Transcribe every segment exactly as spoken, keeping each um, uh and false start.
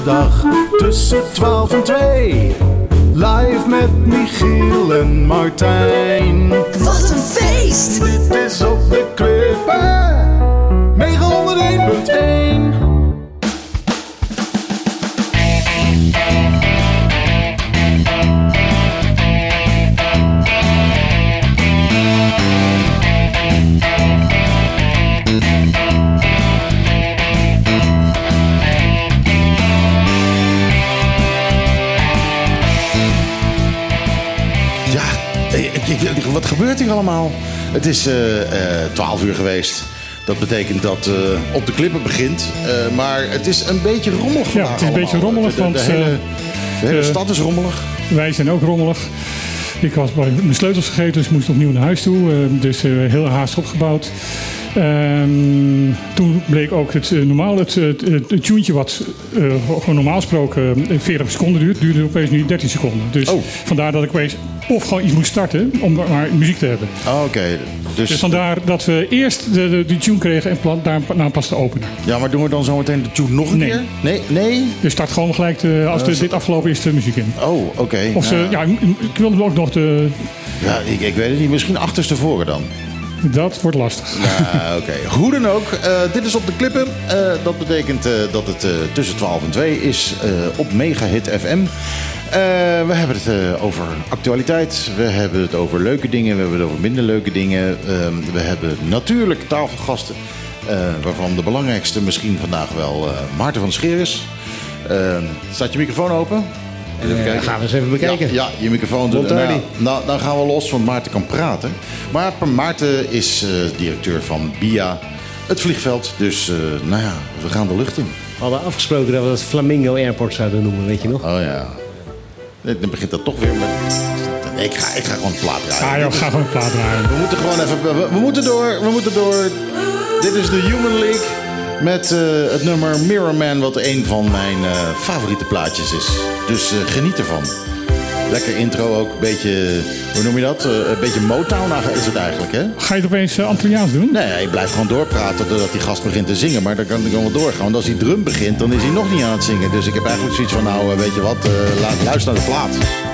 woensdag tussen twaalf en twee. Live met Michiel en Martijn. Wat een feest! Dit is op de Klippen negenhonderdéén punt één. Wat gebeurt hier allemaal? Het is uh, uh, twaalf uur geweest. Dat betekent dat uh, op de Klippen begint. Uh, maar het is een beetje rommelig vandaag. Ja, het is een allemaal. beetje rommelig. De, de, de want, hele, de hele uh, stad is rommelig. Wij zijn ook rommelig. Ik was mijn sleutels vergeten, dus ik moest opnieuw naar huis toe. Uh, dus uh, heel haast opgebouwd. Um, toen bleek ook het uh, normaal, het, het, het, het tuentje wat uh, gewoon normaal gesproken uh, veertig seconden duurt, duurde opeens nu dertien seconden. Dus oh. vandaar dat ik opeens of gewoon iets moest starten om maar muziek te hebben. Oh, Oké. Okay. Dus... dus vandaar dat we eerst de, de, de tune kregen en pla- daarna pas te openen. Ja, maar doen we dan zometeen de tune nog een nee. keer? Nee? Nee? Dus start gewoon gelijk, de, als de, dit afgelopen is, de muziek in. Oh, oké. Okay. Of ze, uh, ja, ik wilde ook nog de... Ja, ik, ik weet het niet. Misschien achterstevoren dan. Dat wordt lastig. Ja, oké. Okay. Hoe dan ook. Uh, dit is op de Klippen. Uh, dat betekent uh, dat het uh, tussen twaalf en twee is uh, op Megahit F M. Uh, we hebben het uh, over actualiteit. We hebben het over leuke dingen. We hebben het over minder leuke dingen. Uh, we hebben natuurlijk tafelgasten. Uh, waarvan de belangrijkste misschien vandaag wel uh, Maarten van Scheer is. Uh, staat je microfoon open? Even kijken. Gaan we eens even bekijken. Ja, ja je microfoon doet. Nou, nou, dan gaan we los, want Maarten kan praten. Maar Maarten is uh, directeur van B I A, het vliegveld. Dus uh, nou ja, we gaan de lucht in. We hadden afgesproken dat we het Flamingo Airport zouden noemen, weet je nog? Oh ja. Dan begint dat toch weer met... Nee, ik ga, ik ga gewoon een plaat draaien. Ah joh, ga gewoon een plaat draaien. We moeten gewoon even... We, we moeten door, we moeten door. Dit is de Human League. Met uh, het nummer Mirror Man, wat een van mijn uh, favoriete plaatjes is. Dus uh, geniet ervan. Lekker intro ook, een beetje, hoe noem je dat? Uh, een beetje Motown is het eigenlijk, hè? Ga je het opeens uh, Antilliaans doen? Nee, je blijft gewoon doorpraten totdat die gast begint te zingen. Maar dan kan ik gewoon doorgaan. Want als die drum begint, dan is hij nog niet aan het zingen. Dus ik heb eigenlijk zoiets van, nou, uh, weet je wat, uh, laat, luister naar de plaat.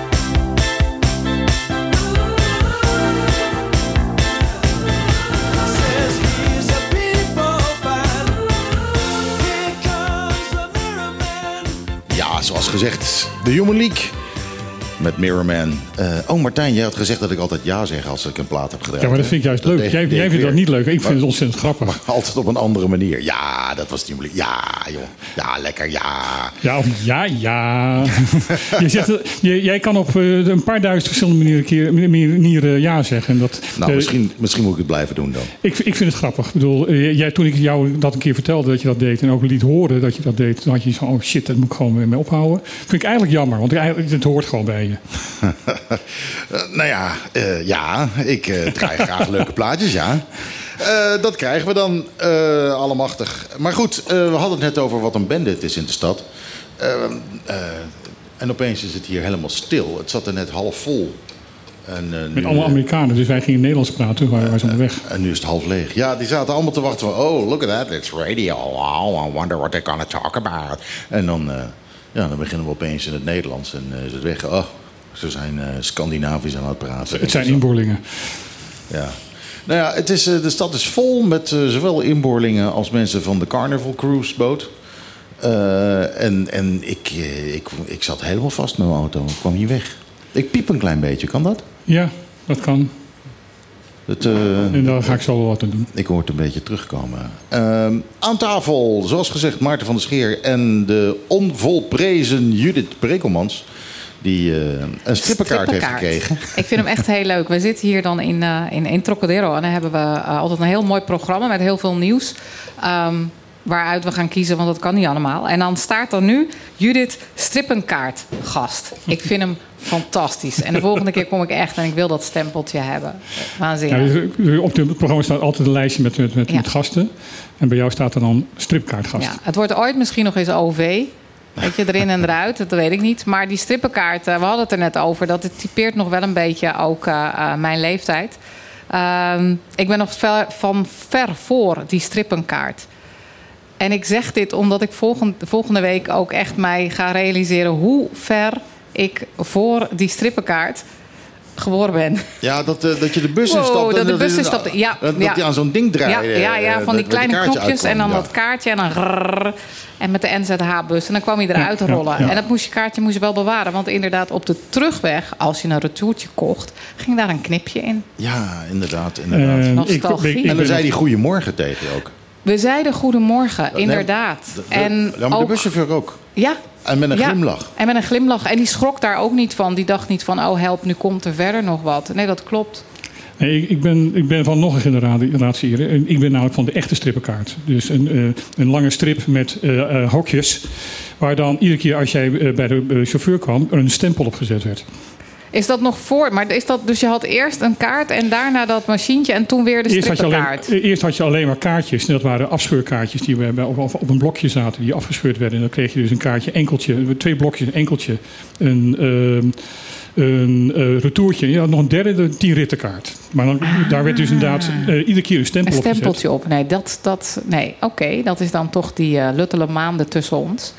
Zoals gezegd, de Human League met Mirror Man. Uh, oh Martijn, jij had gezegd dat ik altijd ja zeg als ik een plaat heb gedraaid. Ja, maar dat vind ik juist leuk. Jij, jij vindt dat niet leuk. Ik vind maar, het ontzettend grappig. Maar altijd op een andere manier. Ja, dat was die Human League. Ja, joh. Ja, lekker, ja. Ja, of ja, ja. je zegt, je, jij kan op uh, een paar duizend verschillende manieren, keer, manieren ja zeggen. Dat, nou, uh, misschien, misschien moet ik het blijven doen dan. Ik, ik vind het grappig. Ik bedoel, uh, jij, toen ik jou dat een keer vertelde dat je dat deed en ook liet horen dat je dat deed, dan had je van, oh shit, dat moet ik gewoon mee ophouden. Vind ik eigenlijk jammer, want eigenlijk, het hoort gewoon bij je. uh, nou ja, uh, ja, ik uh, draai graag leuke plaatjes, ja. Uh, dat krijgen we dan, uh, allemachtig. Maar goed, uh, we hadden het net over wat een bende het is in de stad. Uh, uh, en opeens is het hier helemaal stil. Het zat er net half vol. En, uh, Met allemaal Amerikanen, dus wij gingen Nederlands praten, toen waren wij zo onderweg. Uh, en nu is het half leeg. Ja, die zaten allemaal te wachten van, oh, look at that, it's radio. Wow, I wonder what they're gonna talk about. En dan, uh, ja, dan beginnen we opeens in het Nederlands en uh, is het weg. Oh, ze zijn uh, Scandinavisch aan het praten. Het zijn inboorlingen. Ja. Nou ja, het is, uh, de stad is vol met uh, zowel inboorlingen als mensen van de Carnival Cruise boot. Uh, en en ik, uh, ik, ik zat helemaal vast met mijn auto. Ik kwam niet weg. Ik piep een klein beetje, kan dat? Ja, dat kan. Het, uh, en daar ga ik zo wel wat aan doen. Ik hoor het een beetje terugkomen. Uh, aan tafel, zoals gezegd, Maarten van der Scheer en de onvolprezen Judith Brekelmans. Die uh, een strippenkaart heeft gekregen. Ik vind hem echt heel leuk. We zitten hier dan in, uh, in, in Trocadero. En dan hebben we uh, altijd een heel mooi programma met heel veel nieuws. Um, waaruit we gaan kiezen, want dat kan niet allemaal. En dan staat er nu Judith strippenkaart gast. Ik vind hem fantastisch. En de volgende keer kom ik echt en ik wil dat stempeltje hebben. Waanzinnig. Ja, op het programma staat altijd een lijstje met, met, met, ja. met gasten. En bij jou staat er dan stripkaartgast. Ja, het wordt ooit misschien nog eens O V. Weet je, erin en eruit, dat weet ik niet. Maar die strippenkaart, we hadden het er net over. Dat het typeert nog wel een beetje ook uh, uh, mijn leeftijd. Uh, ik ben nog ver, van ver voor die strippenkaart. En ik zeg dit omdat ik volgende, volgende week ook echt mij ga realiseren hoe ver ik voor die strippenkaart geboren ben. Ja, dat, uh, dat je de bus wow, instapt. dat en de bus dat, instapt. Ja, dat, ja. dat je aan zo'n ding draait. Ja, ja, ja, van die kleine knopjes uitkwam. en dan ja. dat kaartje en dan rrrr, en met de N Z H-bus. En dan kwam hij eruit Ja, rollen. ja, ja. En dat moest je kaartje moest je wel bewaren. Want inderdaad, op de terugweg, als je een retourtje kocht, ging daar een knipje in. Ja, inderdaad. inderdaad. En Nostalgie. ik, ik, ik en dan ben zei nog- hij goedemorgen tegen je ook. We zeiden goedemorgen, inderdaad. De, de, en ja, maar de ook, buschauffeur ook. ja, En met een ja, glimlach. En met een glimlach. En die schrok daar ook niet van. Die dacht niet van, oh help, nu komt er verder nog wat. Nee, dat klopt. Nee, ik, ik, ben, ik ben van nog een generatie eerder. En ik ben namelijk van de echte strippenkaart. Dus een, uh, een lange strip met uh, uh, hokjes. Waar dan iedere keer als jij uh, bij de uh, chauffeur kwam, er een stempel op gezet werd. Is dat nog voor? Maar is dat, dus je had eerst een kaart en daarna dat machientje en toen weer de Eerst had, je strippenkaart. alleen, eerst had je alleen maar kaartjes. En dat waren afscheurkaartjes die we bij- op, op, op een blokje zaten. Die afgescheurd werden. En dan kreeg je dus een kaartje, enkeltje. Twee blokjes, een enkeltje. Een, uh, een uh, retourtje. Ja, nog een derde, de tien rittenkaart. Maar dan, daar werd dus inderdaad uh, iedere keer een stempel Een op gezet. stempeltje op. Nee, dat, dat, nee. oké. Okay, dat is dan toch die uh, luttele maanden tussen ons.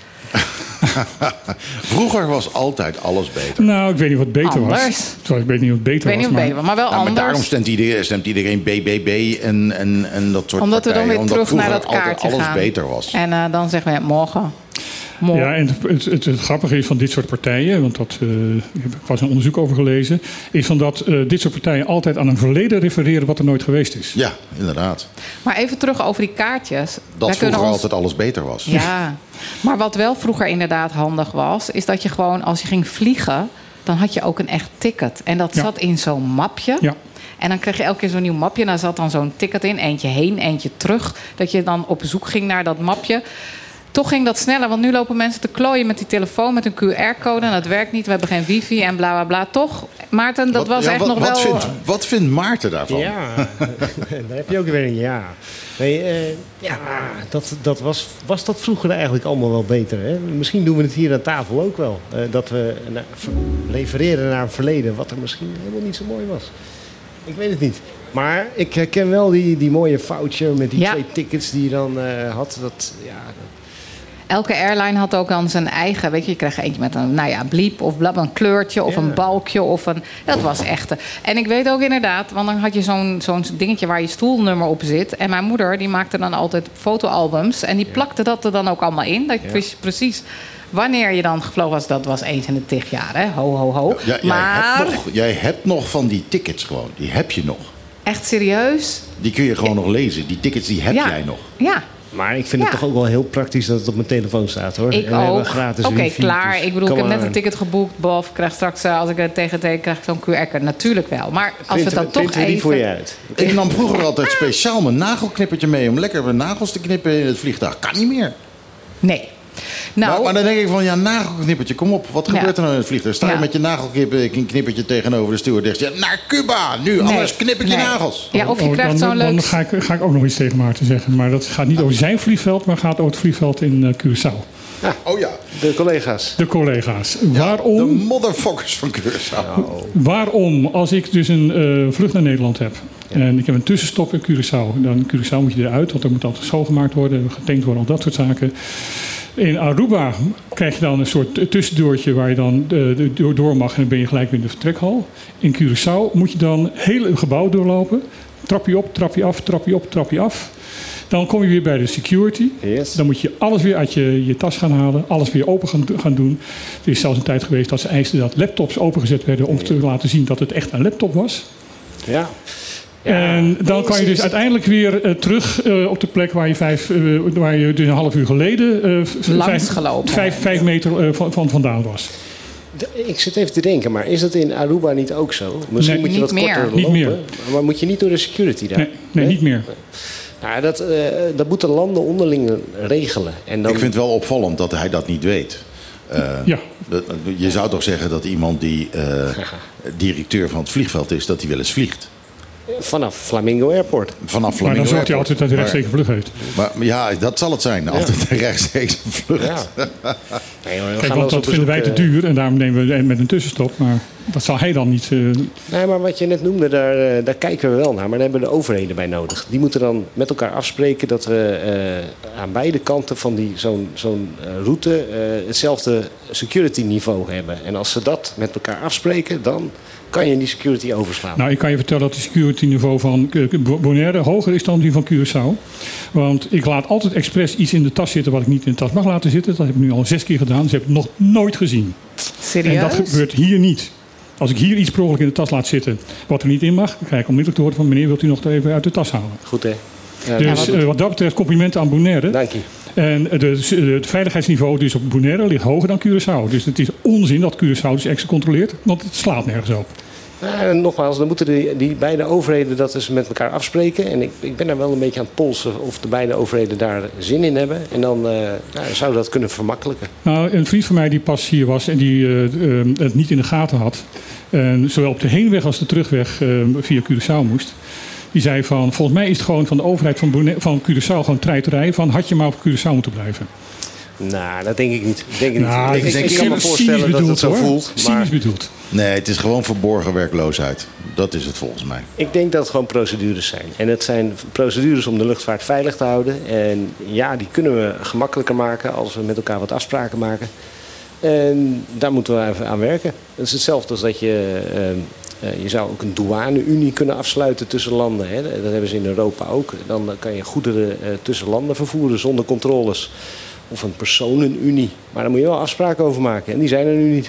Vroeger was altijd alles beter. Nou, ik weet niet wat beter Anders. was. Terwijl ik weet niet wat beter Ik weet niet was. of het beter was, maar wel Nou, maar anders. daarom stemt iedereen, stemt iedereen B B B en, en, en dat soort Omdat we dan partijen. weer Omdat terug naar vroeger dat altijd kaartje alles gaan. beter was. En uh, dan zeggen we morgen. Morgen. Ja, en het, het, het grappige is van dit soort partijen, want dat, uh, ik heb pas een onderzoek over gelezen, is van dat uh, dit soort partijen altijd aan een verleden refereren wat er nooit geweest is. Ja, inderdaad. Maar even terug over die kaartjes. Dat Wij kunnen vroeger ons- altijd alles beter was. Ja, maar wat wel vroeger inderdaad handig was, is dat je gewoon als je ging vliegen, dan had je ook een echt ticket. En dat Ja. zat in zo'n mapje. Ja. En dan kreeg je elke keer zo'n nieuw mapje. En daar zat dan zo'n ticket in. Eentje heen, eentje terug. Dat je dan op zoek ging naar dat mapje. Toch ging dat sneller. Want nu lopen mensen te klooien met die telefoon. Met een Q R-code. En dat werkt niet. We hebben geen wifi en bla bla bla. Toch, Maarten, dat Wat- was ja, echt wat, nog wat wel... Vindt, wat vindt Maarten daarvan? Ja, daar heb je ook weer een ja. Nee, uh, ja, dat, dat was, was dat vroeger eigenlijk allemaal wel beter. Hè? Misschien doen we het hier aan tafel ook wel. Uh, dat we na, refereren naar een verleden wat er misschien helemaal niet zo mooi was. Ik weet het niet. Maar ik herken wel die, die mooie foutje met die Ja. twee tickets die je dan uh, had. Dat, ja, dat, Elke airline had ook dan zijn eigen... Weet je, je kreeg eentje met een nou ja, bliep of blab, een kleurtje of Ja. een balkje. Of een, dat was echt... En ik weet ook inderdaad, want dan had je zo'n zo'n dingetje waar je stoelnummer op zit. En mijn moeder die maakte dan altijd fotoalbums. En die plakte dat er dan ook allemaal in. Dat Ja. wist je precies wanneer je dan gevlogen was. Dat was eens in de tig jaar, hè? Ho, ho, ho. Ja, jij, maar hebt nog, jij hebt nog van die tickets gewoon. Die heb je nog. echt serieus? Die kun je gewoon nog lezen. Die tickets die heb ja. jij nog. Ja. maar ik vind het Ja. toch ook wel heel praktisch dat het op mijn telefoon staat, hoor. Ik En we hebben ook. gratis Oké, wifi, klaar. dus Ik bedoel, ik heb come net on. een ticket geboekt. Bof, ik krijg straks, uh, als ik het tegen tegen krijg ik zo'n Q R-code. Natuurlijk wel. Maar als we Printen dat we- toch printen we die even... voor je uit. Ik nam vroeger altijd speciaal mijn nagelknippertje mee om lekker mijn nagels te knippen in het vliegtuig. Kan niet meer. Nee. Nou, Nou, maar dan denk ik van, ja, nagelknippertje, kom op. Wat Ja. gebeurt er nou in het vliegtuig? Sta je Ja. met je nagelknippertje tegenover de stewardess. Ja, naar Cuba, nu, nee. anders knip ik je Nee. nagels. Ja, of je Oh, krijgt dan, zo'n dan leuk... ga ik, ga ik ook nog iets tegen Maarten zeggen. Maar dat gaat niet over zijn vliegveld, maar gaat over het vliegveld in uh, Curaçao. Oh ja, De collega's. De collega's. de Waarom, motherfuckers van Curaçao. waarom, als ik dus een uh, vlucht naar Nederland heb... en ik heb een tussenstop in Curaçao... dan in Curaçao moet je eruit, want er moet altijd schoongemaakt worden... getankt worden, al dat soort zaken... In Aruba krijg je dan een soort tussendoortje waar je dan uh, door, door mag en dan ben je gelijk weer in de vertrekhal. In Curaçao moet je dan het hele gebouw doorlopen. Trapje op, trapje af, trapje op, trapje af. Dan kom je weer bij de security. Yes. Dan moet je alles weer uit je, je tas gaan halen, alles weer open gaan, gaan doen. Er is zelfs een tijd geweest dat ze eisten dat laptops opengezet werden om te laten zien dat het echt een laptop was. Ja. En dan kan je dus uiteindelijk weer uh, terug uh, op de plek waar je, vijf, uh, waar je dus een half uur geleden uh, v- Langs vijf, gelopen. vijf, vijf meter uh, van, van vandaan was. De- Ik zit even te denken, maar is dat in Aruba niet ook zo? Misschien Nee, moet je niet wat meer. korter Niet lopen. meer. Maar moet je niet door de security daar? Nee, nee, niet meer. Nou, dat, uh, dat moeten landen onderling regelen. En dan... Ik vind het wel opvallend dat hij dat niet weet. Uh, Ja. dat- je zou toch zeggen dat iemand die uh, directeur van het vliegveld is, dat hij wel eens vliegt. Vanaf Flamingo Airport. Vanaf Maar Flamingo dan zorgt hij Airport. altijd dat hij rechtstreeks vlucht heeft. Maar, maar ja, dat zal het zijn. Altijd een rechtstreeks vlucht. Ja. Nee, hoor, we Kijk, gaan want wel dat eens op vinden wij te bezoek, uh, duur en daarom nemen we met een tussenstop. Maar Dat zal hij dan niet... Uh... Nee, maar wat je net noemde, daar, uh, daar kijken we wel naar. Maar daar hebben we de overheden bij nodig. Die moeten dan met elkaar afspreken dat we uh, aan beide kanten van die, zo'n, zo'n uh, route uh, hetzelfde security niveau hebben. En als ze dat met elkaar afspreken, dan kan je die security overslaan. Nou, ik kan je vertellen dat het security niveau van Bonaire hoger is dan die van Curaçao. Want ik laat altijd expres iets in de tas zitten wat ik niet in de tas mag laten zitten. Dat heb ik nu al zes keer gedaan. Ze hebben het nog nooit gezien. Serieus? En dat gebeurt hier niet. Als ik hier iets per ongeluk in de tas laat zitten wat er niet in mag, dan krijg ik onmiddellijk te horen van meneer, wilt u nog even uit de tas halen. Goed, hè? Ja, dus uh, wat dat betreft complimenten aan Bonaire. Dank je. En het veiligheidsniveau dus op Bonaire ligt hoger dan Curaçao. Dus het is onzin dat Curaçao dus extra controleert, want het slaat nergens op. Ja, nogmaals, dan moeten die, die beide overheden dat dus met elkaar afspreken. En ik, ik ben daar wel een beetje aan het polsen of de beide overheden daar zin in hebben. En dan uh, nou, zou dat kunnen vermakkelijken. Nou, een vriend van mij die pas hier was en die uh, uh, het niet in de gaten had. En zowel op de heenweg als de terugweg uh, via Curaçao moest. Die zei van, volgens mij is het gewoon van de overheid van, Bonaire, van Curaçao gewoon treiterij. Van, had je maar op Curaçao moeten blijven. Nou, dat denk ik niet. Ik denk nou, niet. Ik, ik, ik, ik ik kan me voorstellen bedoeld, dat het zo hoor. voelt. Cynisch Maar bedoeld. Nee, het is gewoon verborgen werkloosheid. Dat is het volgens mij. Ik denk dat het gewoon procedures zijn. En het zijn procedures om de luchtvaart veilig te houden. En ja, die kunnen we gemakkelijker maken als we met elkaar wat afspraken maken. En daar moeten we even aan werken. Het is hetzelfde als dat je... Uh, uh, je zou ook een douane-unie kunnen afsluiten tussen landen. Hè. Dat hebben ze in Europa ook. Dan kan je goederen uh, tussen landen vervoeren zonder controles. Of een personenunie. Maar daar moet je wel afspraken over maken. En die zijn er nu niet.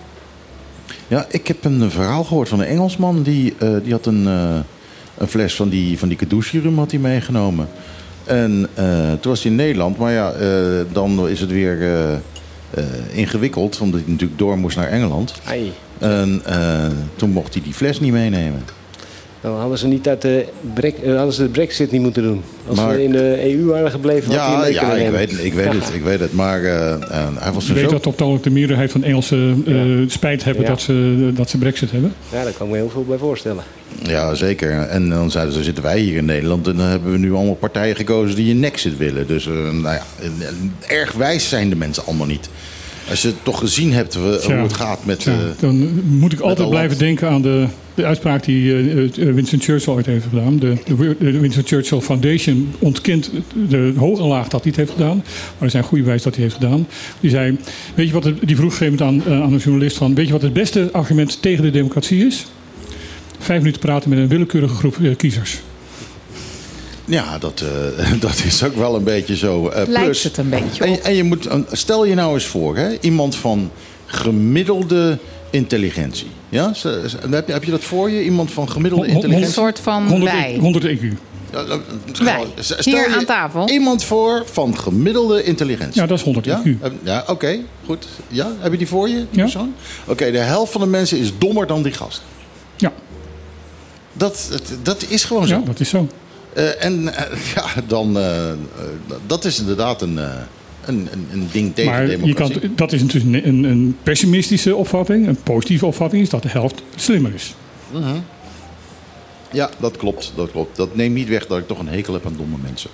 Ja, ik heb een verhaal gehoord van een Engelsman. Die, uh, die had een, uh, een fles van die, van die Kadooshi-rum had hij meegenomen. En uh, toen was hij in Nederland. Maar ja, uh, dan is het weer uh, uh, ingewikkeld. Omdat hij natuurlijk door moest naar Engeland. Ai. En uh, toen mocht hij die fles niet meenemen. Dan hadden ze, niet uit de, brek, uh, hadden ze de Brexit niet moeten doen. Als maar, we in de E U waren gebleven, had ja, hij mee ja, kunnen ik nemen. weet, ik weet het, ik weet het. Maar uh, uh, hij was Je weet zo... dat op de, de meerderheid van Engelsen uh, Ja. spijt hebben Ja. dat, ze, dat ze Brexit hebben. Ja, daar kan ik me heel veel bij voorstellen. Ja, zeker. En dan zeiden ze, zitten wij hier in Nederland en dan hebben we nu allemaal partijen gekozen die een Nexit willen. Dus uh, nou ja, erg wijs zijn de mensen allemaal niet. Als je toch gezien hebt we, Tja, hoe het gaat met... tja, Uh, dan moet ik altijd land. blijven denken aan de, de uitspraak die uh, Winston Churchill ooit heeft gedaan. De, de, de Winston Churchill Foundation ontkent de hoge laag dat hij het heeft gedaan. Maar er zijn goede wijzen dat hij het heeft gedaan. Die zei, weet je wat het, die vroeg op een gegeven moment aan, uh, aan een journalist van, weet je wat het beste argument tegen de democratie is? Vijf minuten praten met een willekeurige groep uh, kiezers. ja, dat, uh, dat is ook wel een beetje zo. Uh, Lijkt plus, het een beetje en, op. en je moet, stel je nou eens voor, hè, iemand van gemiddelde intelligentie. Ja? Heb je, heb je dat voor je? Iemand van gemiddelde Hon- hon- Een intelligentie? soort van honderd, wij. honderd E Q. Ja, uh, Wij, gewoon, stel hier je aan tafel. Iemand voor van gemiddelde intelligentie. Ja, dat is honderd Ja, E Q. Heb- ja oké, okay, goed. Ja, heb je die voor je, die Ja. persoon? Oké, okay, de helft van de mensen is dommer dan die gast. Ja, Dat, dat, dat is gewoon zo. ja, dat is zo. Uh, en uh, ja, dan, uh, uh, dat is inderdaad een, uh, een, een, een ding tegen Maar je democratie. kan, dat is natuurlijk een, een pessimistische opvatting. Een positieve opvatting is dat de helft slimmer is. Uh-huh. Ja, dat klopt, dat klopt. Dat neemt niet weg dat ik toch een hekel heb aan domme mensen.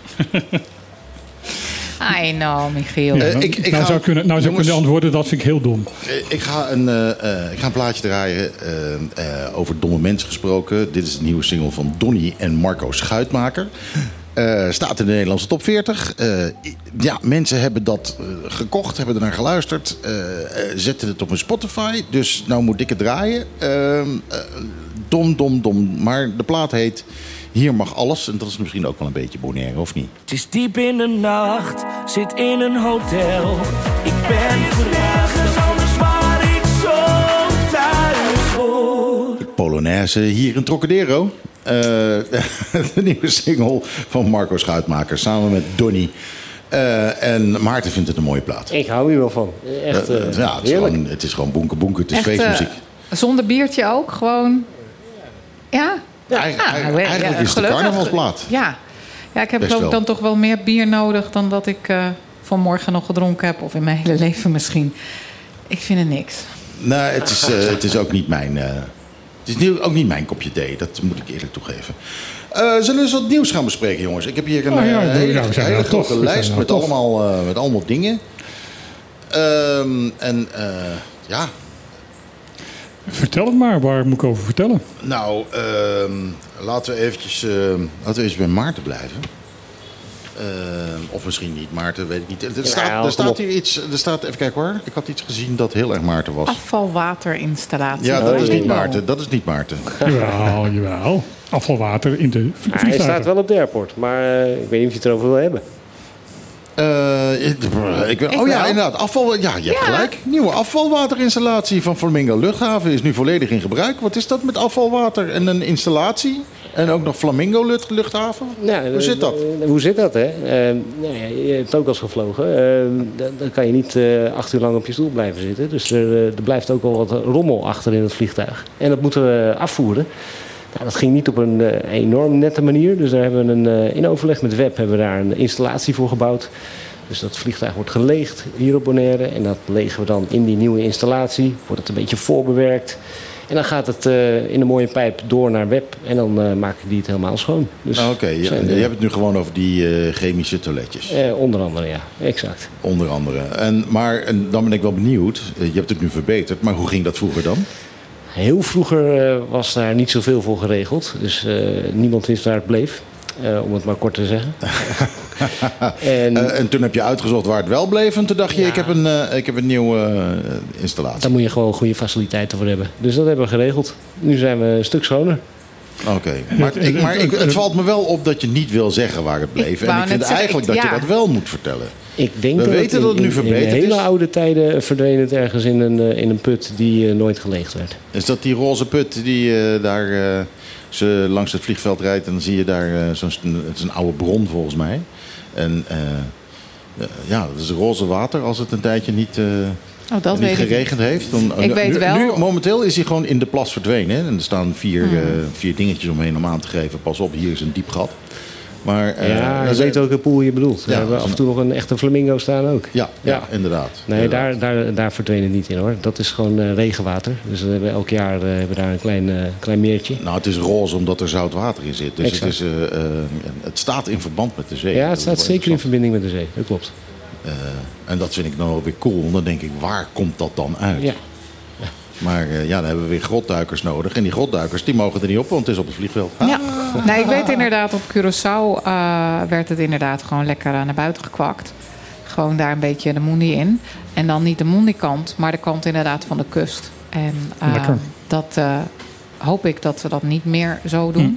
I know, Michiel. Ja, Eh, nou, ik- ik nou ga- zou kunnen, nou zou jongens- kunnen antwoorden, dat vind ik heel dom. Uh, ik, ga een, uh, uh, ik ga een plaatje draaien uh, uh, over domme mensen gesproken. Dit is de nieuwe single van Donny en Marco Schuitmaker. Uh, staat in de Nederlandse top veertig. Uh, ja, mensen hebben dat uh, gekocht, hebben er naar geluisterd. Uh, uh, zetten het op hun Spotify. Dus nou moet ik het draaien. Uh, uh, dom, dom, dom. Maar de plaat heet Hier mag alles. En dat is misschien ook wel een beetje Bonaire, of niet? Het is diep in de nacht, zit in een hotel. Ik ben nergens anders waar ik zo thuis hoor. Polonaise hier in Trocadero. Uh, de nieuwe single van Marco Schuitmaker samen met Donny. Uh, en Maarten vindt het een mooie plaat. Ik hou hier wel van. Echt uh, Uh, ja, het is, heerlijk. gewoon, het is gewoon boenke boenke, het is Echt, eh, feestmuziek. zonder biertje ook, gewoon. Ja? Eigen- Ja, eigen- ja, eigenlijk is het een gelukkig. carnavalsplaat. Ja. Ja, ik heb Best geloof ik wel. dan toch wel meer bier nodig dan dat ik uh, vanmorgen nog gedronken heb. Of in mijn hele leven misschien. Ik vind het niks. Nee, het is, uh, het is ook niet mijn... Uh, het is nieuw, ook niet mijn kopje thee, dat moet ik eerlijk toegeven. Uh, zullen we eens wat nieuws gaan bespreken, jongens? Ik heb hier een Oh, ja, uh, ja, hele, ja, we zijn hele nou grote toch, we zijn lijst nou met, toch. allemaal, uh, met allemaal dingen. Um, en uh, ja... Vertel het maar, waar moet ik over vertellen? Nou, uh, laten we eventjes uh, laten we eens bij Maarten blijven. Uh, of misschien niet Maarten, weet ik niet. Er staat, Ja, er staat hier iets, er staat, even kijken hoor. Ik had iets gezien dat heel erg Maarten was. Afvalwaterinstallatie. Ja, dat is niet Flamingo. Maarten. Dat is niet Maarten. Jawel, jawel. Afvalwater in de Ja, hij vliegtuigen. staat wel op de airport, maar uh, ik weet niet of je het erover wil hebben. Uh, ik, ik, oh Ik ja, wel. inderdaad. Afval, ja, je hebt Ja. gelijk. Nieuwe afvalwaterinstallatie van Flamingo Luchthaven is nu volledig in gebruik. Wat is dat met afvalwater en een installatie? En ook nog Flamingo lucht, Luchthaven? Ja, Hoe zit dat? uh, hoe zit dat, hè? Uh, nou ja, je hebt ook al eens gevlogen. Uh, dan, dan kan je niet uh, acht uur lang op je stoel blijven zitten. Dus er, uh, er blijft ook wel wat rommel achter in het vliegtuig. En dat moeten we afvoeren. Nou, dat ging niet op een uh, enorm nette manier. Dus daar hebben we een, uh, in overleg met Web hebben we daar een installatie voor gebouwd. Dus dat vliegtuig wordt geleegd hier op Bonaire. En dat legen we dan in die nieuwe installatie. Wordt het een beetje voorbewerkt. En dan gaat het uh, in een mooie pijp door naar Web. En dan uh, maken die het helemaal schoon. Dus Oké, okay, je, zijn, je uh, hebt het nu gewoon over die uh, chemische toiletjes. Uh, onder andere, ja. Exact. Onder andere. En, maar en dan ben ik wel benieuwd. Uh, je hebt het nu verbeterd. Maar hoe ging dat vroeger dan? Heel vroeger uh, was daar niet zoveel voor geregeld. Dus uh, niemand wist waar het bleef. Uh, om het maar kort te zeggen. en, uh, en toen heb je uitgezocht waar het wel bleef. En toen dacht je, Ja. ik, heb een, uh, ik heb een nieuwe uh, installatie. Daar moet je gewoon goede faciliteiten voor hebben. Dus dat hebben we geregeld. Nu zijn we een stuk schoner. Oké, okay. maar, ik, maar ik, het valt me wel op dat je niet wil zeggen waar het bleef. Ik en wou ik vind net zeggen, eigenlijk ik- dat ja. je dat wel moet vertellen. Ik denk We dat weten in, dat het nu in- verbeterd in hele is. oude tijden verdween het ergens in een, uh, in een put die uh, nooit geleegd werd. Is dat die roze put die uh, daar uh, ze langs het vliegveld rijdt? En dan zie je daar uh, zo'n... Het is een oude bron volgens mij. En uh, uh, ja, dat is roze water als het een tijdje niet... Uh, Oh, dat niet weet ik geregend heeft. Dan, Ik weet nu, wel- Nu, momenteel is hij gewoon in de plas verdwenen. Hè? En er staan vier, Hmm. uh, vier dingetjes omheen om aan te geven. Pas op, hier is een diep gat. Maar, uh, ja, dat je is- weet welke pool je bedoelt. We Ja, hebben dat is af en toe nog een echte flamingo staan ook. Ja, ja, Ja. inderdaad. Nee, inderdaad. daar, daar, daar verdween het niet in hoor. Dat is gewoon uh, regenwater. Dus we hebben elk jaar uh, hebben we daar een klein, uh, klein meertje. Nou, het is roze omdat er zout water in zit. Dus het, Exact. is, uh, uh, het staat in verband met de zee. Ja, Dat het is staat wel zeker in interessant. verbinding met de zee. Dat klopt. Uh, en dat vind ik dan wel weer cool. Want dan denk ik, waar komt dat dan uit? Ja. Maar uh, ja, dan hebben we weer grotduikers nodig. En die grotduikers die mogen er niet op, want het is op het vliegveld. Ah. Ja, nee, ik weet inderdaad, op Curaçao uh, werd het inderdaad gewoon lekker uh, naar buiten gekwakt. Gewoon daar een beetje de moenie in. En dan niet de moeniekant, maar de kant inderdaad van de kust. En uh, Lekker. dat uh, hoop ik dat we dat niet meer zo doen.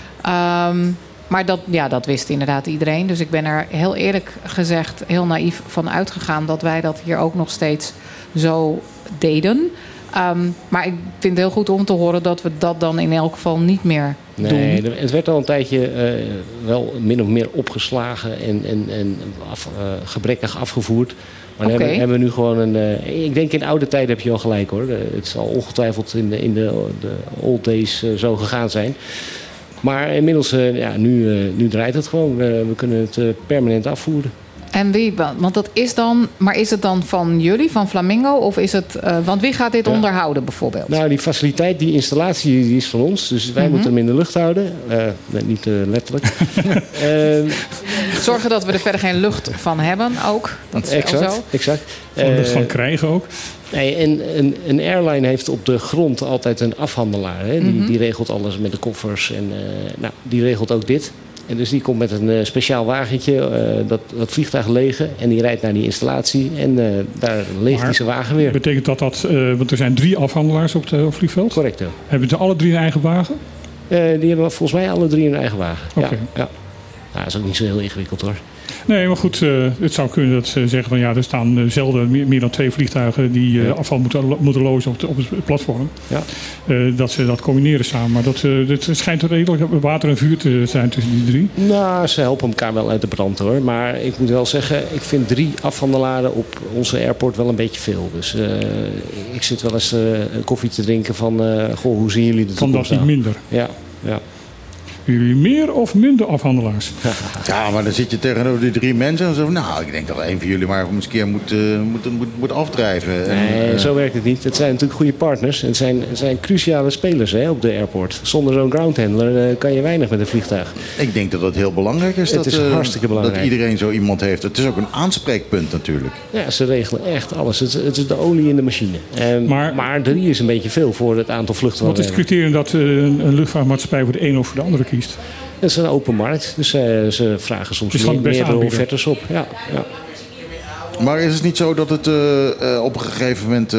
Um, maar dat, ja, dat wist inderdaad iedereen. Dus ik ben er heel eerlijk gezegd heel naïef van uitgegaan dat wij dat hier ook nog steeds zo deden. Um, maar ik vind het heel goed om te horen dat we dat dan in elk geval niet meer Nee, doen. er- het werd al een tijdje uh, wel min of meer opgeslagen en, en, en af, uh, gebrekkig afgevoerd. Maar dan Oké. hebben, hebben we nu gewoon een... Uh, ik denk in oude tijden heb je al gelijk hoor. Uh, het zal ongetwijfeld in de, in de, de old days uh, zo gegaan zijn. Maar inmiddels, uh, ja, nu, uh, nu draait het gewoon. We, we kunnen het uh, permanent afvoeren. En wie, want dat is dan, maar is het dan van jullie, van Flamingo? Of is het, uh, want wie gaat dit Ja. onderhouden bijvoorbeeld? Nou, die faciliteit, die installatie, die is van ons. Dus wij Mhm. moeten hem in de lucht houden. Uh, nee, niet uh, letterlijk. uh, Zorgen dat we er verder geen lucht van hebben ook. Dat is wel exact, zo. exact. Van lucht Uh, van krijgen ook. Nee, en een, een airline heeft op de grond altijd een afhandelaar. Hè? Die, Mhm. die regelt alles met de koffers. En uh, nou, die regelt ook dit. En dus die komt met een uh, speciaal wagentje, uh, dat, dat vliegtuig legen. En die rijdt naar die installatie. En uh, daar leegt Maar hij zijn wagen weer. Betekent dat dat, uh, want er zijn drie afhandelaars op het vliegveld. Correct, hè? Hebben ze alle drie een eigen wagen? Uh, die hebben volgens mij alle drie een eigen wagen. Oké. Ja, ja. Nou, dat is ook niet zo heel ingewikkeld hoor. Nee, maar goed, uh, het zou kunnen dat ze zeggen van ja, er staan uh, zelden meer, meer dan twee vliegtuigen die uh, Ja. afval moeten, moeten lozen op, de, op het platform. Ja. Uh, dat ze dat combineren samen. Maar dat, uh, het schijnt redelijk water en vuur te zijn tussen die drie. Nou, ze helpen elkaar wel uit de brand hoor. Maar ik moet wel zeggen, ik vind drie afhandelaren op onze airport wel een beetje veel. Dus uh, ik zit wel eens uh, een koffie te drinken van, uh, goh, hoe zien jullie de Kan dat toekomst niet nou? minder? Ja, ja. Jullie meer of minder afhandelaars? Ja, maar dan zit je tegenover die drie mensen en zo. Nou, ik denk dat een van jullie maar eens een keer moet, uh, moet, moet, moet afdrijven. Nee, en, uh, zo werkt het niet. Het zijn natuurlijk goede partners. Het zijn, het zijn cruciale spelers hè, op de airport. Zonder zo'n groundhandler uh, kan je weinig met een vliegtuig. Ik denk dat het heel belangrijk is, het dat, is uh, hartstikke belangrijk. dat iedereen zo iemand heeft. Het is ook een aanspreekpunt natuurlijk. Ja, ze regelen echt alles. Het, het is de olie in de machine. Um, maar, maar drie is een beetje veel voor het aantal vluchten. Wat is het criterium dat uh, een luchtvaartmaatschappij voor de een of voor de andere kiest? Het is een open markt, dus uh, ze vragen soms dus meer, meerdere offertes op. Ja, ja. Maar is het niet zo dat het uh, uh, op een gegeven moment... Uh,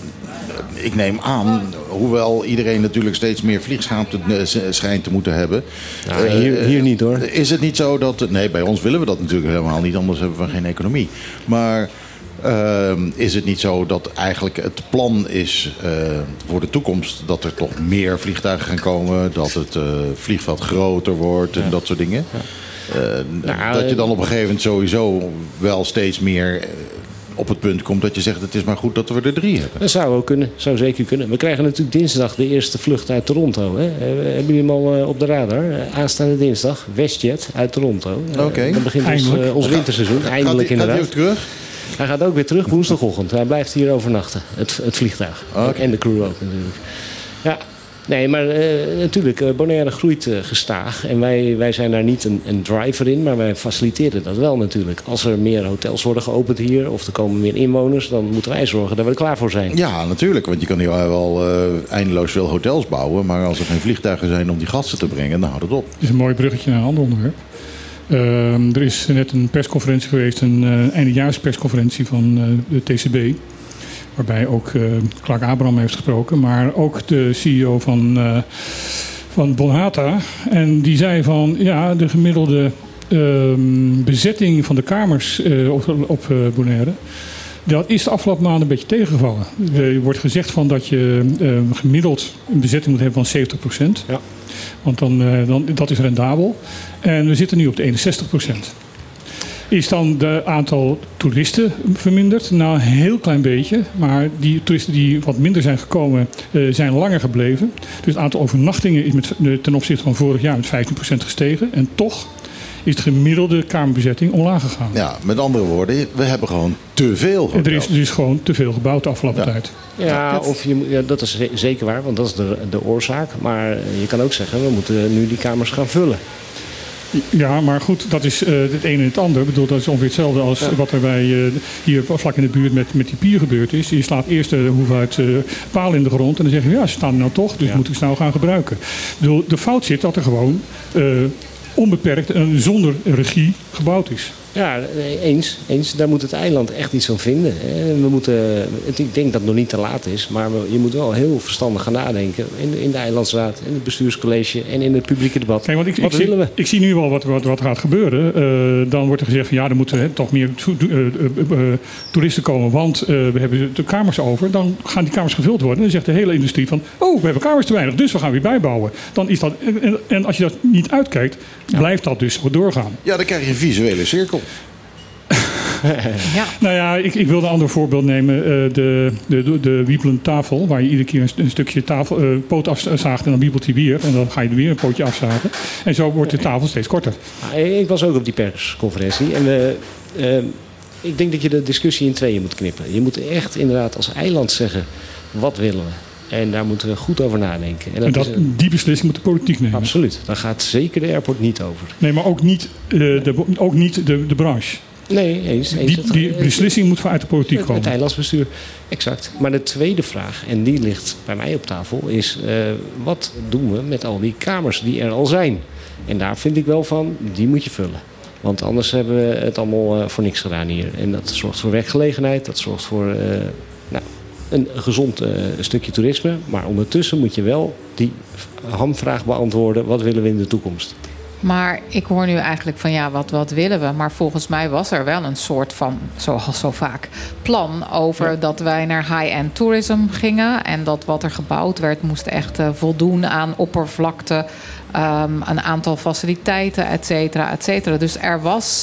ik neem aan, hoewel iedereen natuurlijk steeds meer vliegschaamte uh, schijnt te moeten hebben... Nou, hier, hier niet hoor. Uh, is het niet zo dat... Nee, bij ons willen we dat natuurlijk helemaal niet, anders hebben we geen economie. Maar... Uh, is het niet zo dat eigenlijk het plan is uh, voor de toekomst... dat er toch meer vliegtuigen gaan komen, dat het uh, vliegveld groter wordt en ja. dat soort dingen? Uh, nou, dat je dan op een gegeven moment sowieso wel steeds meer... op het punt komt dat je zegt... het is maar goed dat we er drie hebben. Dat zou ook kunnen, zou zeker kunnen. We krijgen natuurlijk dinsdag de eerste vlucht uit Toronto. Hè? Hebben jullie hem al op de radar? Aanstaande dinsdag, WestJet uit Toronto. Oké. Okay. Dan begint ons, uh, ons winterseizoen. Eindelijk gaat die, inderdaad. Gaat hij ook terug? Hij gaat ook weer terug woensdagochtend. Hij blijft hier overnachten, het, het vliegtuig. Okay. En de crew ook natuurlijk. Ja, nee, maar uh, natuurlijk, uh, Bonaire groeit uh, gestaag. En wij, wij zijn daar niet een, een driver in, maar wij faciliteren dat wel natuurlijk. Als er meer hotels worden geopend hier, of er komen meer inwoners... dan moeten wij zorgen dat we er klaar voor zijn. Ja, natuurlijk, want je kan hier wel uh, eindeloos veel hotels bouwen... maar als er geen vliegtuigen zijn om die gasten te brengen, dan houdt het op. Het is een mooi bruggetje naar een ander onderwerp. Uh, er is net een persconferentie geweest, een uh, eindejaarspersconferentie van uh, de T C B. Waarbij ook uh, Clark Abraham heeft gesproken, maar ook de C E O van, uh, van Bonhata. En die zei van, ja, de gemiddelde uh, bezetting van de kamers uh, op, op uh, Bonaire... dat is de afgelopen maanden een beetje tegengevallen. Er wordt gezegd van dat je uh, gemiddeld een bezetting moet hebben van zeventig procent. Ja. Want dan, uh, dan, dat is rendabel. En we zitten nu op de eenenzestig procent. Is dan de aantal toeristen verminderd? Nou, een heel klein beetje. Maar die toeristen die wat minder zijn gekomen, uh, zijn langer gebleven. Dus het aantal overnachtingen is met, uh, ten opzichte van vorig jaar met vijftien procent gestegen. En toch is de gemiddelde kamerbezetting omlaag gegaan. Ja, met andere woorden, we hebben gewoon te veel hotels. Er is dus gewoon te veel gebouwd de afgelopen ja. tijd. Ja, of je, ja, dat is zeker waar, want dat is de, de oorzaak. Maar je kan ook zeggen, we moeten nu die kamers gaan vullen. Ja, maar goed, dat is uh, het een en het ander. Ik bedoel, dat is ongeveer hetzelfde als ja. wat er bij, uh, hier vlak in de buurt met, met die pier gebeurd is. Je slaat eerst de hoeveelheid uh, palen in de grond en dan zeg je, ja, ze staan er nou toch, dus ja. moet ik ze nou gaan gebruiken. Ik bedoel, de fout zit dat er gewoon uh, onbeperkt en zonder regie gebouwd is. Ja, eens, eens. Daar moet het eiland echt iets van vinden. We moeten, ik denk dat het nog niet te laat is, maar je moet wel heel verstandig gaan nadenken. In de, in de eilandsraad, in het bestuurscollege en in het publieke debat. Kijk, want ik, wat ik willen zie, we? Ik zie nu al wat, wat, wat gaat gebeuren. Uh, dan wordt er gezegd van ja, er moeten hè, toch meer to, uh, uh, uh, toeristen komen, want uh, we hebben de kamers over. Dan gaan die kamers gevuld worden. En dan zegt de hele industrie van, oh, we hebben kamers te weinig, dus we gaan weer bijbouwen. Dan is dat, en, en als je dat niet uitkijkt, ja. blijft dat dus zo doorgaan. Ja, dan krijg je een visuele cirkel. Ja. Nou ja, ik, ik wilde een ander voorbeeld nemen. Uh, de, de, de, de wiepelende tafel, waar je iedere keer een, een stukje tafel, uh, poot afzaagt en dan wiepelt hij weer. En dan ga je er weer een pootje afzagen. En zo wordt de tafel steeds korter. Ik was ook op die persconferentie. En uh, uh, ik denk dat je de discussie in tweeën moet knippen. Je moet echt inderdaad als eiland zeggen, wat willen we? En daar moeten we goed over nadenken. En dat, en dat is een... die beslissing moet de politiek nemen. Absoluut. Daar gaat zeker de airport niet over. Nee, maar ook niet, uh, de, ook niet de, de branche. Nee, eens. eens die, die beslissing moet vanuit de politiek komen. Het eilandsbestuur, exact. Maar de tweede vraag, en die ligt bij mij op tafel, is uh, wat doen we met al die kamers die er al zijn? En daar vind ik wel van, die moet je vullen. Want anders hebben we het allemaal uh, voor niks gedaan hier. En dat zorgt voor werkgelegenheid, dat zorgt voor uh, nou, een gezond uh, stukje toerisme. Maar ondertussen moet je wel die hamvraag beantwoorden, wat willen we in de toekomst? Maar ik hoor nu eigenlijk van ja, wat, wat willen we? Maar volgens mij was er wel een soort van, zoals zo vaak, plan over ja. dat wij naar high-end tourism gingen. En dat wat er gebouwd werd moest echt uh, voldoen aan oppervlakte, um, een aantal faciliteiten, et cetera, et cetera. Dus er was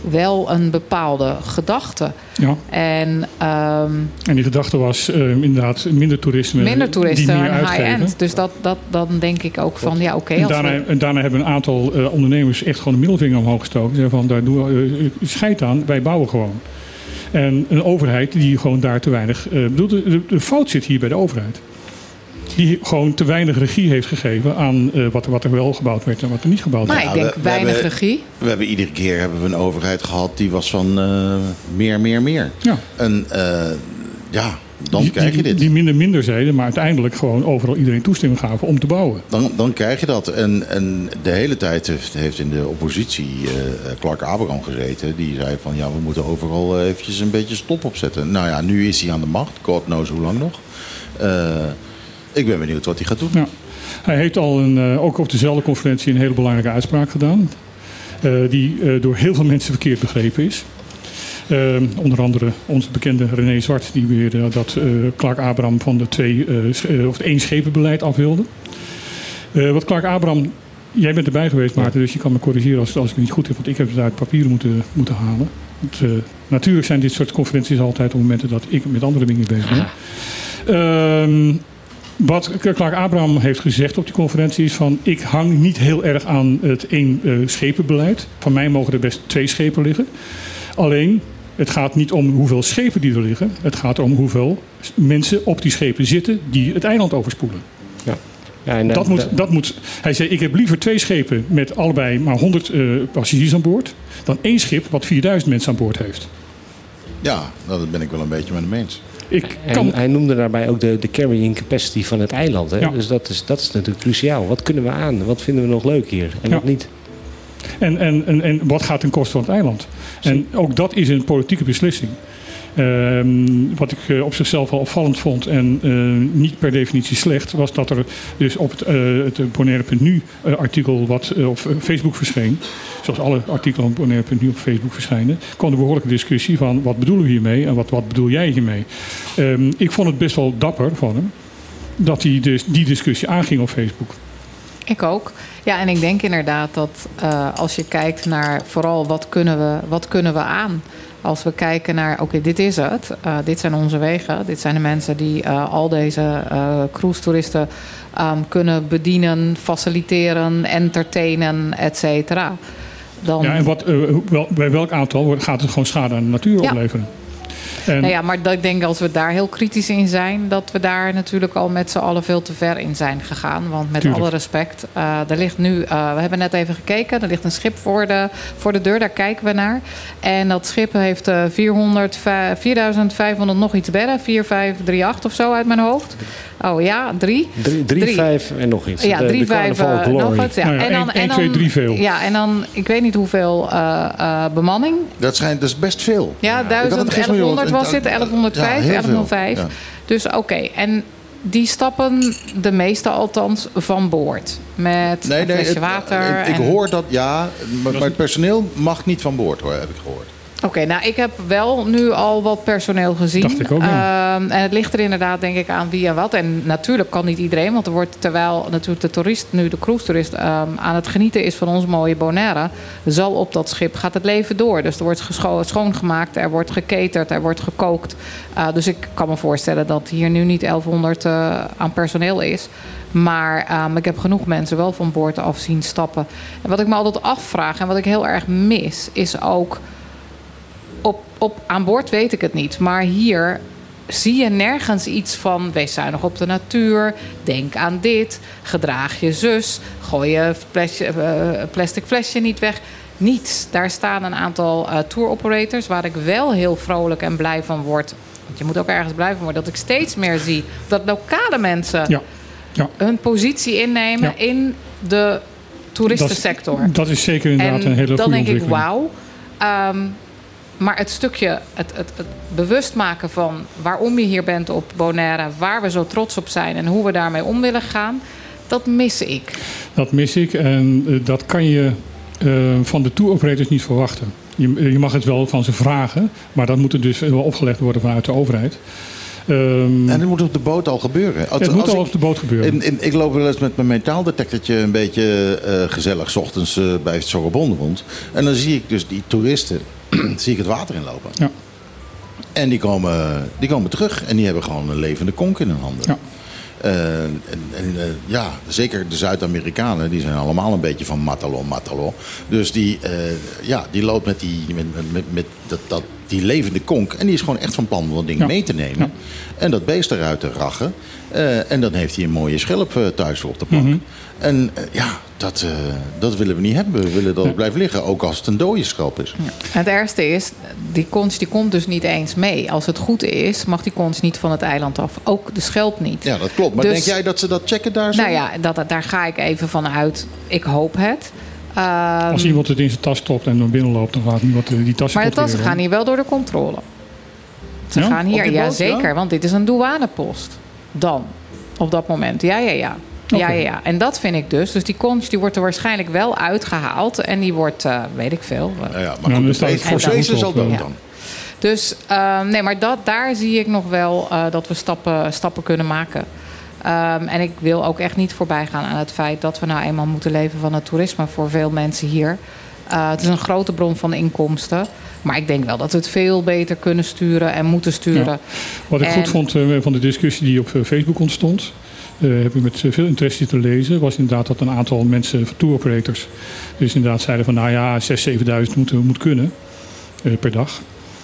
wel een bepaalde gedachte. Ja. En, um, en die gedachte was uh, inderdaad minder toerisme. Minder toeristen die meer en uitgeven. high-end. Dus dat, dat, dan denk ik ook van, ja, oké. Okay, en, we... en daarna hebben een aantal uh, ondernemers echt gewoon de middelvinger omhoog gestoken. Zeggen van, daar doen we uh, scheid aan, wij bouwen gewoon. En een overheid die gewoon daar te weinig... Uh, bedoel, de, de fout zit hier bij de overheid. Die gewoon te weinig regie heeft gegeven aan uh, wat, wat er wel gebouwd werd en wat er niet gebouwd werd. Maar ik denk we, weinig we hebben, regie. We hebben iedere keer hebben we een overheid gehad die was van uh, meer, meer, meer. Ja. En uh, ja, dan die, krijg je dit. Die minder minder zeiden, maar uiteindelijk gewoon overal iedereen toestemming gaven om te bouwen. Dan, dan krijg je dat. En, en de hele tijd heeft, heeft in de oppositie uh, Clark Abraham gezeten. Die zei van ja, we moeten overal uh, eventjes een beetje stop opzetten. Nou ja, nu is hij aan de macht. God knows hoe lang nog. Uh, Ik ben benieuwd wat hij gaat doen. Ja. Hij heeft al een, uh, ook op dezelfde conferentie een hele belangrijke uitspraak gedaan. Uh, die uh, door heel veel mensen verkeerd begrepen is. Uh, onder andere onze bekende René Zwart, die weer uh, dat uh, Clark Abraham van de twee, uh, of het één schepenbeleid af wilde. Uh, wat Clark Abraham, jij bent erbij geweest, Maarten, dus je kan me corrigeren als, als ik het niet goed heb, want ik heb het uit papieren moeten, moeten halen. Want, uh, natuurlijk zijn dit soort conferenties altijd op momenten dat ik met andere dingen bezig ben. Uh, Wat Clark Abraham heeft gezegd op die conferentie is van... ik hang niet heel erg aan het één uh, schepenbeleid. Van mij mogen er best twee schepen liggen. Alleen, het gaat niet om hoeveel schepen die er liggen. Het gaat om hoeveel mensen op die schepen zitten die het eiland overspoelen. Ja. Ja, en, dat, uh, moet, dat moet, hij zei, ik heb liever twee schepen met allebei maar honderd uh, passagiers aan boord... dan één schip wat vierduizend mensen aan boord heeft. Ja, dat ben ik wel een beetje met hem eens. Ik kan... Hij noemde daarbij ook de, de carrying capacity van het eiland. Hè? Ja. Dus dat is, dat is natuurlijk cruciaal. Wat kunnen we aan? Wat vinden we nog leuk hier? En ja. wat niet? En, en, en, en wat gaat ten koste van het eiland? En ook dat is een politieke beslissing. Uh, wat ik uh, op zichzelf al opvallend vond en uh, niet per definitie slecht... was dat er dus op het, uh, het Bonaire punt nu uh, artikel wat uh, op Facebook verscheen... zoals alle artikelen op Bonaire punt nu op Facebook verschijnen... kwam de behoorlijke discussie van wat bedoelen we hiermee en wat, wat bedoel jij hiermee. Um, ik vond het best wel dapper van hem dat hij dus die discussie aanging op Facebook. Ik ook. Ja, en ik denk inderdaad dat uh, als je kijkt naar vooral wat kunnen we, wat kunnen we aan... Als we kijken naar, oké, okay, dit is het. Uh, dit zijn onze wegen. Dit zijn de mensen die uh, al deze uh, cruise-toeristen um, kunnen bedienen, faciliteren, entertainen, et cetera. Dan... Ja, en wat, uh, wel, bij welk aantal gaat het gewoon schade aan de natuur ja. opleveren? En... Nou ja, maar ik denk als we daar heel kritisch in zijn... dat we daar natuurlijk al met z'n allen veel te ver in zijn gegaan. Want met Tuurlijk. alle respect, uh, er ligt nu... Uh, we hebben net even gekeken, er ligt een schip voor de, voor de deur. Daar kijken we naar. En dat schip heeft uh, vierhonderd, vierduizend vijfhonderd nog iets bedden. vier vijf drie acht of zo uit mijn hoofd. Oh ja, drie. Drie, drie, drie. vijf en nog iets. Ja, de, drie, de vijf uh, nog iets. Ja. Nou ja, en dan, één, twee, drie veel. Ja, en dan, ik weet niet hoeveel uh, uh, bemanning. Dat, schijnt, dat is best veel. Ja, duizend, elfhonderd was het, elfhonderdvijf, ja, elfhonderdvijf. Ja. Dus oké, okay. En die stappen de meeste althans van boord. Met nee, een flesje nee, water. Het, ik, en... ik hoor dat, ja, maar, maar het personeel mag niet van boord, hoor, heb ik gehoord. Oké, okay, nou ik heb wel nu al wat personeel gezien. Dacht ik ook, ja. uh, en het ligt er inderdaad denk ik aan wie en wat. En natuurlijk kan niet iedereen, want er wordt terwijl natuurlijk de toerist, nu de cruise-toerist, um, aan het genieten is van ons mooie Bonaire, zal op dat schip gaat het leven door. Dus er wordt gescho- schoongemaakt, er wordt geketerd, er wordt gekookt. Uh, dus ik kan me voorstellen dat hier nu niet elfhonderd uh, aan personeel is. Maar um, ik heb genoeg mensen wel van boord af zien stappen. En wat ik me altijd afvraag en wat ik heel erg mis, is ook... Op, op, aan boord weet ik het niet. Maar hier zie je nergens iets van... wees zuinig op de natuur, denk aan dit, gedraag je zus... gooi je flesje, uh, plastic flesje niet weg. Niets. Daar staan een aantal uh, tour operators... waar ik wel heel vrolijk en blij van word. Want je moet ook ergens blij van worden. Dat ik steeds meer zie dat lokale mensen... Ja. Ja. hun positie innemen ja. in de toeristensector. Dat, dat is zeker inderdaad en een hele goede ontwikkeling. ontwikkeling. Dan denk ik, wauw... Um, Maar het stukje, het, het, het bewust maken van waarom je hier bent op Bonaire... waar we zo trots op zijn en hoe we daarmee om willen gaan... dat mis ik. Dat mis ik en uh, dat kan je uh, van de tour operators niet verwachten. Je, je mag het wel van ze vragen, maar dat moet er dus wel opgelegd worden vanuit de overheid. Um, en dat moet op de boot al gebeuren. Als, het moet als al ik, op de boot gebeuren. In, in, ik loop wel eens met mijn metaaldetectortje een beetje uh, gezellig 's ochtends uh, bij het Zorrebonderond. En dan zie ik dus die toeristen zie ik het water inlopen. Ja. En die komen, die komen terug en die hebben gewoon een levende konk in hun handen. Ja. Uh, en en uh, ja, zeker de Zuid-Amerikanen, die zijn allemaal een beetje van Matalon, Matalon. Dus die, uh, ja, die loopt met, die, met, met, met dat, dat, die levende konk. En die is gewoon echt van plan om dat ding ja. mee te nemen. Ja. En dat beest eruit te rachen. Uh, en dan heeft hij een mooie schelp uh, thuis voor op de plank. Mm-hmm. En uh, ja, dat, uh, dat willen we niet hebben. We willen dat het ja. blijft liggen, ook als het een dode schelp is. Ja. Het ergste is, die konst die komt dus niet eens mee. Als het goed is, mag die konst niet van het eiland af. Ook de schelp niet. Ja, dat klopt. Maar dus, denk jij dat ze dat checken daar zo? Nou ja, dat, daar ga ik even van uit. Ik hoop het. Um, Als iemand het in zijn tas stopt en dan binnenloopt, dan gaat niemand die tas Maar de tassen gaan hier wel door de controle. Ze Ja? gaan hier, ja boot, zeker, ja? want dit is een douanepost. Dan, op dat moment. Ja, ja, ja. Ja, Okay. ja, ja. En dat vind ik dus. Dus die konst die wordt er waarschijnlijk wel uitgehaald. En die wordt, uh, weet ik veel. Nou ja, maar Ja, goed, dus het dat- beest voor en dan- Zezen zal dood Ja. dan. Dus uh, nee, maar dat, daar zie ik nog wel uh, dat we stappen, stappen kunnen maken. Um, en ik wil ook echt niet voorbij gaan aan het feit dat we nou eenmaal moeten leven van het toerisme voor veel mensen hier. Uh, het is een grote bron van inkomsten. Maar ik denk wel dat we het veel beter kunnen sturen en moeten sturen. Ja. Wat ik En- goed vond uh, van de discussie die op uh, Facebook ontstond, uh, heb ik met uh, veel interesse te lezen, was inderdaad dat een aantal mensen van tour operators dus inderdaad zeiden van nou ja, zesduizend, zevenduizend moet, moet kunnen uh, per dag.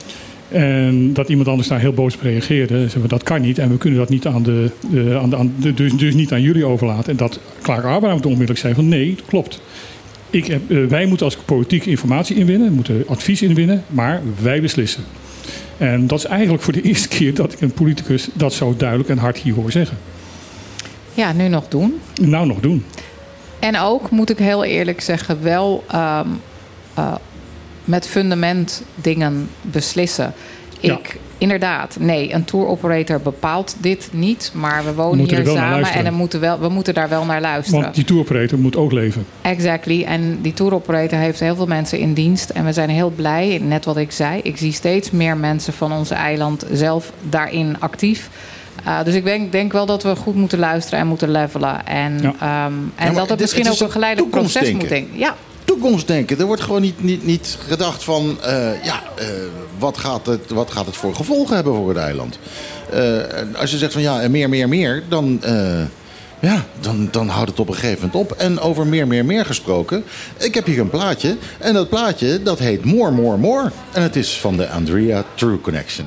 En dat iemand anders daar heel boos op reageerde. Zeggen we, dat kan niet en we kunnen dat niet aan de, uh, aan de, aan de dus, dus niet aan jullie overlaten. En dat Clark Abraham onmiddellijk zei van nee, dat klopt. Ik heb, uh, wij moeten als politiek informatie inwinnen, we moeten advies inwinnen, maar wij beslissen. En dat is eigenlijk voor de eerste keer dat ik een politicus dat zo duidelijk en hard hier hoor zeggen. Ja, nu nog doen. Nou nog doen. En ook, moet ik heel eerlijk zeggen, wel um, uh, met fundament dingen beslissen. Ja. Ik, inderdaad, nee, een tour operator bepaalt dit niet. Maar we We wonen moeten hier er wel naar samen luisteren. en er moeten wel, we moeten daar wel naar luisteren. Want die tour operator moet ook leven. Exactly. En die tour operator heeft heel veel mensen in dienst. En we zijn heel blij, net wat ik zei. Ik zie steeds meer mensen van ons eiland zelf daarin actief. Uh, dus ik denk, denk wel dat we goed moeten luisteren en moeten levelen. En, Ja. um, en maar dat het het is- misschien het ook is een geleidelijk proces toekomstdenken. moet denken. Ja. Toekomstdenken. Er wordt gewoon niet, niet, niet gedacht van, uh, ja, uh, wat, gaat het, wat gaat het voor gevolgen hebben voor het eiland? Uh, als je zegt van ja, meer, meer, meer, dan, uh, ja, dan, dan houdt het op een gegeven moment op. En over meer, meer, meer gesproken, ik heb hier een plaatje. En dat plaatje, dat heet More, More, More. En het is van de Andrea True Connection.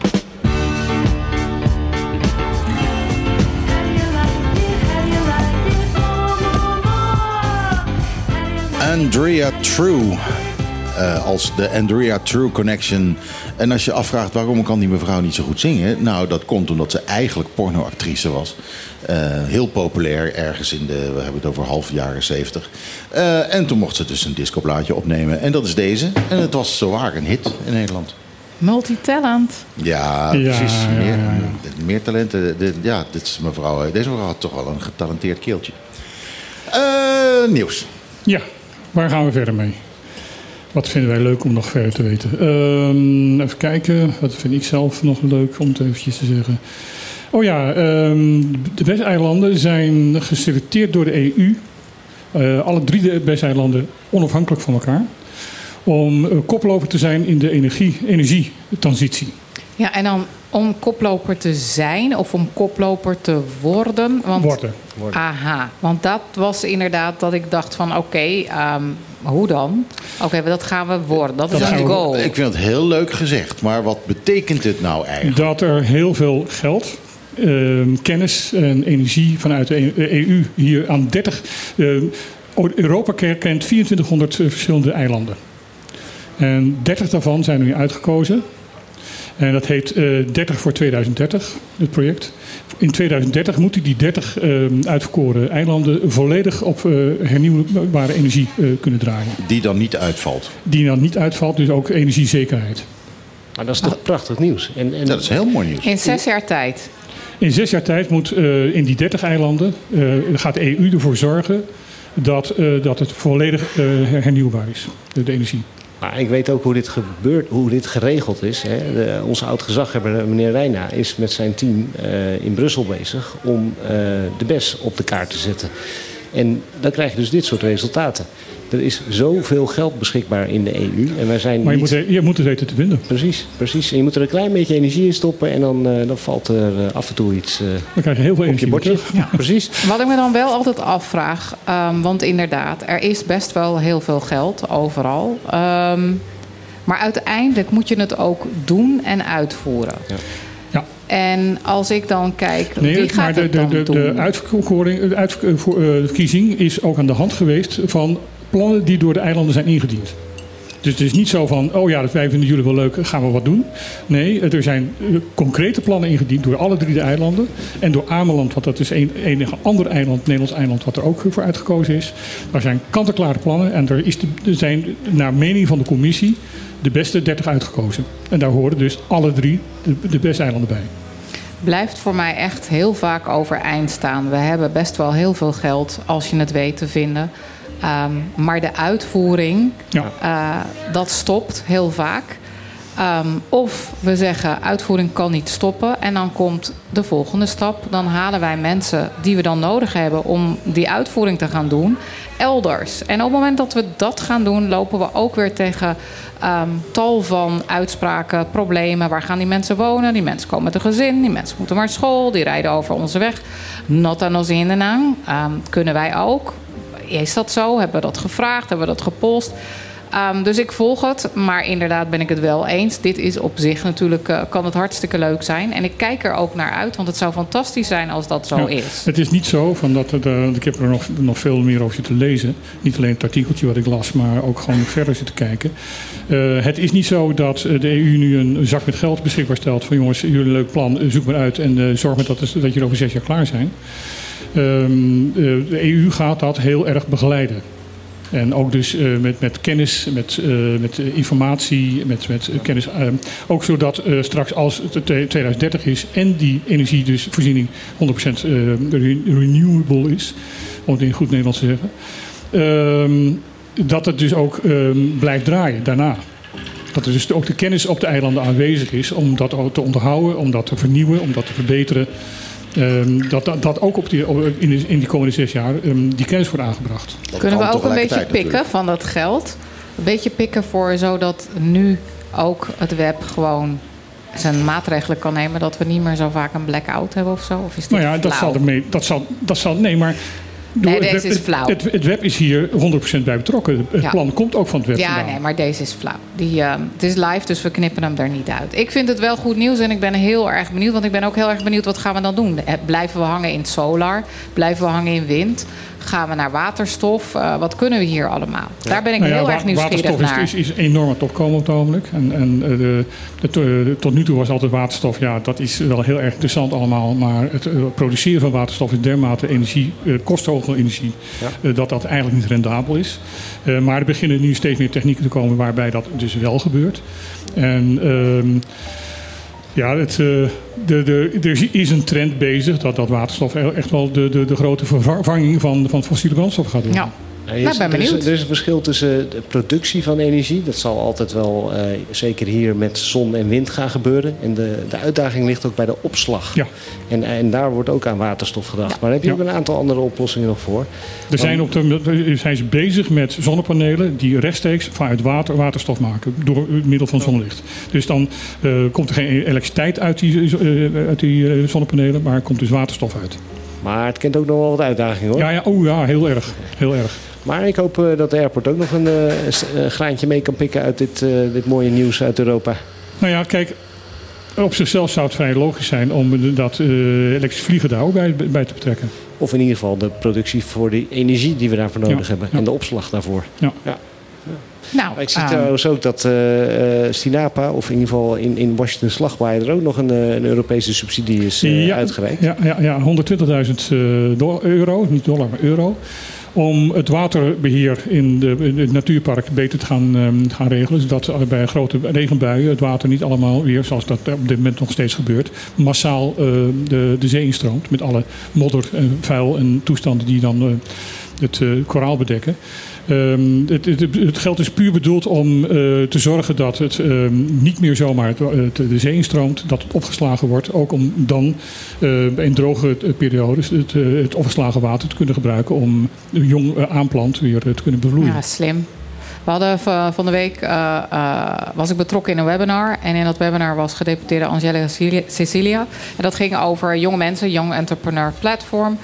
Andrea True. Uh, als de Andrea True Connection. En als je afvraagt waarom kan die mevrouw niet zo goed zingen. Nou, dat komt omdat ze eigenlijk pornoactrice was. Uh, heel populair ergens in de, we hebben het over half jaren zeventig. Uh, en toen mocht ze dus een discoplaatje opnemen. En dat is deze. En het was zowaar een hit in Nederland. Multitalent. Ja, Ja, precies. ja, Meer, ja, ja. meer talenten. De- ja, dit is mevrouw, deze mevrouw had toch wel een getalenteerd keeltje. Uh, nieuws. Ja, waar gaan we verder mee? Wat vinden wij leuk om nog verder te weten? Um, even kijken, wat vind ik zelf nog leuk om het eventjes te zeggen. Oh ja, um, de Westeilanden zijn geselecteerd door de E U. Uh, alle drie de Westeilanden onafhankelijk van elkaar. Om uh, koploper te zijn in de energie, energietransitie. Ja, en dan om koploper te zijn of om koploper te worden. Want, Worden. Aha, want dat was inderdaad dat ik dacht van oké, okay, um, hoe dan? Oké, okay, dat gaan we worden. Dat, Dat is gaan een we- goal. Ik vind het heel leuk gezegd, maar wat betekent het nou eigenlijk? Dat er heel veel geld, uh, kennis en energie vanuit de E U hier aan dertig... Uh, Europa kent vierentwintighonderd verschillende eilanden. En dertig daarvan zijn er nu uitgekozen. En dat heet uh, dertig voor tweeduizend dertig, het project. In tweeduizend dertig moeten die dertig uh, uitverkoren eilanden volledig op uh, hernieuwbare energie uh, kunnen draaien. Die dan niet uitvalt. Die dan niet uitvalt, dus ook energiezekerheid. Maar dat is toch prachtig nieuws. En, en Dat is heel mooi nieuws. In zes jaar tijd. In zes jaar tijd moet uh, in die dertig eilanden, uh, gaat de E U ervoor zorgen dat, uh, dat het volledig uh, hernieuwbaar is, de, de energie. Maar ik weet ook hoe dit gebeurt, hoe dit geregeld is. Hè. De, onze oud-gezaghebber, meneer Reina, is met zijn team uh, in Brussel bezig om uh, de B E S op de kaart te zetten. En dan krijg je dus dit soort resultaten. Er is zoveel geld beschikbaar in de E U. En wij zijn maar je, niet... moet, je moet het weten te vinden. Precies, precies. En je moet er een klein beetje energie in stoppen. En dan, uh, dan valt er uh, af en toe iets uh, dan krijg je heel veel op je energie bordje. Ja. Precies. Wat ik me dan wel altijd afvraag. Um, want inderdaad, er is best wel heel veel geld overal. Um, maar uiteindelijk moet je het ook doen en uitvoeren. Ja. Ja. En als ik dan kijk, nee, wie gaat maar de, het dan de, de, doen? de uitverkoring, de uitverkiezing is ook aan de hand geweest van plannen die door de eilanden zijn ingediend. Dus het is niet zo van, oh ja, wij vinden jullie wel leuk, gaan we wat doen. Nee, er zijn concrete plannen ingediend door alle drie de eilanden. En door Ameland, want dat is een enige ander eiland, Nederlands eiland, wat er ook voor uitgekozen is. Daar zijn kant-en-klare plannen en er, is de, er zijn, naar mening van de commissie, de beste dertig uitgekozen. En daar horen dus alle drie de, de beste eilanden bij. Blijft voor mij echt heel vaak overeind staan. We hebben best wel heel veel geld, als je het weet te vinden. Um, maar de uitvoering, ja. uh, dat stopt heel vaak. Um, of we zeggen, uitvoering kan niet stoppen. En dan komt de volgende stap. Dan halen wij mensen die we dan nodig hebben om die uitvoering te gaan doen, elders. En op het moment dat we dat gaan doen, lopen we ook weer tegen um, tal van uitspraken, problemen. Waar gaan die mensen wonen? Die mensen komen met een gezin. Die mensen moeten naar school. Die rijden over onze weg. Nota nos indenang. Um, kunnen wij ook. Is dat zo? Hebben we dat gevraagd? Hebben we dat gepolst? Um, dus ik volg het. Maar inderdaad ben ik het wel eens. Dit is op zich natuurlijk, uh, kan het hartstikke leuk zijn. En ik kijk er ook naar uit. Want het zou fantastisch zijn als dat zo ja, is. Het is niet zo, van dat het, uh, ik heb er nog, nog veel meer over zitten lezen. Niet alleen het artikeltje wat ik las, maar ook gewoon nog verder zitten kijken. Uh, het is niet zo dat de E U nu een zak met geld beschikbaar stelt. Van jongens, jullie een leuk plan, zoek maar uit. En uh, zorg maar dat, het, dat jullie over zes jaar klaar zijn. Um, uh, de E U gaat dat heel erg begeleiden. En ook dus uh, met, met kennis, met, uh, met informatie, met, met uh, kennis. Uh, ook zodat uh, straks als het tweeduizend dertig is en die energie dus voorziening honderd procent uh, renewable is, om het in goed Nederlands te zeggen, uh, dat het dus ook uh, blijft draaien daarna. Dat er dus ook de kennis op de eilanden aanwezig is om dat te onderhouden, om dat te vernieuwen, om dat te verbeteren. Um, dat, dat, dat ook op die, in, die, in die komende zes jaar um, die kennis wordt aangebracht. Dat Kunnen we ook een beetje pikken natuurlijk. van dat geld? Een beetje pikken voor zodat nu ook het web gewoon zijn maatregelen kan nemen. Dat we niet meer zo vaak een blackout hebben of zo? Of is dit nou ja, flauw? dat zal ermee. Dat zal, dat zal, nee, maar. Nee, het deze web, is flauw. Het, het, het web is hier honderd procent bij betrokken. Het Ja. plan komt ook van het web Ja, vandaan. nee, maar deze is flauw. Die, uh, het is live, dus we knippen hem er niet uit. Ik vind het wel goed nieuws en ik ben heel erg benieuwd. Want ik ben ook heel erg benieuwd, wat gaan we dan doen? Blijven we hangen in solar? Blijven we hangen in wind? Gaan we naar waterstof? Uh, wat kunnen we hier allemaal? Ja. Daar ben ik Nou ja, heel wa- erg nieuwsgierig waterstof naar. is, is, is enorm aan het opkomen op het ogenblik. En, en uh, de, de, de, tot nu toe was altijd waterstof. Ja, dat is wel heel erg interessant allemaal. Maar het uh, produceren van waterstof is dermate energie, uh, kosthoge energie, ja. uh, dat dat eigenlijk niet rendabel is. Uh, maar er beginnen nu steeds meer technieken te komen waarbij dat dus wel gebeurt. En uh, ja, het, uh, de, de, er is een trend bezig dat, dat waterstof echt wel de, de, de grote vervanging van, van fossiele brandstof gaat doen. Ja. Nou, Nou, ben er, is, benieuwd. er is een verschil tussen de productie van energie. Dat zal altijd wel, uh, zeker hier met zon en wind gaan gebeuren. En de, de uitdaging ligt ook bij de opslag. Ja. En, en daar wordt ook aan waterstof gedacht. Ja. Maar daar heb je Ja. ook een aantal andere oplossingen nog voor. Er zijn, op de, zijn ze bezig met zonnepanelen die rechtstreeks vanuit water waterstof maken door middel van zonlicht. Dus dan uh, komt er geen elektriciteit uit die, uh, uit die uh, zonnepanelen, maar er komt dus waterstof uit. Maar het kent ook nog wel wat uitdagingen hoor. Ja, ja, oh ja, heel erg. Heel erg. Maar ik hoop uh, dat de airport ook nog een uh, graantje mee kan pikken uit dit, uh, dit mooie nieuws uit Europa. Nou ja, kijk, op zichzelf zou het vrij logisch zijn om dat uh, elektrisch vliegen daar ook bij, bij te betrekken. Of in ieder geval de productie voor de energie die we daarvoor nodig Ja, hebben. ja. En de opslag daarvoor. Ja. Ja. Nou, Ik zie um, trouwens ook dat uh, uh, Sinapa, of in ieder geval in, in Washington Slagwaaier, er ook nog een, uh, een Europese subsidie is uh, ja, uitgereikt. Ja, ja, ja honderdtwintigduizend uh, euro, niet dollar, maar euro. Om het waterbeheer in, de, in het natuurpark beter te gaan, um, gaan regelen. Zodat bij grote regenbuien het water niet allemaal weer, zoals dat op dit moment nog steeds gebeurt, massaal uh, de, de zee instroomt. Met alle modder en vuil en toestanden die dan uh, het uh, koraal bedekken. Um, het, het, het geld is puur bedoeld om uh, te zorgen dat het um, niet meer zomaar het, het, de zee instroomt, dat het opgeslagen wordt. Ook om dan uh, in droge periodes het, uh, het opgeslagen water te kunnen gebruiken om jong uh, aanplant weer uh, te kunnen bevloeien. Ja, slim. We hadden van de week, uh, uh, was ik betrokken in een webinar. En in dat webinar was gedeputeerde Angela Cecilia. En dat ging over jonge mensen, Young Entrepreneur Platform.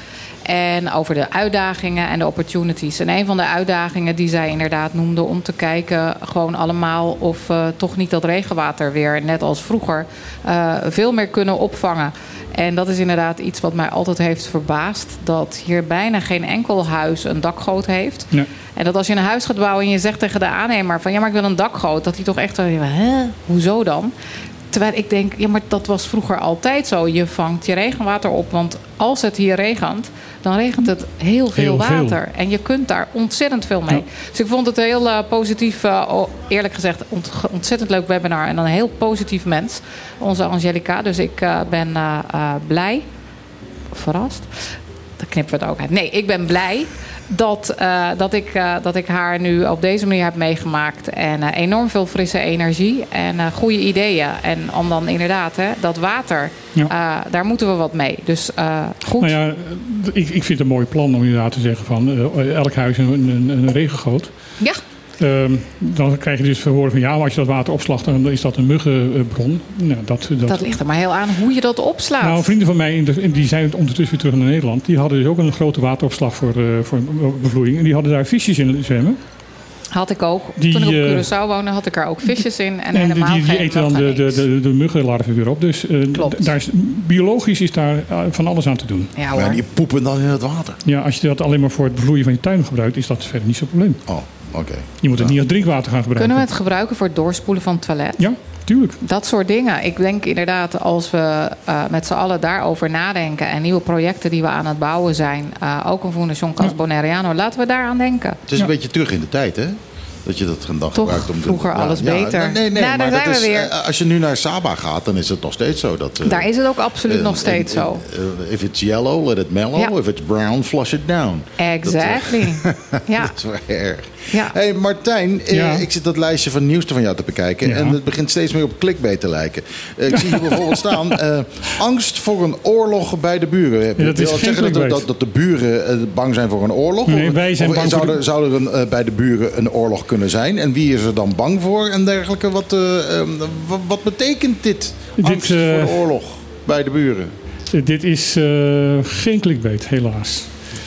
En over de uitdagingen en de opportunities. En een van de uitdagingen die zij inderdaad noemde om te kijken gewoon allemaal of uh, toch niet dat regenwater weer, net als vroeger, uh, veel meer kunnen opvangen. En dat is inderdaad iets wat mij altijd heeft verbaasd. Dat hier bijna geen enkel huis een dakgoot heeft. Ja. En dat als je een huis gaat bouwen en je zegt tegen de aannemer van ja, maar ik wil een dakgoot. Dat hij toch echt, hè, hoezo dan? Terwijl ik denk, ja, maar dat was vroeger altijd zo. Je vangt je regenwater op, want als het hier regent, dan regent het heel veel heel water. Veel. En je kunt daar ontzettend veel mee. Ja. Dus ik vond het een heel uh, positief, uh, eerlijk gezegd, ont- ontzettend leuk webinar. En een heel positief mens, onze Angelica. Dus ik uh, ben uh, uh, blij, verrast, dan knippen we het ook uit. Nee, ik ben blij dat, uh, dat, ik, uh, dat ik haar nu op deze manier heb meegemaakt. En uh, enorm veel frisse energie en uh, goede ideeën. En om dan inderdaad, hè, dat water, ja. uh, daar moeten we wat mee. Dus uh, goed. Nou ja, ik, ik vind het een mooi plan om inderdaad te zeggen van uh, elk huis een, een, een regengoot. Ja. Um, dan krijg je dus verhoren van ja, maar als je dat water opslacht, dan is dat een muggenbron. Nou, dat, dat... dat ligt er maar heel aan hoe je dat opslaat. Nou, vrienden van mij, die zijn ondertussen weer terug naar Nederland. Die hadden dus ook een grote wateropslag voor, uh, voor bevloeiing. En die hadden daar visjes in zwemmen. Had ik ook. Die, Toen ik op Curaçao woonde, had ik er ook visjes in. En, en helemaal die, die geen eten dan de, de, de, de muggenlarven weer op. Dus uh, daar is, biologisch is daar uh, van alles aan te doen. Ja, hoor. Maar die poepen dan in het water. Ja, als je dat alleen maar voor het bevloeien van je tuin gebruikt, is dat verder niet zo'n probleem. Oh, oké. Okay. Je moet het ja. niet als drinkwater gaan gebruiken. Kunnen we het gebruiken voor het doorspoelen van het toilet? Ja, tuurlijk. Dat soort dingen. Ik denk inderdaad, als we uh, met z'n allen daarover nadenken en nieuwe projecten die we aan het bouwen zijn, uh, ook een Foundation Cas ja. Bonaireano, laten we daaraan denken. Het is ja. een beetje terug in de tijd, hè? Dat je dat dan Toch gebruikt om vroeger de, alles ja, beter. Ja, nee, nee, nou, maar daar zijn dat we is, weer. Als je nu naar Saba gaat, dan is het nog steeds zo. Dat, uh, daar is het ook absoluut uh, nog steeds uh, zo. Uh, if it's yellow, let it mellow. Ja. If it's brown, flush it down. Exactly. Dat, uh, ja. dat is wel erg. Ja. Hey Martijn, ja. uh, ik zit dat lijstje van nieuws van jou te bekijken. Ja. En het begint steeds meer op clickbait te lijken. Uh, ik zie hier bijvoorbeeld staan, uh, angst voor een oorlog bij de buren. Ja, dat Wil dat zeggen dat, dat, dat de buren uh, bang zijn voor een oorlog? Nee, of wij zijn of bang zou, voor er, de... zou er een, uh, bij de buren een oorlog kunnen zijn? En wie is er dan bang voor en dergelijke? Wat, uh, uh, wat, wat betekent dit? Angst dit, uh, voor de oorlog bij de buren? Uh, dit is uh, geen clickbait, helaas.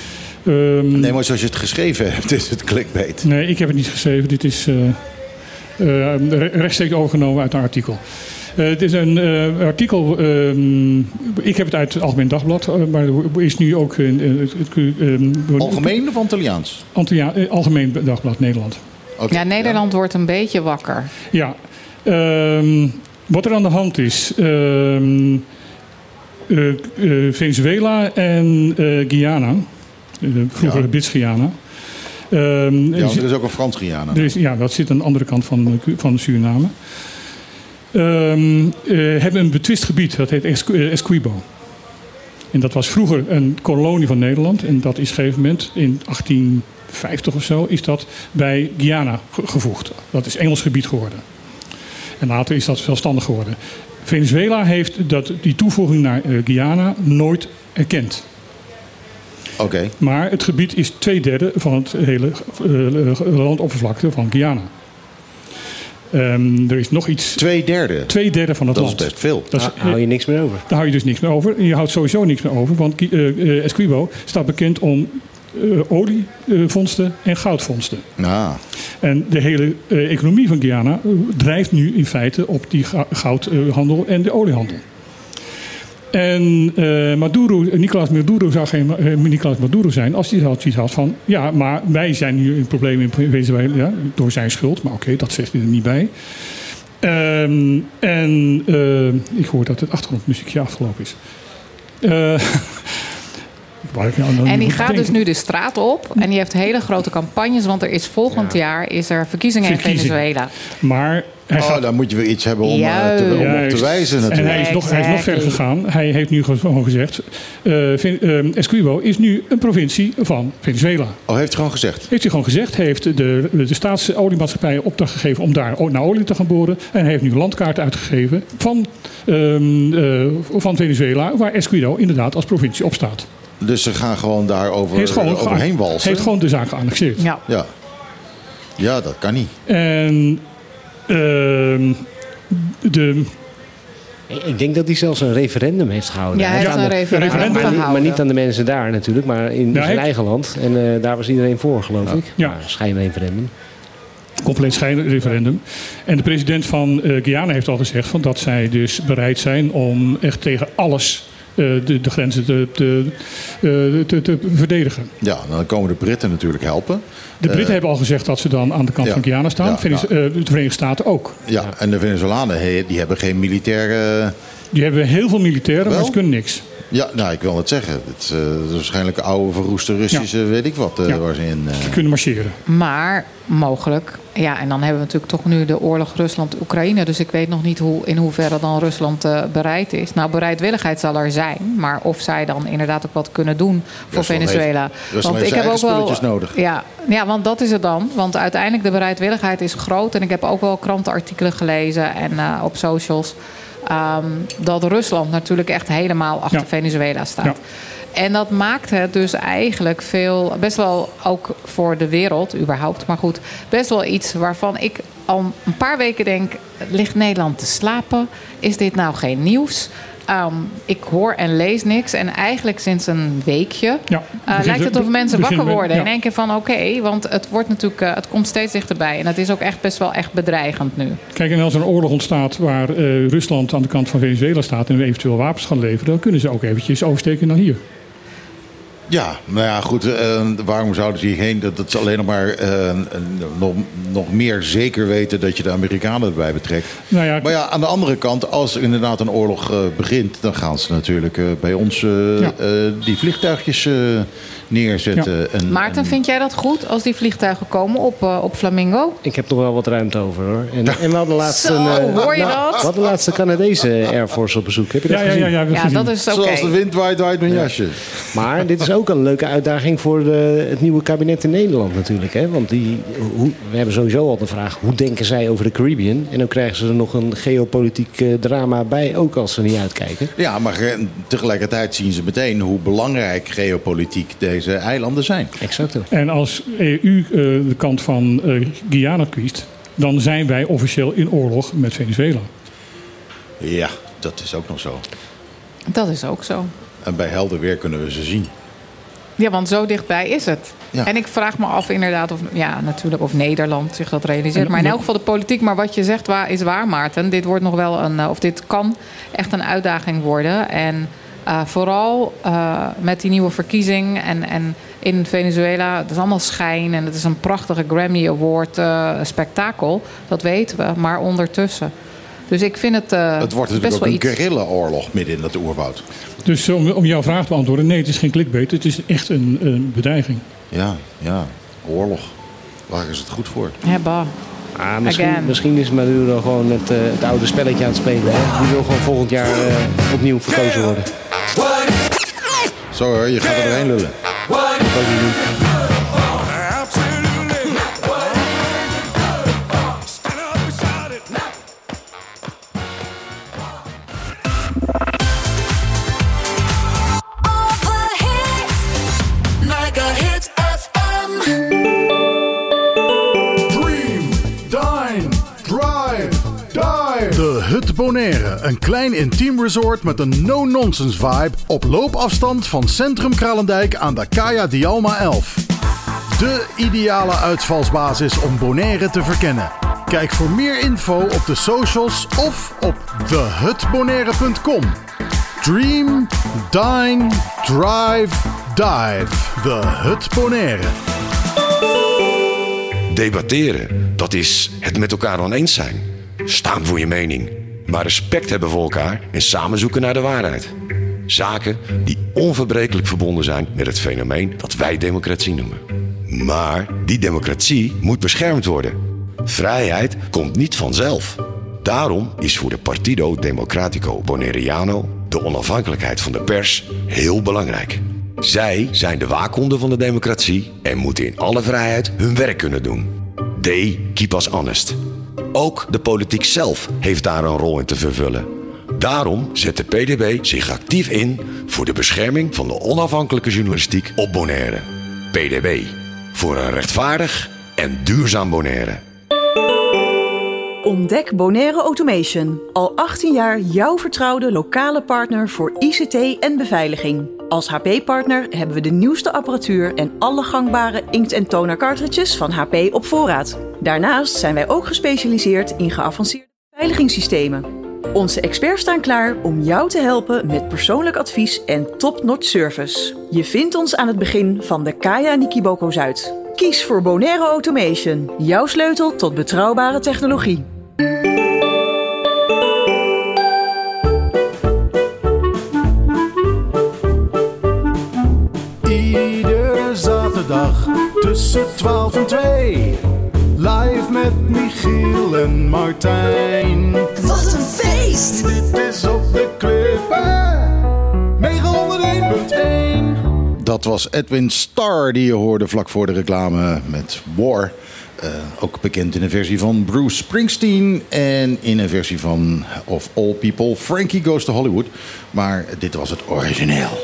Um, nee, maar zoals je het geschreven hebt, is het clickbait. Nee, ik heb het niet geschreven. Dit is uh, uh, rechtstreeks overgenomen uit een artikel. Uh, het is een uh, artikel, uh, ik heb het uit het Algemeen Dagblad, uh, maar er is nu ook... Uh, uh, uh, Algemeen of Antilliaans? Antillia, uh, Algemeen Dagblad, Nederland. Okay. Ja, Nederland ja. wordt een beetje wakker. Ja. Uh, wat er aan de hand is... Uh, uh, uh, Venezuela en uh, Guyana... Uh, vroeger ja. Brits-Guyana. Um, ja, er is ook een Frans-Guyana. Ja, dat zit aan de andere kant van, van Suriname. Um, uh, hebben een betwist gebied, dat heet Essequibo. En dat was vroeger een kolonie van Nederland. En dat is op een gegeven moment, in achttien vijftig of zo, is dat bij Guyana gevoegd. Dat is Engels gebied geworden. En later is dat zelfstandig geworden. Venezuela heeft dat, die toevoeging naar uh, Guyana nooit erkend. Okay. Maar het gebied is twee derde van het hele uh, landoppervlakte van Guyana. Um, er is nog iets... Twee derde? Twee derde van het dat land. Dat is best veel. Daar is, hou je niks meer over. Daar hou je dus niks meer over. En je houdt sowieso niks meer over. Want uh, uh, Essequibo staat bekend om uh, olievondsten en goudvondsten. Ah. En de hele uh, economie van Guyana uh, drijft nu in feite op die ga- goudhandel en de oliehandel. En uh, Maduro, Nicolás Maduro zou geen uh, Nicolás Maduro zijn als hij had zoiets had van... ja, maar wij zijn nu in problemen in Venezuela ja, door zijn schuld. Maar oké, okay, dat zegt hij er niet bij. Um, en uh, ik hoor dat het achtergrondmuziekje afgelopen is. Uh, waar ik nou nog En niet die moet gaat dus denken. nu de straat op. En die heeft hele grote campagnes. Want er is volgend jaar is er verkiezingen in Verkiezingen. Venezuela. Maar hij Oh, gaat... dan moet je weer iets hebben om, uh, Juist. te, om op te Juist. wijzen En natuurlijk. hij is, nog, hij is nog Exactly. verder gegaan. Hij heeft nu gewoon gezegd... Uh, uh, Essequibo is nu een provincie van Venezuela. Oh, heeft hij gewoon gezegd? Heeft hij gewoon gezegd. Hij heeft de, de staatsoliemaatschappij opdracht gegeven om daar naar olie te gaan boren. En hij heeft nu een landkaart uitgegeven van, um, uh, van Venezuela... waar Essequibo inderdaad als provincie op staat. Dus ze gaan gewoon daarover Hij is gewoon overheen Hij walsen? heeft gewoon de zaak geannexeerd. Ja. Ja. Ja, dat kan niet. En... Uh, de, Ik denk dat hij zelfs een referendum heeft gehouden. Ja, hij heeft aan een de- referendum referendum. maar, niet, maar gehouden. niet aan de mensen daar natuurlijk, maar in Ja, zijn hij- eigen land. En uh, daar was iedereen voor, geloof ik. Ja. Maar schijnreferendum. compleet schijnreferendum. En de president van uh, Guyana heeft al gezegd van dat zij dus bereid zijn om echt tegen alles uh, de, de grenzen te, te, uh, te, te verdedigen. Ja, dan komen de Britten natuurlijk helpen. De Britten Uh, hebben al gezegd dat ze dan aan de kant ja. van Guyana staan. Ja, Venez- ja. uh, de Verenigde Staten ook. Ja, en de Venezolanen he, die hebben geen militaire... Die hebben heel veel militairen, Wel? maar ze kunnen niks. Ja, nou, ik wil het zeggen. Het is, uh, het is waarschijnlijk oude verroeste Russische, weet ik wat, uh, Ja. waar ze in... Uh, Ze kunnen marcheren. Maar mogelijk. Ja, en dan hebben we natuurlijk toch nu de oorlog Rusland-Oekraïne. Dus ik weet nog niet hoe, in hoeverre dan Rusland uh, bereid is. Nou, bereidwilligheid zal er zijn. Maar of zij dan inderdaad ook wat kunnen doen voor Rusland Venezuela. heeft- Rusland heeft zijn eigen spulletjes nodig. Ja, ja, want dat is het dan. Want uiteindelijk de bereidwilligheid is groot. En ik heb ook wel krantenartikelen gelezen en uh, op socials. Um, dat Rusland natuurlijk echt helemaal achter Ja. Venezuela staat. Ja. En dat maakt het dus eigenlijk veel, best wel ook voor de wereld überhaupt, maar goed, best wel iets waarvan ik al een paar weken denk, ligt Nederland te slapen? Is dit nou geen nieuws? Um, ik hoor en lees niks. En eigenlijk sinds een weekje Ja. uh, lijkt het of mensen wakker Beginnen we- worden. ja. In één keer van oké, okay, want het wordt natuurlijk, uh, het komt steeds dichterbij. En het is ook echt best wel echt bedreigend nu. Kijk, en als er een oorlog ontstaat waar uh, Rusland aan de kant van Venezuela staat en eventueel wapens gaan leveren, dan kunnen ze ook eventjes oversteken naar hier. Ja, nou ja, goed. Uh, waarom zouden ze hierheen? Dat, dat is alleen nog maar uh, nog, nog meer zeker weten dat je de Amerikanen erbij betrekt. Nou ja, Maar ja, aan de andere kant, als er inderdaad een oorlog uh, begint, dan gaan ze natuurlijk uh, bij ons uh, Ja. uh, die vliegtuigjes uh, neerzetten. Ja. En, Maarten, en- vind jij dat goed als die vliegtuigen komen op, uh, op Flamingo? Ik heb nog wel wat ruimte over hoor. En, en we hadden laatst Zo, een, eh, hoor je nou, dat? We hadden laatst de Canadese Air Force op bezoek. Heb je dat ja, ja, gezien? ja, ja, we hebben Ja, gezien. dat is oké. Zoals de wind waait, waait mijn jasje. Maar dit is ook een leuke uitdaging voor de, het nieuwe kabinet in Nederland natuurlijk. Hè? Want die, hoe, we hebben sowieso al de vraag, hoe denken zij over de Caribbean? En dan krijgen ze er nog een geopolitiek eh, drama bij, ook als ze niet uitkijken. Ja, maar eh, tegelijkertijd zien ze meteen hoe belangrijk geopolitiek deze eilanden zijn. Exact. En als E U uh, de kant van uh, Guyana kiest, dan zijn wij officieel in oorlog met Venezuela. Ja, dat is ook nog zo. Dat is ook zo. En bij helder weer kunnen we ze zien. Ja, want zo dichtbij is het. Ja. En ik vraag me af inderdaad of, ja, natuurlijk of Nederland zich dat realiseert. En- Maar in elk geval de politiek. Maar wat je zegt waar, is waar, Maarten. Dit wordt nog wel een, uh, of dit kan echt een uitdaging worden. En uh, vooral uh, met die nieuwe verkiezing en, en in Venezuela, het is allemaal schijn en het is een prachtige Grammy Award uh, spektakel. Dat weten we, maar ondertussen. Dus ik vind het, uh, Het wordt best natuurlijk ook wel een iets. guerrilla-oorlog midden in het oerwoud. Dus om, om jouw vraag te beantwoorden, nee, het is geen clickbait, het is echt een, een bedreiging. Ja, ja, oorlog. Waar is het goed voor? Ja, bah. Ah, misschien, Again. misschien is Maduro gewoon het, eh, het oude spelletje aan het spelen. Hè? Die wil gewoon volgend jaar eh, opnieuw verkozen worden. Zo hoor, je gaat er doorheen lullen. Dream, dine, drive, dive. De Hut Bonaire. Een klein intiem resort met een no-nonsense vibe op loopafstand van Centrum Kralendijk aan de Kaya Dialma elf. De ideale uitvalsbasis om Bonaire te verkennen. Kijk voor meer info op de socials of op the hut bonaire punt com. Dream, dine, drive, dive. The Hut Bonaire. Debatteren, dat is het met elkaar oneens zijn. Staan voor je mening. Maar respect hebben voor elkaar en samen zoeken naar de waarheid. Zaken die onverbrekelijk verbonden zijn met het fenomeen dat wij democratie noemen. Maar die democratie moet beschermd worden. Vrijheid komt niet vanzelf. Daarom is voor de Partido Democrático Bonaireano de onafhankelijkheid van de pers heel belangrijk. Zij zijn de waakhonden van de democratie en moeten in alle vrijheid hun werk kunnen doen. They keep us honest. Ook de politiek zelf heeft daar een rol in te vervullen. Daarom zet de P D B zich actief in voor de bescherming van de onafhankelijke journalistiek op Bonaire. P D B, voor een rechtvaardig en duurzaam Bonaire. Ontdek Bonaire Automation. Al achttien jaar jouw vertrouwde lokale partner voor I C T en beveiliging. Als H P-partner hebben we de nieuwste apparatuur en alle gangbare inkt- en toner cartridges van H P op voorraad. Daarnaast zijn wij ook gespecialiseerd in geavanceerde beveiligingssystemen. Onze experts staan klaar om jou te helpen met persoonlijk advies en top-notch service. Je vindt ons aan het begin van de Kaya Nikiboko Zuid. Kies voor Bonaire Automation, jouw sleutel tot betrouwbare technologie. Iedere zaterdag tussen twaalf en twee. Live met Michiel en Martijn. Wat een feest! Dit is op de Klippen. negenhonderdéén punt één. Dat was Edwin Starr die je hoorde vlak voor de reclame met War. Uh, ook bekend in een versie van Bruce Springsteen en in een versie van Of All People Frankie Goes to Hollywood. Maar dit was het origineel.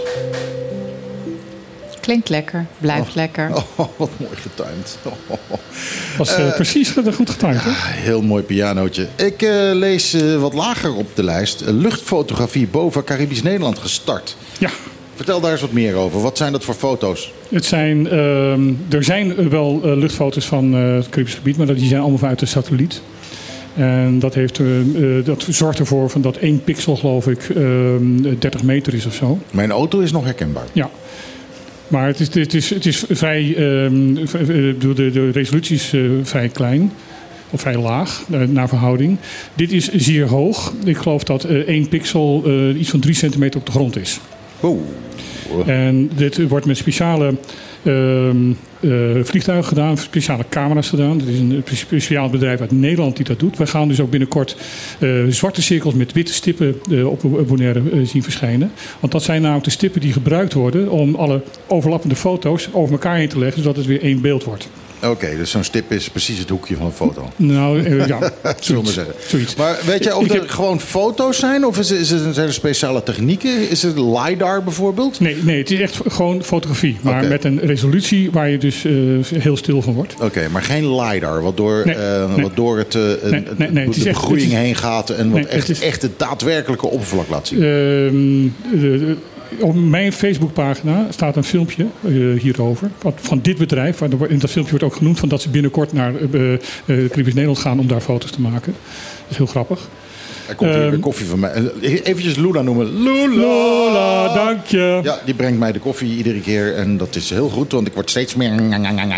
Klinkt lekker, blijft oh. lekker. Oh, wat mooi getimed. Oh. Was uh, uh, precies goed getimed, hè? Ja, heel mooi pianootje. Ik uh, lees uh, wat lager op de lijst. Uh, luchtfotografie boven Caribisch Nederland gestart. Ja. Vertel daar eens wat meer over. Wat zijn dat voor foto's? Het zijn, uh, er zijn wel uh, luchtfoto's van uh, het Caribisch gebied, maar die zijn allemaal vanuit de satelliet. En dat, heeft, uh, uh, dat zorgt ervoor van dat één pixel, geloof ik, uh, dertig meter is of zo. Mijn auto is nog herkenbaar. Ja. Maar het is, het is, het is vrij, uh, de, de resolutie is uh, vrij klein. Of vrij laag, uh, naar verhouding. Dit is zeer hoog. Ik geloof dat uh, één pixel uh, iets van drie centimeter op de grond is. Oh. En dit wordt met speciale uh, uh, vliegtuigen gedaan, speciale camera's gedaan. Het is een speciaal bedrijf uit Nederland die dat doet. We gaan dus ook binnenkort uh, zwarte cirkels met witte stippen uh, op Bonaire uh, zien verschijnen. Want dat zijn namelijk de stippen die gebruikt worden om alle overlappende foto's over elkaar heen te leggen, zodat het weer één beeld wordt. Oké, okay, dus zo'n stip is precies het hoekje van een foto. Nou, uh, ja. Zullen we zeggen. Zoiets. Maar weet jij of Ik er heb... gewoon foto's zijn? Of is het, is het, zijn er speciale technieken? Is het LiDAR bijvoorbeeld? Nee, nee, het is echt gewoon fotografie. Maar okay. met een resolutie waar je dus uh, heel stil van wordt. Oké, okay, maar geen LiDAR, wat door, nee, uh, nee. wat door het, uh, nee, nee, nee, het de is begroeiing echt, heen gaat en wat nee, echt, het is, echt het daadwerkelijke oppervlak laat zien. Uh, uh, Op mijn Facebookpagina staat een filmpje uh, hierover. Van dit bedrijf. In dat filmpje wordt ook genoemd van dat ze binnenkort naar uh, uh, Caribisch Nederland gaan om daar foto's te maken. Dat is heel grappig. Er komt hier um, weer koffie van mij. Eventjes Lula noemen. Lula! Lula, dank je. Ja, die brengt mij de koffie iedere keer. En dat is heel goed, want ik word steeds meer uh,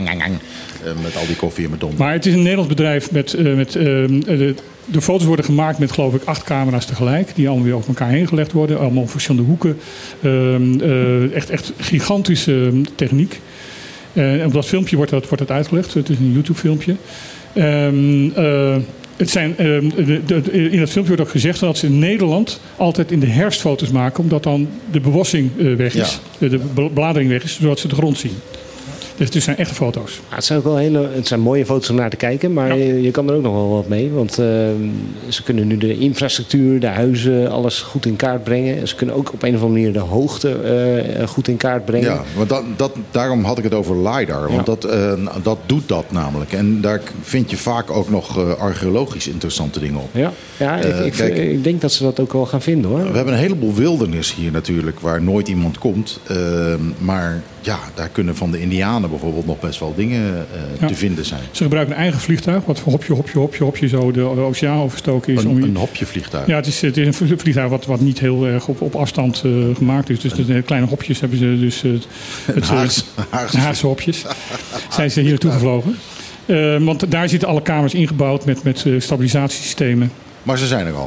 met al die koffie in mijn donder. Maar het is een Nederlands bedrijf met... Uh, met uh, de, de foto's worden gemaakt met, geloof ik, acht camera's tegelijk. Die allemaal weer over elkaar heen gelegd worden. Allemaal op verschillende hoeken. Uh, uh, echt, echt gigantische uh, techniek. Uh, op dat filmpje wordt dat, wordt dat uitgelegd. Het is een YouTube-filmpje. Um, uh, Het zijn, uh, de, de, de, in het filmpje wordt ook gezegd dat ze in Nederland altijd in de herfstfoto's maken. Omdat dan de bewassing uh, weg is. Ja. De bladering weg is, zodat ze de grond zien. Dus het zijn echte foto's. Ja, het, zijn ook wel hele, het zijn mooie foto's om naar te kijken. Maar ja. je, je kan er ook nog wel wat mee. Want uh, ze kunnen nu de infrastructuur, de huizen, alles goed in kaart brengen. Ze kunnen ook op een of andere manier de hoogte uh, goed in kaart brengen. Ja, want dat, dat, daarom had ik het over LiDAR. Want ja. dat, uh, dat doet dat namelijk. En daar vind je vaak ook nog uh, archeologisch interessante dingen op. Ja, ja uh, ik, ik, kijk, ik denk dat ze dat ook wel gaan vinden, hoor. We hebben een heleboel wildernis hier natuurlijk, waar nooit iemand komt. Uh, maar ja, daar kunnen van de Indianen bijvoorbeeld nog best wel dingen uh, ja. te vinden zijn. Ze gebruiken een eigen vliegtuig, wat voor hopje, hopje, hopje, hopje zo de oceaan overstoken is. Een, om je... een hopje vliegtuig? Ja, het is, het is een vliegtuig wat, wat niet heel erg op, op afstand uh, gemaakt is. Dus de kleine hopjes hebben ze dus... Uh, het, Haagse, Haagse. Haagse hopjes. Zijn ze hier naartoe gevlogen. Uh, want daar zitten alle kamers ingebouwd met, met uh, stabilisatiesystemen. Maar ze zijn er al?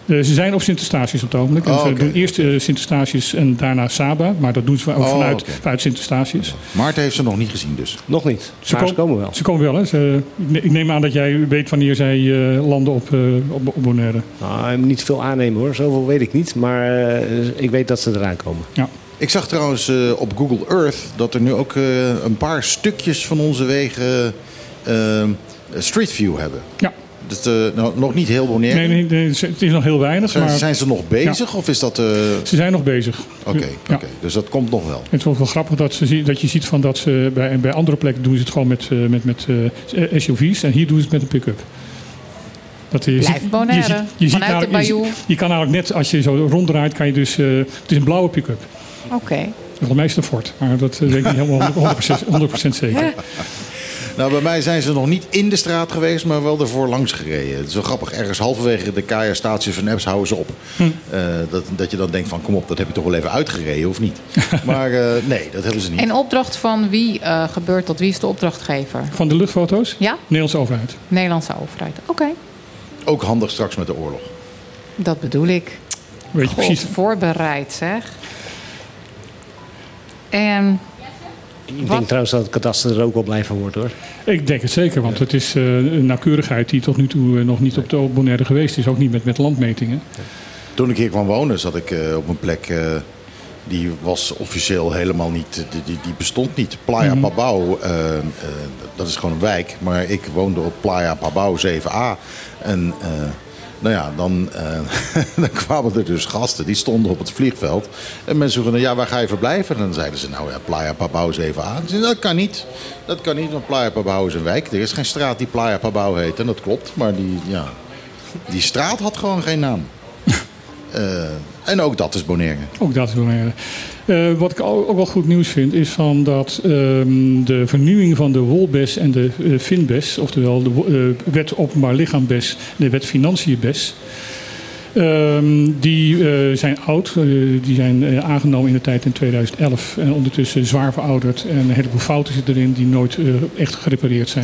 Uh, ze zijn op Sint-Eustatius op het ogenblik. Oh, en ze okay. doen eerst uh, Sint-Eustatius en daarna Saba. Maar dat doen ze ook Oh, vanuit, okay. vanuit Sint-Eustatius. Maarten heeft ze nog niet gezien dus. Nog niet. Ze, Maar kom, ze komen wel. Ze komen wel. Hè. Ze, ik neem aan dat jij weet wanneer zij uh, landen op, uh, op, op Bonaire. Nou, niet veel aannemen hoor. Zoveel weet ik niet. Maar uh, ik weet dat ze eraan komen. Ja. Ik zag trouwens uh, op Google Earth dat er nu ook uh, een paar stukjes van onze wegen uh, Street View hebben. Ja. Dus, uh, nou, nog niet heel Bonaire. Nee, nee, nee, het is nog heel weinig. Zijn, maar zijn ze nog bezig ja. of is dat... Uh... Ze zijn nog bezig. Oké, okay, ja. okay. Dus dat komt nog wel. Het is wel grappig dat, ze, dat je ziet van dat ze bij, bij andere plekken doen ze het gewoon met, uh, met, met uh, S U V's. En hier doen ze het met een pick-up. Dat je Blijf ziet, Bonaire, je ziet, je ziet vanuit nou, de Bayou. Je, je kan namelijk net, als je zo ronddraait, kan je dus... Uh, het is een blauwe pick-up. Oké. Okay. Volgens mij is het een Ford, maar dat weet ik niet helemaal honderd procent zeker. Nou, bij mij zijn ze nog niet in de straat geweest, maar wel ervoor langs gereden. Het is wel grappig, ergens halverwege de Kaya-statie van Ebbs houden ze op. Hm. Uh, dat, dat je dan denkt van, kom op, dat heb je toch wel even uitgereden, of niet? Maar uh, nee, dat hebben ze niet. En opdracht van wie uh, gebeurt dat? Wie is de opdrachtgever? Van de luchtfoto's? Ja. Nederlandse overheid. Nederlandse overheid, oké. Okay. Ook handig straks met de oorlog. Dat bedoel ik. Weet je God, precies. Voorbereid, zeg. En... Ik Wat? denk trouwens dat het kadaster er ook wel blij van wordt hoor. Ik denk het zeker, want het is uh, een nauwkeurigheid die tot nu toe uh, nog niet op de Bonaire geweest is. Ook niet met, met landmetingen. Toen ik hier kwam wonen zat ik uh, op een plek... Uh, die was officieel helemaal niet... Die, die, die bestond niet. Playa mm-hmm. Pabao, uh, uh, dat is gewoon een wijk. Maar ik woonde op Playa Pabao zeven A. En... Uh, Nou ja, dan, uh, dan kwamen er dus gasten, die stonden op het vliegveld. En mensen vroegen, ja, waar ga je verblijven? En dan zeiden ze, nou ja, Playa Pabao zeven A. Zeiden, dat kan niet, dat kan niet, want Playa Pabao is een wijk. Er is geen straat die Playa Pabao heet, en dat klopt. Maar die, ja, die straat had gewoon geen naam. uh, en ook dat is Bonaire. Ook dat is Bonaire. Uh, wat ik ook wel goed nieuws vind, is van dat um, de vernieuwing van de wolbes en de uh, finbes, oftewel de uh, wet openbaar lichaambes en de wet financiënbes, um, die uh, zijn oud. Uh, die zijn uh, aangenomen in de tijd in tweeduizend elf en ondertussen zwaar verouderd. En een heleboel fouten zitten erin die nooit uh, echt gerepareerd zijn.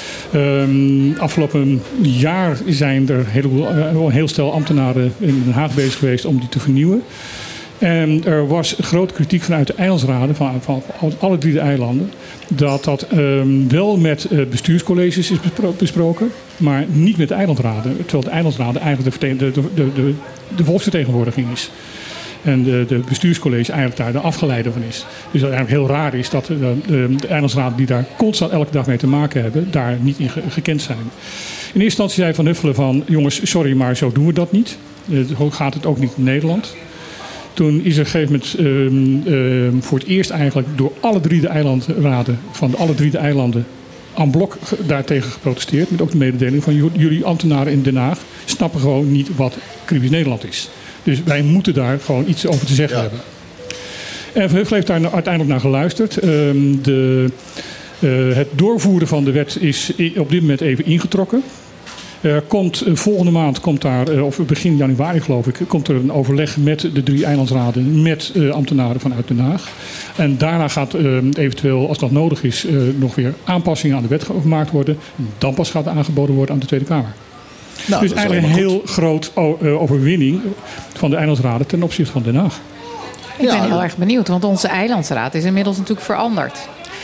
Um, afgelopen jaar zijn er een, heleboel, uh, een heel stel ambtenaren in Den Haag bezig geweest om die te vernieuwen. En er was grote kritiek vanuit de eilandsraden, van, van alle drie de eilanden, dat dat um, wel met uh, bestuurscolleges is bespro- besproken, maar niet met de eilandraden. Terwijl de eilandsraden eigenlijk de, de, de, de, de volksvertegenwoordiging is. En de, de bestuurscollege eigenlijk daar de afgeleide van is. Dus dat eigenlijk heel raar is dat de, de, de eilandsraden die daar constant elke dag mee te maken hebben, daar niet in ge, gekend zijn. In eerste instantie zei Van Huffelen van, jongens, sorry, maar zo doen we dat niet. Zo gaat het ook niet in Nederland. Toen is er op een gegeven moment um, um, voor het eerst eigenlijk door alle drie de eilandraden van de alle drie de eilanden en blok daartegen geprotesteerd. Met ook de mededeling van jullie ambtenaren in Den Haag snappen gewoon niet wat Caribisch Nederland is. Dus wij moeten daar gewoon iets over te zeggen ja. hebben. En Van Huffelen heeft daar uiteindelijk naar geluisterd. Um, de, uh, het doorvoeren van de wet is op dit moment even ingetrokken. Er komt, volgende maand komt daar, of begin januari geloof ik, komt er een overleg met de drie eilandsraden, met uh, ambtenaren vanuit Den Haag. En daarna gaat uh, eventueel, als dat nodig is, uh, nog weer aanpassingen aan de wet gemaakt worden. Dan pas gaat het aangeboden worden aan de Tweede Kamer. Nou, dus eigenlijk een heel groot uh, overwinning van de eilandsraden ten opzichte van Den Haag. Ik ben ja, heel erg benieuwd, want onze eilandsraad is inmiddels natuurlijk veranderd.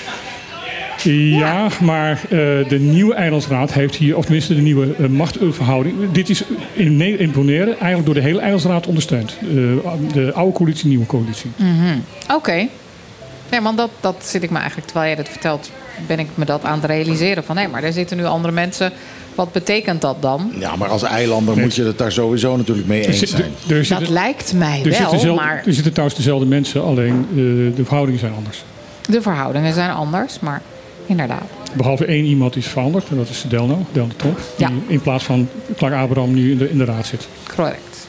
Ja, maar uh, de nieuwe eilandsraad heeft hier, of tenminste de nieuwe uh, machtsverhouding. Dit is in, in Bonaire eigenlijk door de hele eilandsraad ondersteund. Uh, de oude coalitie, nieuwe coalitie. Mm-hmm. Oké. Okay. Nee, want dat, dat zit ik me eigenlijk, terwijl jij dat vertelt, ben ik me dat aan het realiseren. Van hé, maar daar zitten nu andere mensen. Wat betekent dat dan? Ja, maar als eilander nee. moet je het daar sowieso natuurlijk mee eens zijn. Er, er dat lijkt mij er wel, dezelfde, maar... Er zitten trouwens dezelfde mensen, alleen uh, de verhoudingen zijn anders. De verhoudingen zijn anders, maar... Inderdaad. Behalve één iemand is veranderd, en dat is Delno, Delno Tromp. Die ja. in plaats van Clark Abraham nu in de, in de raad zit. Correct.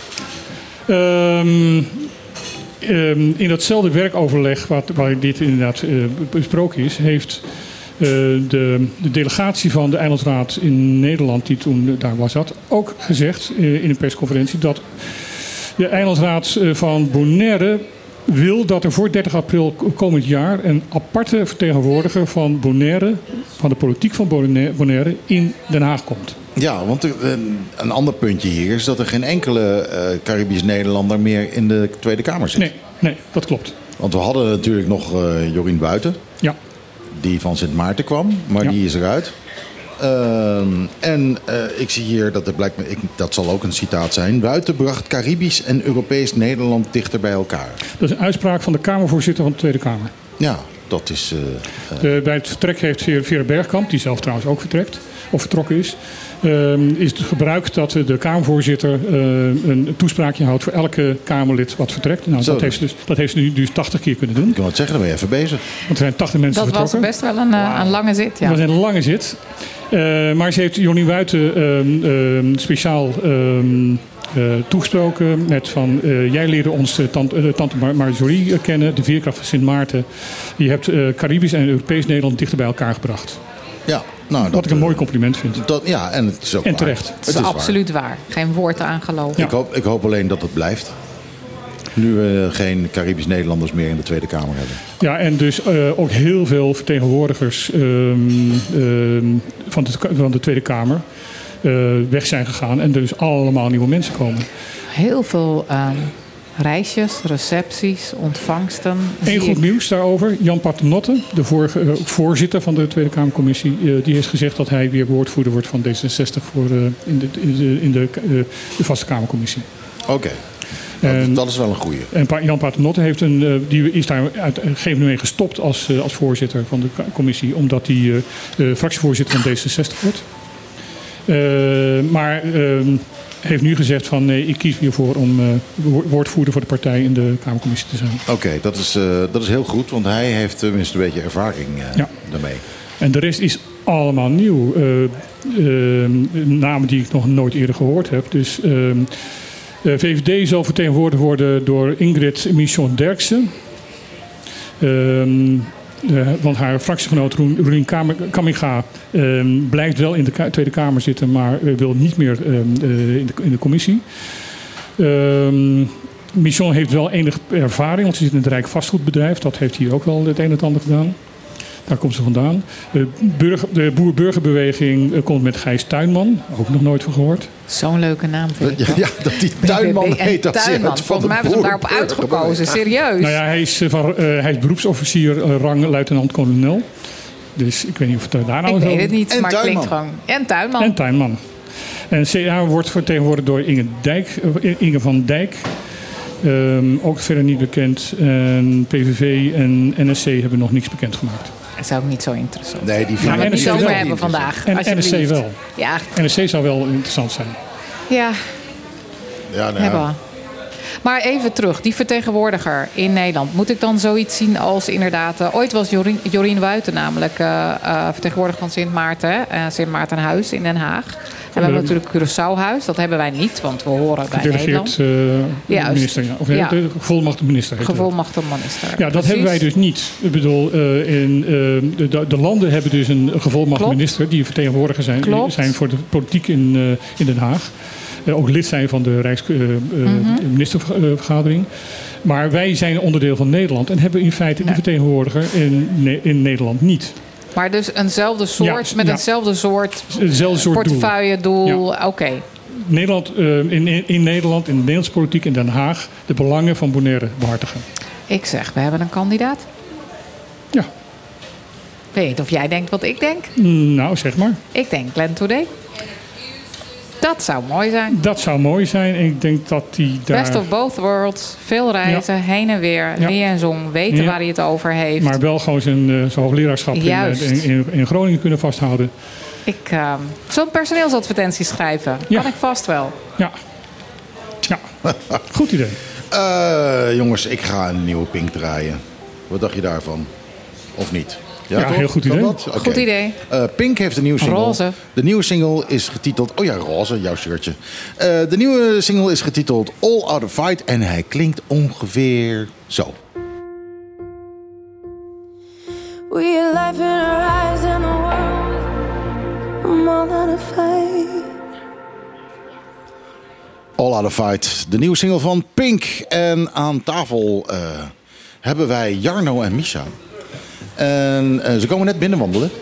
Um, um, in datzelfde werkoverleg waar, waar dit inderdaad uh, besproken is, heeft uh, de, de delegatie van de Eilandsraad in Nederland, die toen daar was, had ook gezegd uh, in een persconferentie dat de Eilandsraad uh, van Bonaire wil dat er voor dertig april komend jaar een aparte vertegenwoordiger van Bonaire, van de politiek van Bonaire, in Den Haag komt. Ja, want er, een, een ander puntje hier is dat er geen enkele uh, Caribisch Nederlander meer in de Tweede Kamer zit. Nee, nee, dat klopt. Want we hadden natuurlijk nog uh, Jorien Buiten. Ja. Die van Sint Maarten kwam, maar ja. die is eruit. Uh, en uh, ik zie hier, dat, het blijkt, ik, dat zal ook een citaat zijn. Buiten bracht Caribisch en Europees Nederland dichter bij elkaar. Dat is een uitspraak van de Kamervoorzitter van de Tweede Kamer. Ja, dat is... Uh, uh, de, bij het vertrek heeft Vera Bergkamp, die zelf trouwens ook vertrekt, of vertrokken is... Uh, is het gebruik dat de Kamervoorzitter uh, een toespraakje houdt voor elke Kamerlid wat vertrekt. Nou, dat, heeft dus, dat heeft ze nu dus tachtig keer kunnen doen. Ik kan het zeggen, dan ben je even bezig. Want er zijn tachtig mensen dat vertrokken. Dat was best wel een, uh, een lange zit, ja. Dat was een lange zit. Uh, maar ze heeft Jorien Buiten uh, uh, speciaal uh, uh, toegesproken met van... Uh, jij leerde ons uh, tante, uh, tante Mar- Marjorie uh, kennen, de veerkracht van Sint Maarten. Je hebt uh, Caribisch en Europees Nederland dichter bij elkaar gebracht. Ja, nou, wat dat, ik een mooi compliment vind. Dat, ja, en het is ook en terecht. waar. Het is, het is absoluut waar. waar. Geen woord aan geloven. Ja. Ik, hoop, ik hoop alleen dat het blijft. Nu we geen Caribisch Nederlanders meer in de Tweede Kamer hebben. Ja, en dus uh, ook heel veel vertegenwoordigers um, um, van, de, van de Tweede Kamer uh, weg zijn gegaan. En er dus allemaal nieuwe mensen komen. Heel veel um, reisjes, recepties, ontvangsten. Eén goed ik... nieuws daarover. Jan Paternotte, de vorige, uh, voorzitter van de Tweede Kamercommissie... Uh, die heeft gezegd dat hij weer woordvoerder wordt van D zesenzestig... Voor, uh, in, de, in, de, in de, uh, de vaste Kamercommissie. Oké. Okay. En, dat is wel een goeie. En Jan Paternotte heeft een, die is daar uit een gegeven moment gestopt als, als voorzitter van de commissie. Omdat hij uh, uh, fractievoorzitter van D zesenzestig wordt. Uh, maar uh, heeft nu gezegd van nee, ik kies hiervoor om uh, woordvoerder voor de partij in de Kamercommissie te zijn. Oké, okay, dat, is, uh, dat is heel goed, want hij heeft tenminste een beetje ervaring uh, ja. daarmee. En de rest is allemaal nieuw. Uh, uh, namen die ik nog nooit eerder gehoord heb. Dus... Uh, De V V D zal vertegenwoordigd worden door Ingrid Michon Derksen. Um, uh, want haar fractiegenoot Roelien Kamminga um, blijft wel in de ka- Tweede Kamer zitten, maar uh, wil niet meer um, uh, in, de, in de commissie. Um, Michon heeft wel enige ervaring, want ze zit in het Rijk Vastgoedbedrijf. Dat heeft hier ook wel het een en het ander gedaan. Daar komt ze vandaan. De, burger, de boer-burgerbeweging komt met Gijs Tuinman. Ook nog nooit van gehoord. Zo'n leuke naam vind ik. Ja, ja, dat die Tuinman heet. Dat Tuinman. Volgens mij hebben ze hem daarop uitgekozen. Serieus. Nou ja, hij is, van, uh, hij is beroepsofficier uh, rang luitenant-kolonel. Dus ik weet niet of het daar nou... Ik weet het niet, en maar het Tuinman. klinkt gewoon... En Tuinman. En Tuinman. En C A wordt vertegenwoordigd door Inge, Dijk, uh, Inge van Dijk. Um, ook verder niet bekend. En P V V en N S C hebben nog niks bekendgemaakt. Dat is ook niet zo interessant. Nee, die gaan we het niet over wel. hebben vandaag. En N S C wel. Ja. N S C zou wel interessant zijn. Ja. Ja, nou ja. Maar even terug, die vertegenwoordiger in Nederland. Moet ik dan zoiets zien als inderdaad... Uh, ooit was Jorien, Jorien Wuiten namelijk uh, uh, vertegenwoordiger van Sint Maarten. Uh, Sint Maartenhuis in Den Haag. En we hebben natuurlijk Curaçaohuis. Dat hebben wij niet, want we horen bij Nederland. Uh, minister, ja. Of ja. de gevolmachtigde minister. Gevolmachtigde minister. Ja, dat Precies. hebben wij dus niet. Ik bedoel, uh, in, uh, de, de landen hebben dus een gevolmachtigde minister... die vertegenwoordiger zijn, zijn voor de politiek in, uh, in Den Haag. Uh, ook lid zijn van de Rijksministervergadering. Uh, uh, mm-hmm. Maar wij zijn onderdeel van Nederland... en hebben in feite die ja. vertegenwoordiger in, in Nederland niet. Maar dus eenzelfde soort, ja, met ja. eenzelfde soort, eenzelfde soort portefeuille doel. doel. Ja. Oké. Okay. Nederland, uh, in, in, in Nederland, in de Nederlandse politiek in Den Haag... de belangen van Bonaire behartigen. Ik zeg, we hebben een kandidaat. Ja. Ik weet niet of jij denkt wat ik denk. Nou, zeg maar. Ik denk Glenn Today. Dat zou mooi zijn. Dat zou mooi zijn. Ik denk dat die daar... Best of both worlds. Veel reizen, ja. heen en weer. Ja. Wie en zong, weten ja. waar hij het over heeft. Maar wel gewoon zijn, uh, zijn hoogleraarschap in, in, in Groningen kunnen vasthouden. Ik uh, zal een personeelsadvertentie schrijven. Ja. Kan ik vast wel. Ja. Ja. Goed idee. Uh, jongens, ik ga een nieuwe Pink draaien. Wat dacht je daarvan? Of niet? Ja, ja heel goed idee. Okay. Goed idee. Uh, Pink heeft een nieuwe single. Roze. De nieuwe single is getiteld... Oh ja, roze, jouw shirtje. Uh, de nieuwe single is getiteld All Out of Fight. En hij klinkt ongeveer zo. We life in our eyes and the world. I'm all out of fight. All Out of Fight. De nieuwe single van Pink. En aan tafel uh, hebben wij Jarno en Misha. En uh, ze komen net binnenwandelen.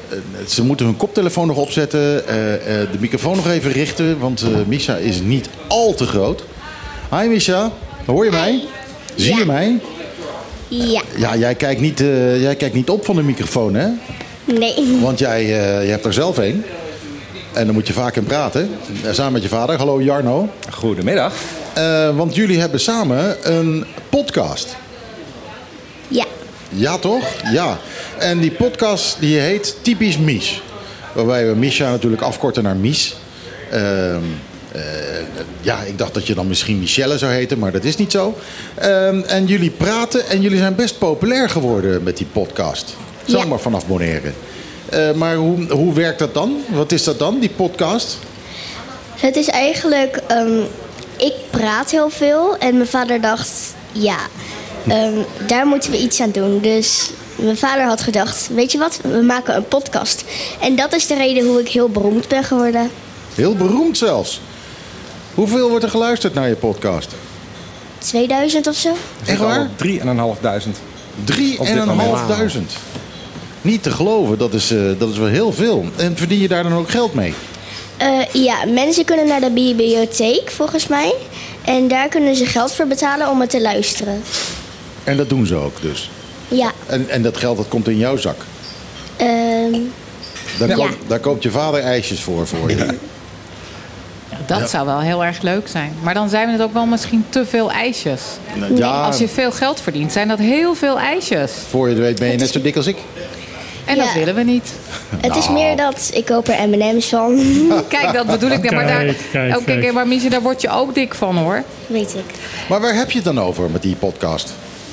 ze moeten hun koptelefoon nog opzetten. Uh, uh, de microfoon nog even richten. Want uh, Misha is niet al te groot. Hi Misha, hoor je mij? Zie ja. je mij? Ja. Ja, jij kijkt, niet, uh, jij kijkt niet op van de microfoon, hè? Nee. Want jij uh, je hebt er zelf een. En dan moet je vaak in praten. Uh, samen met je vader. Hallo Jarno. Goedemiddag. Uh, want jullie hebben samen een podcast. Ja. Ja, toch? Ja. En die podcast die heet Typisch Mies. Waarbij we Misha natuurlijk afkorten naar Mies. Uh, uh, ja, ik dacht dat je dan misschien Michelle zou heten, maar dat is niet zo. Uh, en jullie praten en jullie zijn best populair geworden met die podcast. Zomaar ja. vanaf Bonaire. Uh, maar hoe, hoe werkt dat dan? Wat is dat dan, die podcast? Het is eigenlijk... Um, ik praat heel veel en mijn vader dacht... ja, um, daar moeten we iets aan doen. Dus mijn vader had gedacht... weet je wat, we maken een podcast. En dat is de reden hoe ik heel beroemd ben geworden. Heel beroemd zelfs? Hoeveel wordt er geluisterd naar je podcast? tweeduizend of zo. Echt waar? Drie en een half duizend. Drie en een half duizend. Niet te geloven, dat is, uh, dat is wel heel veel. En verdien je daar dan ook geld mee? Uh, ja, mensen kunnen naar de bibliotheek volgens mij. En daar kunnen ze geld voor betalen om het te luisteren. En dat doen ze ook dus? Ja. En, en dat geld dat komt in jouw zak? Uh, daar, ja. koop, daar koopt je vader ijsjes voor voor je? Ja, dat ja. zou wel heel erg leuk zijn. Maar dan zijn het ook wel misschien te veel ijsjes. Ja. Als je veel geld verdient, zijn dat heel veel ijsjes. Voor je het weet ben je net zo dik als ik. En ja. dat willen we niet. Het nou. is meer dat ik koop er M en M's van. Kijk, dat bedoel ik. Maar, daar, kijk, okay, kijk. maar Miesje, daar word je ook dik van, hoor. Weet ik. Maar waar heb je het dan over met die podcast?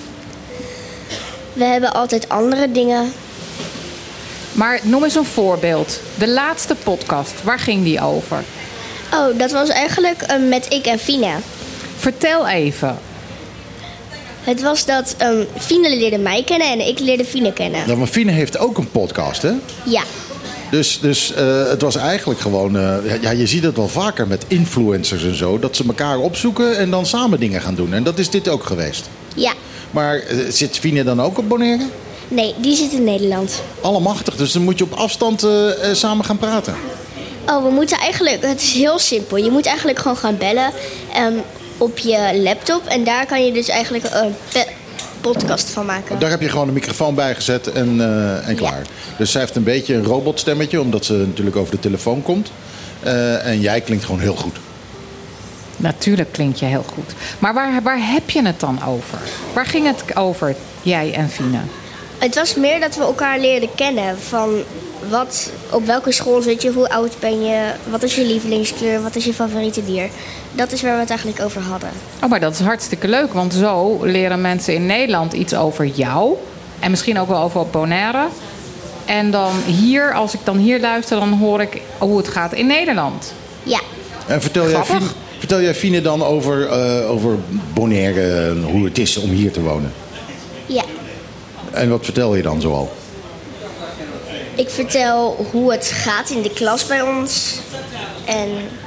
We hebben altijd andere dingen. Maar noem eens een voorbeeld. De laatste podcast, waar ging die over? Oh, dat was eigenlijk uh, met ik en Fine. Vertel even. Het was dat um, Fine leerde mij kennen en ik leerde Fine kennen. Ja, maar Fine heeft ook een podcast, hè? Ja. Dus, dus uh, het was eigenlijk gewoon... Uh, ja, je ziet het wel vaker met influencers en zo... dat ze elkaar opzoeken en dan samen dingen gaan doen. En dat is dit ook geweest. Ja. Maar uh, zit Fine dan ook op Bonaire? Nee, die zit in Nederland. Allemachtig, dus dan moet je op afstand uh, uh, samen gaan praten. Oh, we moeten eigenlijk... Het is heel simpel. Je moet eigenlijk gewoon gaan bellen... Um, op je laptop. En daar kan je dus eigenlijk een pe- podcast van maken. Daar heb je gewoon een microfoon bij gezet en, uh, en klaar. Ja. Dus zij heeft een beetje een robotstemmetje, omdat ze natuurlijk over de telefoon komt. Uh, en jij klinkt gewoon heel goed. Natuurlijk klink je heel goed. Maar waar, waar heb je het dan over? Waar ging het over, jij en Fine? Het was meer dat we elkaar leerden kennen. Van wat, op welke school zit je, hoe oud ben je, wat is je lievelingskleur, wat is je favoriete dier. Dat is waar we het eigenlijk over hadden. Oh, maar dat is hartstikke leuk, want zo leren mensen in Nederland iets over jou. En misschien ook wel over Bonaire. En dan hier, als ik dan hier luister, dan hoor ik hoe het gaat in Nederland. Ja. En vertel jij, Fine, vertel jij Fine dan over, uh, over Bonaire, hoe het is om hier te wonen? Ja. En wat vertel je dan zoal? Ik vertel hoe het gaat in de klas bij ons. En...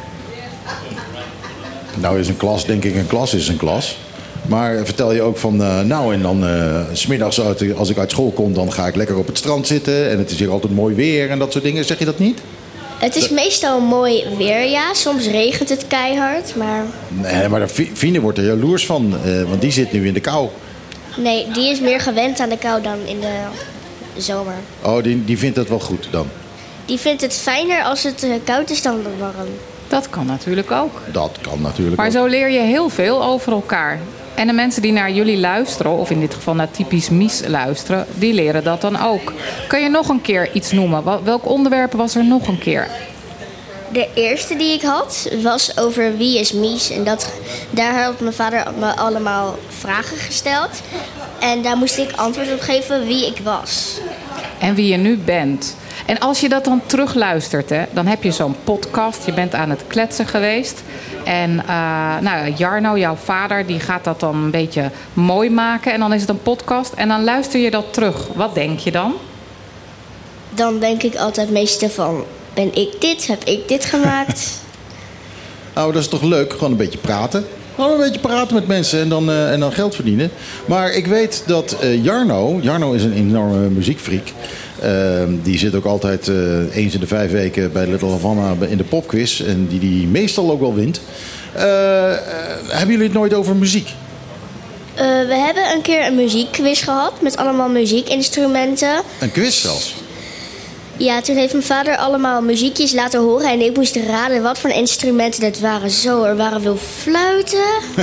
Nou is een klas, denk ik, een klas is een klas. Maar vertel je ook van, uh, nou en dan uh, 's middags als ik uit school kom... dan ga ik lekker op het strand zitten en het is hier altijd mooi weer en dat soort dingen. Zeg je dat niet? Het is dat... meestal mooi weer, ja. Soms regent het keihard, maar... Nee, maar Fine wordt er jaloers van, uh, want die zit nu in de kou. Nee, die is meer gewend aan de kou dan in de zomer. Oh, die, die vindt het wel goed dan? Die vindt het fijner als het uh, koud is dan warm. Dat kan natuurlijk ook. Dat kan natuurlijk maar ook. Maar zo leer je heel veel over elkaar. En de mensen die naar jullie luisteren, of in dit geval naar Typisch Mies luisteren... die leren dat dan ook. Kun je nog een keer iets noemen? Welk onderwerp was er nog een keer? De eerste die ik had was over wie is Mies. En dat, daar had mijn vader me allemaal vragen gesteld. En daar moest ik antwoord op geven wie ik was. En wie je nu bent. En als je dat dan terugluistert, hè, dan heb je zo'n podcast. Je bent aan het kletsen geweest. En uh, nou, Jarno, jouw vader, die gaat dat dan een beetje mooi maken. En dan is het een podcast. En dan luister je dat terug. Wat denk je dan? Dan denk ik altijd meestal van... Ben ik dit? Heb ik dit gemaakt? Nou, dat is toch leuk? Gewoon een beetje praten. Gewoon een beetje praten met mensen en dan, uh, en dan geld verdienen. Maar ik weet dat uh, Jarno... Jarno is een enorme muziekfreak. Uh, die zit ook altijd uh, eens in de vijf weken bij Little Havana in de popquiz. En die die meestal ook wel wint. Uh, uh, hebben jullie het nooit over muziek? Uh, we hebben een keer een muziekquiz gehad met allemaal muziekinstrumenten. Een quiz zelfs? Ja, toen heeft mijn vader allemaal muziekjes laten horen en ik moest raden wat voor instrumenten dat waren. Zo, er waren veel fluiten.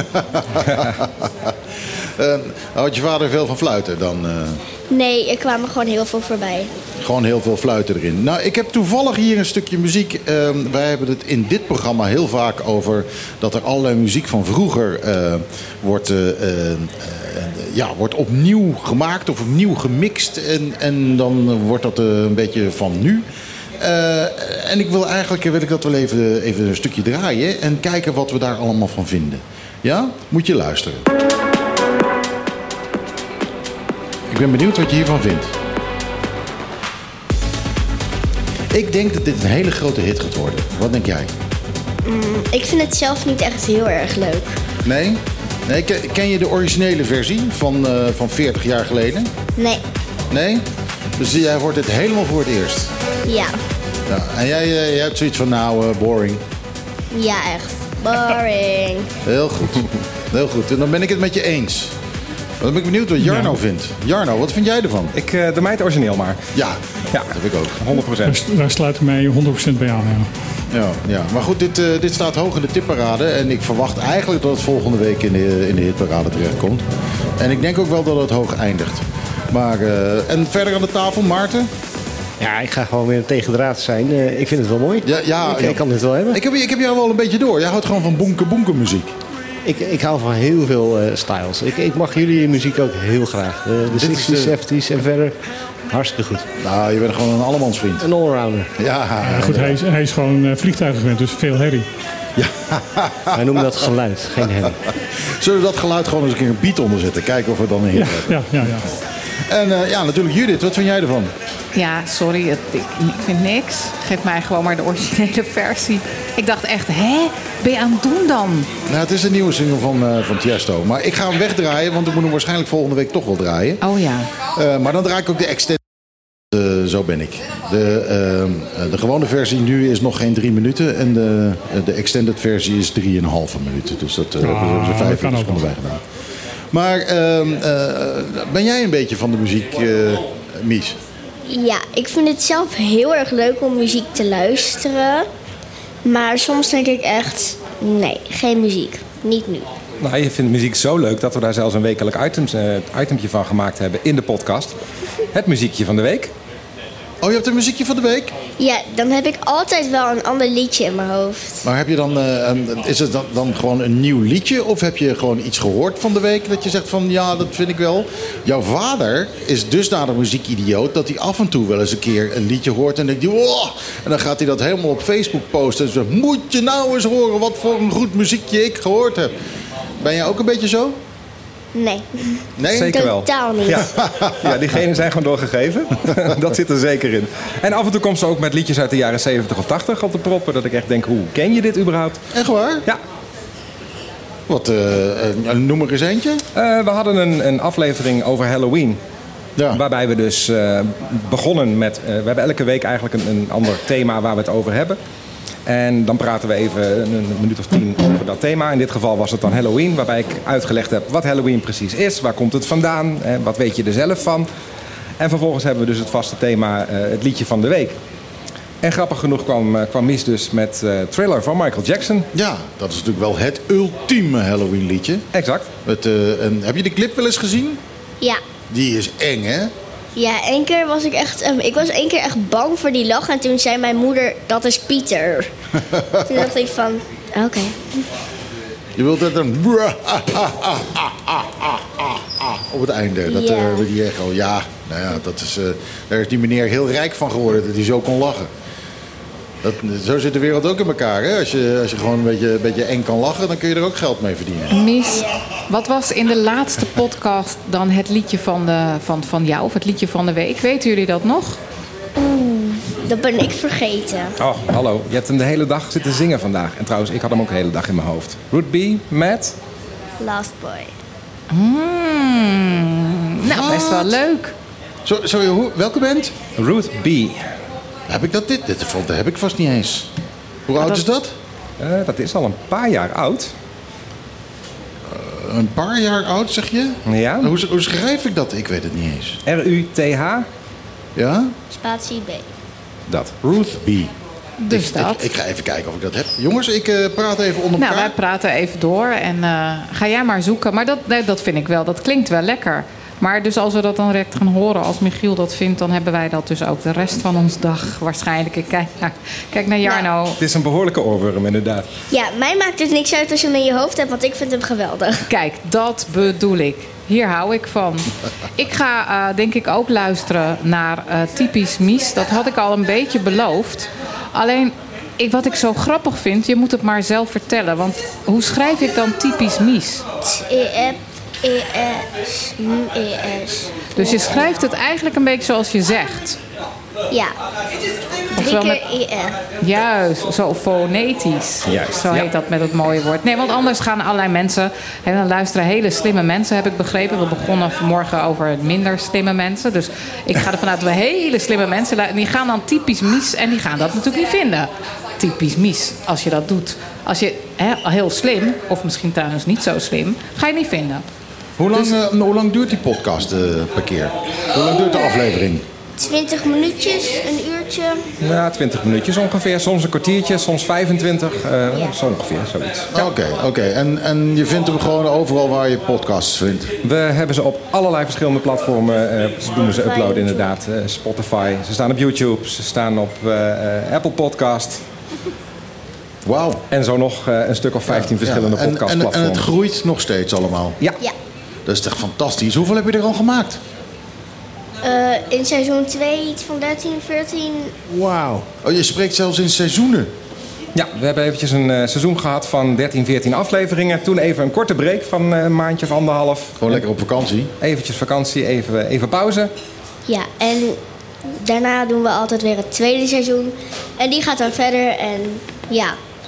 uh, had je vader veel van fluiten dan? Uh... Nee, er kwamen gewoon heel veel voorbij. Gewoon heel veel fluiten erin. Nou, ik heb toevallig hier een stukje muziek. Uh, wij hebben het in dit programma heel vaak over dat er allerlei muziek van vroeger uh, wordt, uh, uh, uh, ja, wordt opnieuw gemaakt of opnieuw gemixt. En, en dan wordt dat uh, een beetje van nu. Uh, en ik wil eigenlijk wil ik dat wel even, even een stukje draaien en kijken wat we daar allemaal van vinden. Ja? Moet je luisteren. Ik ben benieuwd wat je hiervan vindt. Ik denk dat dit een hele grote hit gaat worden. Wat denk jij? Mm, ik vind het zelf niet echt heel erg leuk. Nee? nee ken, ken je de originele versie van, uh, van veertig jaar geleden? Nee. Nee? Dus jij hoort het helemaal voor het eerst? Ja. ja en jij, uh, jij hebt zoiets van, nou, uh, boring. Ja, echt. Boring. Heel goed. Heel goed. En dan ben ik het met je eens. Dan ben ik benieuwd wat Jarno ja. vindt. Jarno, wat vind jij ervan? Ik uh, de mij het origineel maar. Ja, ja, dat heb ik ook. honderd procent. Daar, daar sluit ik mij honderd procent bij aan. Ja, ja, ja. Maar goed, dit, uh, dit staat hoog in de tipparade. En ik verwacht eigenlijk dat het volgende week in de, in de hitparade terechtkomt. En ik denk ook wel dat het hoog eindigt. Maar, uh, en verder aan de tafel, Maarten? Ja, ik ga gewoon weer tegendraad zijn. Uh, ik vind het wel mooi. Ja, ja, ik, ja. ik kan dit wel hebben. Ik heb, ik heb jou wel een beetje door. Jij houdt gewoon van bonke bonke muziek. Ik, ik hou van heel veel uh, styles. Ik, ik mag jullie muziek ook heel graag. Uh, de zestig's, zeventig's en verder. Hartstikke goed. Nou, je bent gewoon een allemansvriend. Een allrounder. Ja, ja goed, hij is, hij is gewoon uh, vliegtuigen gewend, dus veel herrie. Ja. Wij noemen dat geluid, geen herrie. Zullen we dat geluid gewoon eens een keer een beat onder zetten? Kijken of we dan een hit ja, hebben. Ja, ja, ja. En uh, ja, natuurlijk Judith, wat vind jij ervan? Ja, sorry, het, ik, ik vind niks. Geef mij gewoon maar de originele versie. Ik dacht echt, hè? Ben je aan het doen dan? Nou, het is een nieuwe single van, uh, van Tiesto. Maar ik ga hem wegdraaien, want ik moet hem waarschijnlijk volgende week toch wel draaien. Oh ja. Uh, maar dan draai ik ook de extended. Uh, zo ben ik. De, uh, de gewone versie nu is nog geen drie minuten. En de, uh, de extended versie is drieënhalve minuten. Dus dat uh, ah, hebben ze vijf seconden bij gedaan. Maar uh, uh, ben jij een beetje van de muziek, uh, Mies? Ja, ik vind het zelf heel erg leuk om muziek te luisteren. Maar soms denk ik echt, nee, geen muziek. Niet nu. Nou, je vindt muziek zo leuk dat we daar zelfs een wekelijk items, uh, itempje van gemaakt hebben in de podcast. Het muziekje van de week. Oh, je hebt een muziekje van de week? Ja, dan heb ik altijd wel een ander liedje in mijn hoofd. Maar heb je dan, uh, is het dan, dan gewoon een nieuw liedje? Of heb je gewoon iets gehoord van de week dat je zegt van ja, dat vind ik wel. Jouw vader is dusdanig muziekidioot dat hij af en toe wel eens een keer een liedje hoort en denkt hij, oh! En dan gaat hij dat helemaal op Facebook posten en zegt, moet je nou eens horen wat voor een goed muziekje ik gehoord heb. Ben jij ook een beetje zo? Nee. Nee? Zeker wel. Totaal niet. Ja, ja, diegenen zijn gewoon doorgegeven. Dat zit er zeker in. En af en toe komt ze ook met liedjes uit de jaren zeventig of tachtig op de proppen. Dat ik echt denk, hoe ken je dit überhaupt? Echt waar? Ja. Wat, uh, noem er eens eentje. Uh, we hadden een, een aflevering over Halloween. Ja. Waarbij we dus uh, begonnen met... Uh, we hebben elke week eigenlijk een, een ander thema waar we het over hebben. En dan praten we even een, een minuut of tien over dat thema. In dit geval was het dan Halloween, waarbij ik uitgelegd heb wat Halloween precies is. Waar komt het vandaan? Eh, wat weet je er zelf van? En vervolgens hebben we dus het vaste thema, uh, het liedje van de week. En grappig genoeg kwam, uh, kwam Mies dus met uh, Thriller van Michael Jackson. Ja, dat is natuurlijk wel het ultieme Halloween liedje. Exact. Met, uh, en, heb je de clip wel eens gezien? Ja. Die is eng, hè? Ja, één keer was ik echt... Um, ik was één keer echt bang voor die lach. En toen zei mijn moeder, dat is Pieter. Toen dacht ik van, oké. Okay. Je wilt dat een... op het einde. Dat, ja. uh, die echo. Ja, nou ja, dat is... Uh, daar is die meneer heel rijk van geworden dat hij zo kon lachen. Dat, zo zit de wereld ook in elkaar. Hè? Als, je, als je gewoon een beetje, een beetje eng kan lachen, dan kun je er ook geld mee verdienen. Mies, wat was in de laatste podcast dan het liedje van, de, van, van jou, of het liedje van de week? Weten jullie dat nog? Oeh, Dat ben ik vergeten. Oh, hallo. Je hebt hem de hele dag zitten zingen vandaag. En trouwens, ik had hem ook de hele dag in mijn hoofd. Root B met... Last Boy. Mm, nou, best wel leuk. Zo, sorry, hoe, welke band? Root B. Heb ik dat dit? Dit dat heb ik vast niet eens. Hoe oud dat, is dat? Uh, dat is al een paar jaar oud. Uh, een paar jaar oud, zeg je? Ja. Hoe, hoe schrijf ik dat? Ik weet het niet eens. R U T H. Ja? Spatie B. Dat. Ruth B. Dus ik, dat. Ik, ik ga even kijken of ik dat heb. Jongens, ik uh, praat even onder elkaar. Nou, wij praten even door en uh, ga jij maar zoeken. Maar dat, nee, dat vind ik wel. Dat klinkt wel lekker. Maar dus als we dat dan direct gaan horen, als Michiel dat vindt, dan hebben wij dat dus ook de rest van ons dag waarschijnlijk. Ik kijk naar, kijk naar Jarno. Nou, het is een behoorlijke oorworm, inderdaad. Ja, mij maakt het niks uit als je hem in je hoofd hebt, want ik vind hem geweldig. Kijk, dat bedoel ik. Hier hou ik van. Ik ga uh, denk ik ook luisteren naar uh, Typisch Mies. Dat had ik al een beetje beloofd. Alleen, ik, wat ik zo grappig vind, je moet het maar zelf vertellen. Want hoe schrijf ik dan Typisch Mies? E S M E S. Dus je schrijft het eigenlijk een beetje zoals je zegt. Ja. Drie keer E R. Juist, zo fonetisch. Juist, zo heet ja. dat met het mooie woord. Nee, want anders gaan allerlei mensen... En dan luisteren hele slimme mensen, heb ik begrepen. We begonnen vanmorgen over minder slimme mensen. Dus ik ga ervan uit dat we hele slimme mensen... En die gaan dan Typisch Mies en die gaan dat natuurlijk niet vinden. Typisch Mies, als je dat doet. Als je he, heel slim, of misschien trouwens niet zo slim... ga je niet vinden. Hoe lang, dus, uh, hoe lang duurt die podcast uh, per keer? Hoe lang duurt de aflevering? twintig minuutjes, een uurtje. Ja, twintig minuutjes ongeveer. Soms een kwartiertje, soms vijfentwintig. Uh, ja. Zo ongeveer, zoiets. Oké, ja. oké. Okay, okay. en, en je vindt hem gewoon overal waar je podcasts vindt? We hebben ze op allerlei verschillende platformen. Uh, ze doen ze uploaden inderdaad. Uh, Spotify, ze staan op YouTube, ze staan op uh, uh, Apple Podcast. Wauw. En zo nog uh, een stuk of vijftien ja, verschillende ja. podcastplatformen. En, en het groeit nog steeds allemaal? Ja. ja. Dat is toch fantastisch. Hoeveel heb je er al gemaakt? Uh, in seizoen twee iets van dertien, veertien. Wauw. Oh, je spreekt zelfs in seizoenen? Ja, we hebben eventjes een uh, seizoen gehad van dertien, veertien afleveringen. Toen even een korte break van uh, een maandje of anderhalf. Gewoon lekker op vakantie? Eventjes vakantie, even, even pauze. Ja, en daarna doen we altijd weer het tweede seizoen. En die gaat dan verder en ja...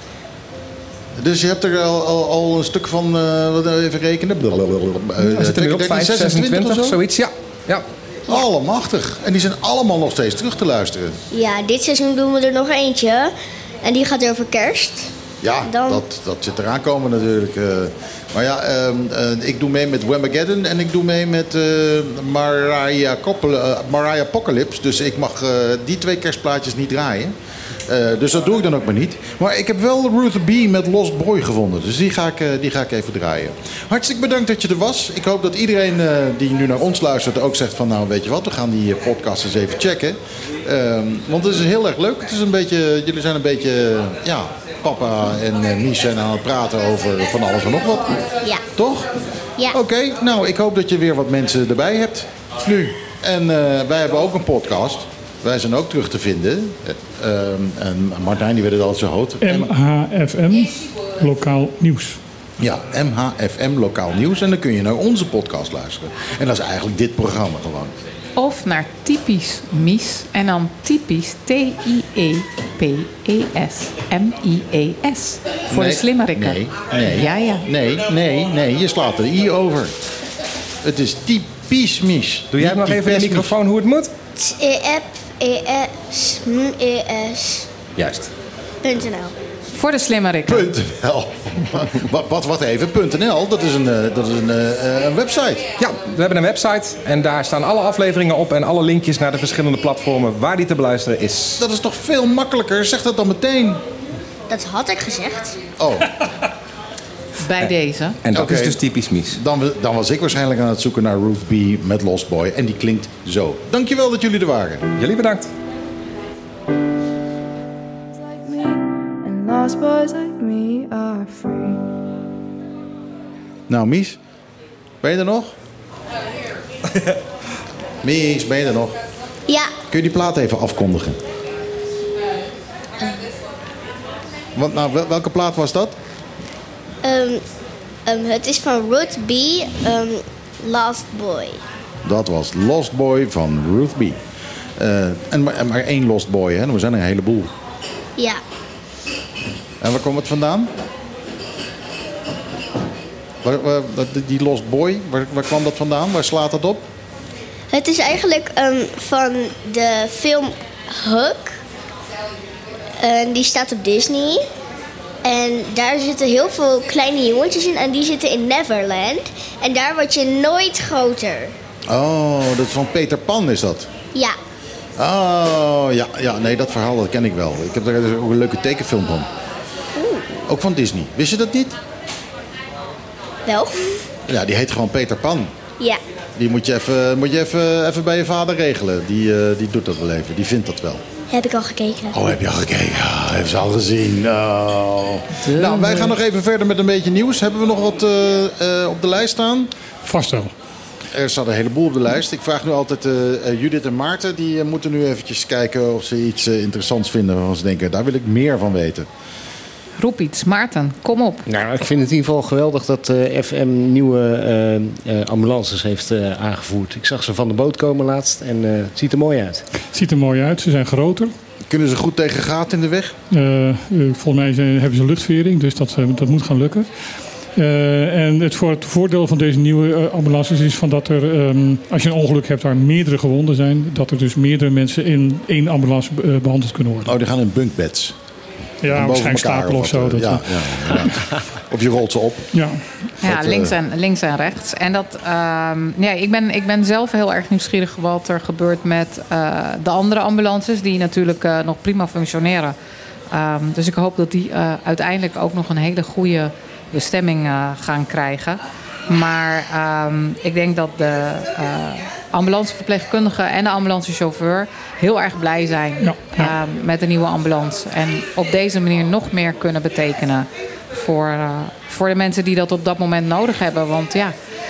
Dus je hebt er al, al, al een stuk van, uh, even rekenen... Uh, zitten we op vijf, zesentwintig, zoiets, ja. ja. Allemachtig. En die zijn allemaal nog steeds terug te luisteren. Ja, dit seizoen doen we er nog eentje. En die gaat over kerst. Ja, Dan... dat, dat zit eraan komen natuurlijk. Uh, maar ja, uh, uh, ik doe mee met Whamageddon en ik doe mee met uh, Mariah, Koppel, uh, Mariah Apocalypse. Dus ik mag uh, die twee kerstplaatjes niet draaien. Uh, dus dat doe ik dan ook maar niet. Maar ik heb wel Ruth B. met Lost Boy gevonden. Dus die ga ik, uh, die ga ik even draaien. Hartstikke bedankt dat je er was. Ik hoop dat iedereen uh, die nu naar ons luistert ook zegt van... nou, weet je wat, we gaan die podcast eens even checken. Uh, want het is heel erg leuk. Het is een beetje, jullie zijn een beetje... Uh, ja, papa en uh, Mies zijn aan het praten over van alles en nog wat. Ja. Toch? Ja. Oké, okay, nou, ik hoop dat je weer wat mensen erbij hebt. Nu. En uh, wij hebben ook een podcast... Wij zijn ook terug te vinden. Uh, en Martijn, die weet het altijd zo hoog. M H F M, lokaal nieuws. Ja, M H F M, lokaal nieuws. En dan kun je naar onze podcast luisteren. En dat is eigenlijk dit programma gewoon. Of naar Typisch Mies. En dan typisch T I E P E S M I E S. Voor nee, de slimmerikken. Nee, nee, ja, ja. nee, nee, nee. Je slaat de I over. Het is Typisch Mies. Doe jij nog even in de microfoon hoe het moet? E S M E S. Juist. Punt N L. Voor de slimmerikken. Punt N L. wat, wat, wat even, Punt N L, dat is, een, dat is een, uh, een website. Ja, we hebben een website en daar staan alle afleveringen op... en alle linkjes naar de verschillende platformen waar die te beluisteren is. Dat is toch veel makkelijker? Zeg dat dan meteen. Dat had ik gezegd. Oh. Bij en, deze. En dat okay. is dus typisch Mies. Dan, dan was ik waarschijnlijk aan het zoeken naar Ruth B. met Lost Boy. En die klinkt zo. Dankjewel dat jullie er waren. Jullie bedankt. Lost boys like me are free. Nou, Mies, ben je er nog? Mies, ben je er nog? Ja. Kun je die plaat even afkondigen? Want, nou, wel, welke plaat was dat? Um, um, het is van Ruth B. Um, Lost Boy. Dat was Lost Boy van Ruth B. Uh, en, maar, en maar één Lost Boy, hè? We zijn er een heleboel. Ja. En waar komt het vandaan? Waar, waar, die Lost Boy, waar, waar kwam dat vandaan? Waar slaat dat op? Het is eigenlijk um, van de film Hook. Uh, die staat op Disney. En daar zitten heel veel kleine jongetjes in. En die zitten in Neverland. En daar word je nooit groter. Oh, dat is van Peter Pan is dat? Ja. Oh, ja, ja. Nee, dat verhaal dat ken ik wel. Ik heb daar ook een leuke tekenfilm van. Oeh. Ook van Disney. Wist je dat niet? Wel? Ja, die heet gewoon Peter Pan. Ja. Die moet je even, moet je even, even bij je vader regelen. Die, uh, die doet dat wel even. Die vindt dat wel. Heb ik al gekeken. Oh, heb je al gekeken? Ja, heeft ze al gezien. Oh. Nou, wij gaan nog even verder met een beetje nieuws. Hebben we nog wat uh, uh, op de lijst staan? Vast wel. Er staat een heleboel op de lijst. Ik vraag nu altijd uh, uh, Judith en Maarten. Die uh, moeten nu eventjes kijken of ze iets uh, interessants vinden. Waarvan ze denken, daar wil ik meer van weten. Roep iets. Maarten, kom op. Nou, ik vind het in ieder geval geweldig dat uh, F M nieuwe uh, uh, ambulances heeft uh, aangevoerd. Ik zag ze van de boot komen laatst en uh, het ziet er mooi uit. Het ziet er mooi uit. Ze zijn groter. Kunnen ze goed tegen gaten in de weg? Uh, uh, volgens mij zijn, hebben ze luchtvering, dus dat, uh, dat moet gaan lukken. Uh, en het, voor, het voordeel van deze nieuwe uh, ambulances is van dat er, um, als je een ongeluk hebt waar meerdere gewonden zijn, dat er dus meerdere mensen in één ambulance uh, behandeld kunnen worden. Oh, die gaan in bunkbeds. Ja, waarschijnlijk stapelen of zo. Dat ja, ja, ja. Of je rolt ze op. Ja, ja dat, links, en, links en rechts. En dat, um, ja, ik, ben, ik ben zelf heel erg nieuwsgierig wat er gebeurt met uh, de andere ambulances, die natuurlijk uh, nog prima functioneren. Um, dus ik hoop dat die uh, uiteindelijk ook nog een hele goede bestemming uh, gaan krijgen. Maar um, ik denk dat de uh, ambulanceverpleegkundige en de ambulancechauffeur heel erg blij zijn ja, ja. Uh, met de nieuwe ambulance. En op deze manier nog meer kunnen betekenen voor, uh, voor de mensen die dat op dat moment nodig hebben. Want ja,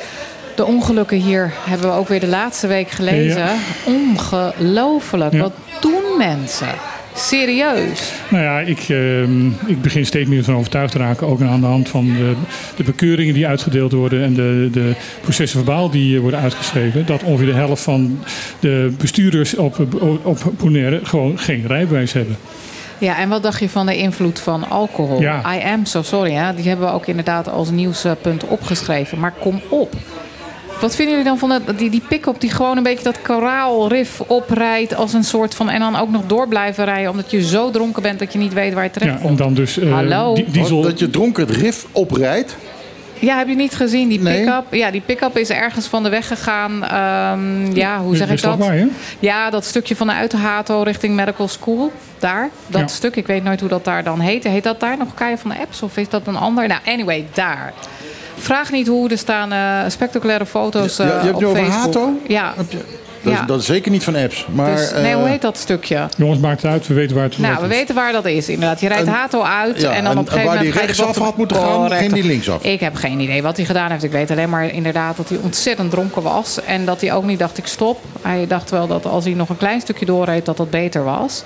de ongelukken hier hebben we ook weer de laatste week gelezen. Ja. Ongelooflijk. Ja. Wat doen mensen? Serieus? Nou ja, ik, uh, ik begin steeds meer van overtuigd te raken. Ook aan de hand van de, de bekeuringen die uitgedeeld worden. En de, de processen verbaal die uh, worden uitgeschreven. Dat ongeveer de helft van de bestuurders op, op Bonaire gewoon geen rijbewijs hebben. Ja, en wat dacht je van de invloed van alcohol? Ja. I am so sorry. Hè? Die hebben we ook inderdaad als nieuwspunt opgeschreven. Maar kom op. Wat vinden jullie dan van dat, die, die pick-up die gewoon een beetje dat koraalrif oprijdt als een soort van... en dan ook nog door blijven rijden omdat je zo dronken bent dat je niet weet waar je terecht komt? Ja, en dan dus... Uh, Hallo? Die, diesel... Dat je dronken het rif oprijdt? Ja, heb je niet gezien? Die nee. pick-up ja, die pick-up is ergens van de weg gegaan. Um, ja, hoe zeg ik dat? Waar, hè? Ja, dat stukje van de Uiterhato richting Medical School. Daar, dat ja. stuk. Ik weet nooit hoe dat daar dan heet. Heet dat daar nog Kaya van de Apps of is dat een ander? Nou, anyway, daar. Vraag niet hoe, er staan uh, spectaculaire foto's uh, ja, je hebt op je over Facebook. Hato? Ja. Dat, ja. is, dat is zeker niet van apps. Maar, dus, nee, hoe heet dat stukje? Jongens, maakt het uit. We weten waar het nou, is. we weten waar dat is, inderdaad. Je rijdt en, Hato uit ja, en dan en, op een gegeven moment... waar die rechtsaf had moeten gaan, ging die linksaf? Ik heb geen idee wat hij gedaan heeft. Ik weet alleen maar inderdaad dat hij ontzettend dronken was. En dat hij ook niet dacht, ik stop. Hij dacht wel dat als hij nog een klein stukje doorreed, dat dat beter was.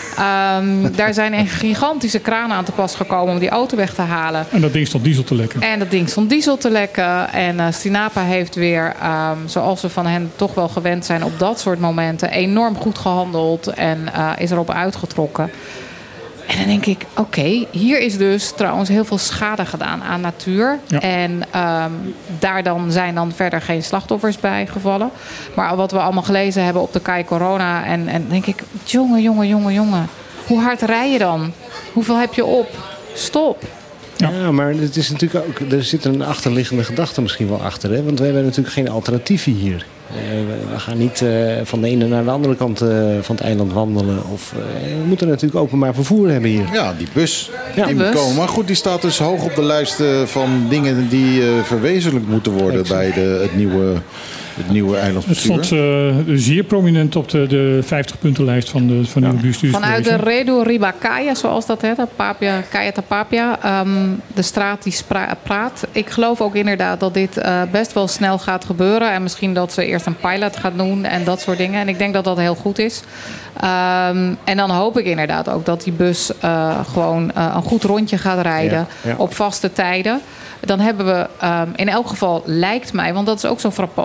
um, daar zijn een gigantische kranen aan te pas gekomen om die auto weg te halen. En dat ding stond diesel te lekken. En dat ding stond diesel te lekken. En uh, Stinapa heeft weer, um, zoals we van hen toch wel gewend zijn op dat soort momenten, enorm goed gehandeld en uh, is erop uitgetrokken. En dan denk ik, oké, okay, hier is dus trouwens heel veel schade gedaan aan natuur. Ja. En um, daar dan zijn dan verder geen slachtoffers bij gevallen. Maar wat we allemaal gelezen hebben op de Kai Corona. En, en denk ik, jongen, jongen, jongen, jongen. Hoe hard rij je dan? Hoeveel heb je op? Stop. Ja. ja, maar het is natuurlijk ook, er zit een achterliggende gedachte misschien wel achter. Hè? Want we hebben natuurlijk geen alternatieven hier. Uh, we, we gaan niet uh, van de ene naar de andere kant uh, van het eiland wandelen. Of, uh, we moeten natuurlijk openbaar vervoer hebben hier. Ja, die bus. Ja, die moet komen. Maar goed, die staat dus hoog op de lijst uh, van dingen die uh, verwezenlijkt moeten worden bij de, het nieuwe... Het nieuwe eilandsbestuur. Het stond uh, zeer prominent op de, de vijftig-puntenlijst van de van ja. nieuwe bestuurscollege. Vanuit de Redu Ribacaya, zoals dat heet, Papia, Kaya Tapapia, um, de straat die spra- praat. Ik geloof ook inderdaad dat dit uh, best wel snel gaat gebeuren. En misschien dat ze eerst een pilot gaat doen en dat soort dingen. En ik denk dat dat heel goed is. Um, en dan hoop ik inderdaad ook dat die bus uh, gewoon uh, een goed rondje gaat rijden ja, ja. op vaste tijden. Dan hebben we um, in elk geval, lijkt mij, want dat is ook zo frappant. Het is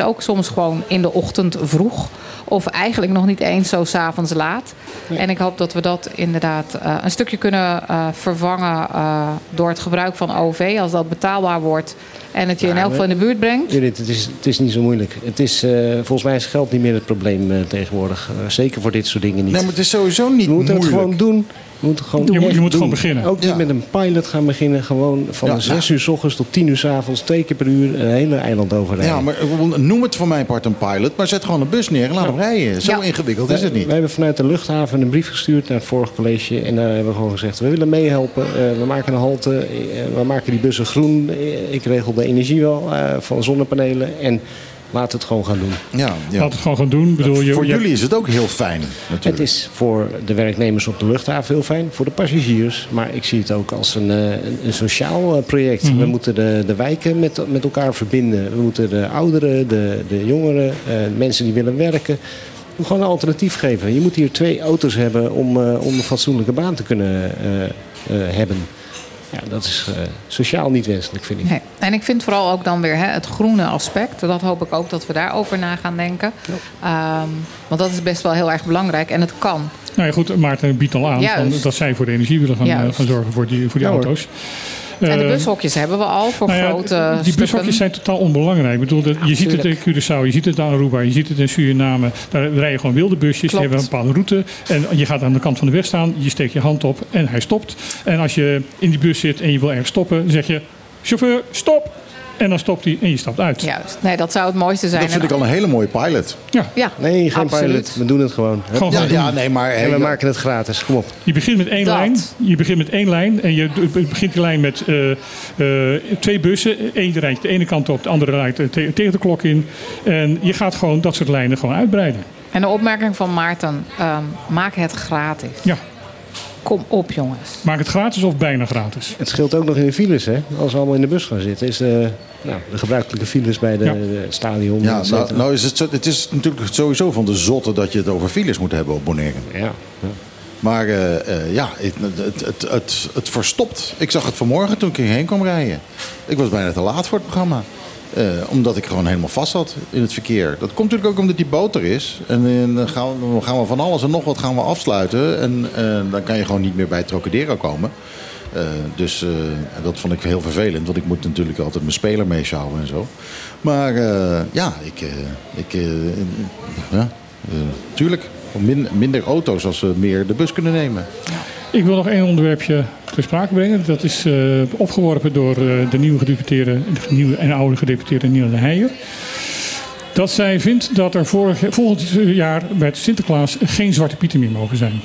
ook soms gewoon in de ochtend vroeg. Of eigenlijk nog niet eens zo 's avonds laat. Nee. En ik hoop dat we dat inderdaad uh, een stukje kunnen uh, vervangen uh, door het gebruik van O V. Als dat betaalbaar wordt en het je ja, in elk geval in de buurt brengt. Judith, het is, het is niet zo moeilijk. Het is, uh, volgens mij is geld niet meer het probleem uh, tegenwoordig. Uh, zeker voor dit soort dingen niet. Nee, maar het is sowieso niet We moeten moeilijk. het gewoon doen. Je moet, gewoon je moet, je moet doen. gewoon beginnen. Ook niet ja. met een pilot gaan beginnen. Gewoon van ja, zes ja. uur 's ochtends tot tien uur 's avonds. Twee keer per uur een hele eiland overrijden. Ja, maar noem het voor mijn part een pilot. Maar zet gewoon een bus neer en laat ja. hem rijden. Zo ja. ingewikkeld is het niet. We hebben vanuit de luchthaven een brief gestuurd naar het vorige college. En daar hebben we gewoon gezegd, we willen meehelpen. Uh, we maken een halte. Uh, we maken die bussen groen. Uh, ik regel de energie wel uh, van zonnepanelen. En laat het gewoon gaan doen. Ja, ja. Laat het gewoon gaan doen. Bedoel, je, voor je... jullie is het ook heel fijn. Natuurlijk. Het is voor de werknemers op de luchthaven heel fijn. Voor de passagiers. Maar ik zie het ook als een, een, een sociaal project. Mm-hmm. We moeten de, de wijken met, met elkaar verbinden. We moeten de ouderen, de, de jongeren, uh, mensen die willen werken, gewoon een alternatief geven. Je moet hier twee auto's hebben om, uh, om een fatsoenlijke baan te kunnen uh, uh, hebben. Ja, dat is uh, sociaal niet wenselijk, vind ik. Nee. En ik vind vooral ook dan weer hè, het groene aspect. Dat hoop ik ook dat we daarover na gaan denken. Ja. Um, want dat is best wel heel erg belangrijk. En het kan. Nou ja, goed, Maarten biedt al aan van, dat zij voor de energie willen gaan, gaan zorgen voor die, voor die ja, auto's. Hoor. En de bushokjes hebben we al voor nou ja, grote Die stukken. bushokjes zijn totaal onbelangrijk. Ik bedoel, dat, ja, je ziet het in Curaçao, je ziet het in Aruba, je ziet het in Suriname. Daar rijden gewoon wilde busjes, Klopt. die hebben een bepaalde route. En je gaat aan de kant van de weg staan, je steekt je hand op en hij stopt. En als je in die bus zit en je wil ergens stoppen, dan zeg je, chauffeur, stop! En dan stopt hij en je stapt uit. Juist. Nee, dat zou het mooiste zijn. Dat vind ik al een hele mooie pilot. Ja. ja nee, geen absoluut. pilot. We doen het gewoon. gewoon ja, gewoon ja, nee, maar, en we maken het gratis. Kom op. Je begint met één dat. lijn. Je begint met één lijn. En je begint die lijn met uh, uh, twee bussen. Eén rijdt de ene kant op, de andere rijdt te- tegen de klok in. En je gaat gewoon dat soort lijnen gewoon uitbreiden. En de opmerking van Maarten. Um, maak het gratis. Ja. Kom op, jongens. Maak het gratis of bijna gratis. Het scheelt ook nog in de files, hè? Als we allemaal in de bus gaan zitten. Is de, nou, de gebruikelijke files bij de, ja. de stadion. Ja, nou, nou is het, het is natuurlijk sowieso van de zotte dat je het over files moet hebben op Bonaire. Ja. ja. Maar uh, uh, ja, het, het, het, het, het verstopt. Ik zag het vanmorgen toen ik hierheen kwam rijden. Ik was bijna te laat voor het programma. Uh, omdat ik gewoon helemaal vast zat in het verkeer. Dat komt natuurlijk ook omdat die boot er is. En uh, dan gaan we, gaan we van alles en nog wat gaan we afsluiten. En uh, dan kan je gewoon niet meer bij Trocadero komen. Uh, dus uh, dat vond ik heel vervelend. Want ik moet natuurlijk altijd mijn speler meeschouwen en zo. Maar uh, ja, ik... Uh, ik uh, ja, uh, tuurlijk. Min, minder auto's als we meer de bus kunnen nemen. Ja. Ik wil nog één onderwerpje ter sprake brengen. Dat is uh, opgeworpen door uh, de nieuwe gedeputeerde, de nieuwe en oude gedeputeerde Nina de Heijer. Dat zij vindt dat er vorig, volgend jaar bij Sinterklaas geen Zwarte Pieten meer mogen zijn.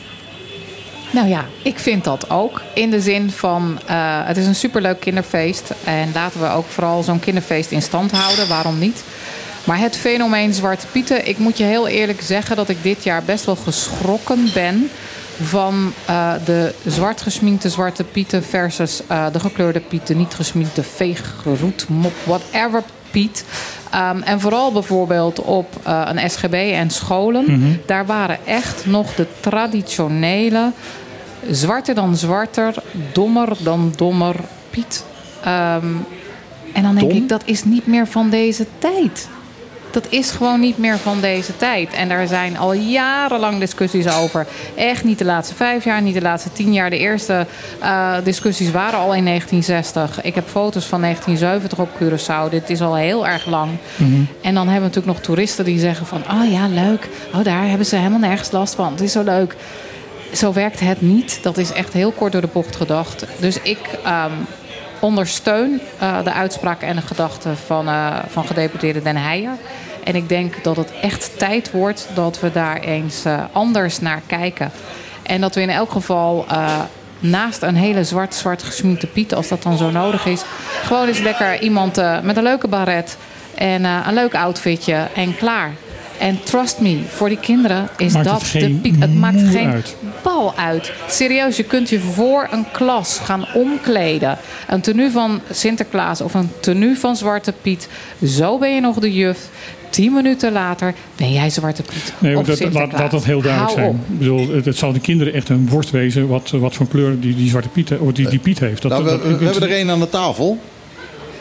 Nou ja, ik vind dat ook. In de zin van, uh, het is een superleuk kinderfeest. En laten we ook vooral zo'n kinderfeest in stand houden. Waarom niet? Maar het fenomeen Zwarte Pieten, ik moet je heel eerlijk zeggen dat ik dit jaar best wel geschrokken ben van uh, de zwart gesminkte Zwarte Pieten versus uh, de gekleurde Piet, de niet gesminkte veeg, roet, mop, whatever Piet. Um, en vooral bijvoorbeeld op uh, een S G B en scholen. Mm-hmm. Daar waren echt nog de traditionele zwarter dan zwarter, dommer dan dommer Piet. Um, en dan denk Dom? ik, dat is niet meer van deze tijd. Dat is gewoon niet meer van deze tijd. En daar zijn al jarenlang discussies over. Echt niet de laatste vijf jaar, niet de laatste tien jaar. De eerste uh, discussies waren al in negentien zestig. Ik heb foto's van negentien zeventig op Curaçao. Dit is al heel erg lang. Mm-hmm. En dan hebben we natuurlijk nog toeristen die zeggen van... oh ja, leuk. Oh, daar hebben ze helemaal nergens last van. Het is zo leuk. Zo werkt het niet. Dat is echt heel kort door de bocht gedacht. Dus ik... Um, ondersteun uh, de uitspraak en de gedachten van, uh, van gedeputeerde Den Heijer. En ik denk dat het echt tijd wordt dat we daar eens uh, anders naar kijken. En dat we in elk geval uh, naast een hele zwart-zwart gesminkte Piet, als dat dan zo nodig is, gewoon eens lekker iemand uh, met een leuke baret en uh, een leuk outfitje en klaar. En trust me, voor die kinderen is maakt dat het de piek. Het maakt geen uit. bal uit. Serieus, je kunt je voor een klas gaan omkleden. Een tenue van Sinterklaas of een tenue van Zwarte Piet. Zo ben je nog de juf. Tien minuten later ben jij Zwarte Piet. Nee, of dat, laat, laat dat heel duidelijk Hou zijn. Ik bedoel, het, het zal de kinderen echt een worst wezen wat, wat voor kleur die, die Zwarte Piet, of die, die Piet heeft. Dat, nou, we, dat, we, we hebben er één aan de tafel.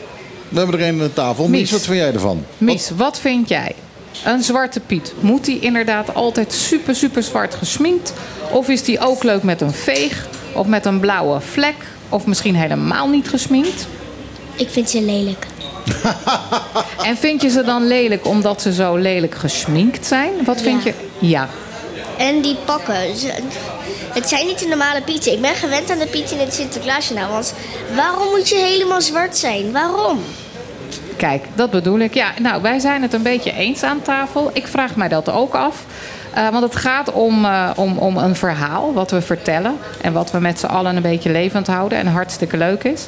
We hebben er een aan tafel. Mies, Mies wat vind jij ervan? Mies, wat? wat vind jij? Een Zwarte Piet, moet die inderdaad altijd super, super zwart gesminkt? Of is die ook leuk met een veeg? Of met een blauwe vlek? Of misschien helemaal niet gesminkt? Ik vind ze lelijk. En vind je ze dan lelijk omdat ze zo lelijk gesminkt zijn? Wat Ja. vind je? Ja. En die pakken. Ze- Het zijn niet de normale pieten. Ik ben gewend aan de pieten in het Sinterklaasjournaal. Want waarom moet je helemaal zwart zijn? Waarom? Kijk, dat bedoel ik. Ja, nou, wij zijn het een beetje eens aan tafel. Ik vraag mij dat ook af. Uh, want het gaat om, uh, om, om een verhaal wat we vertellen. En wat we met z'n allen een beetje levend houden. En hartstikke leuk is.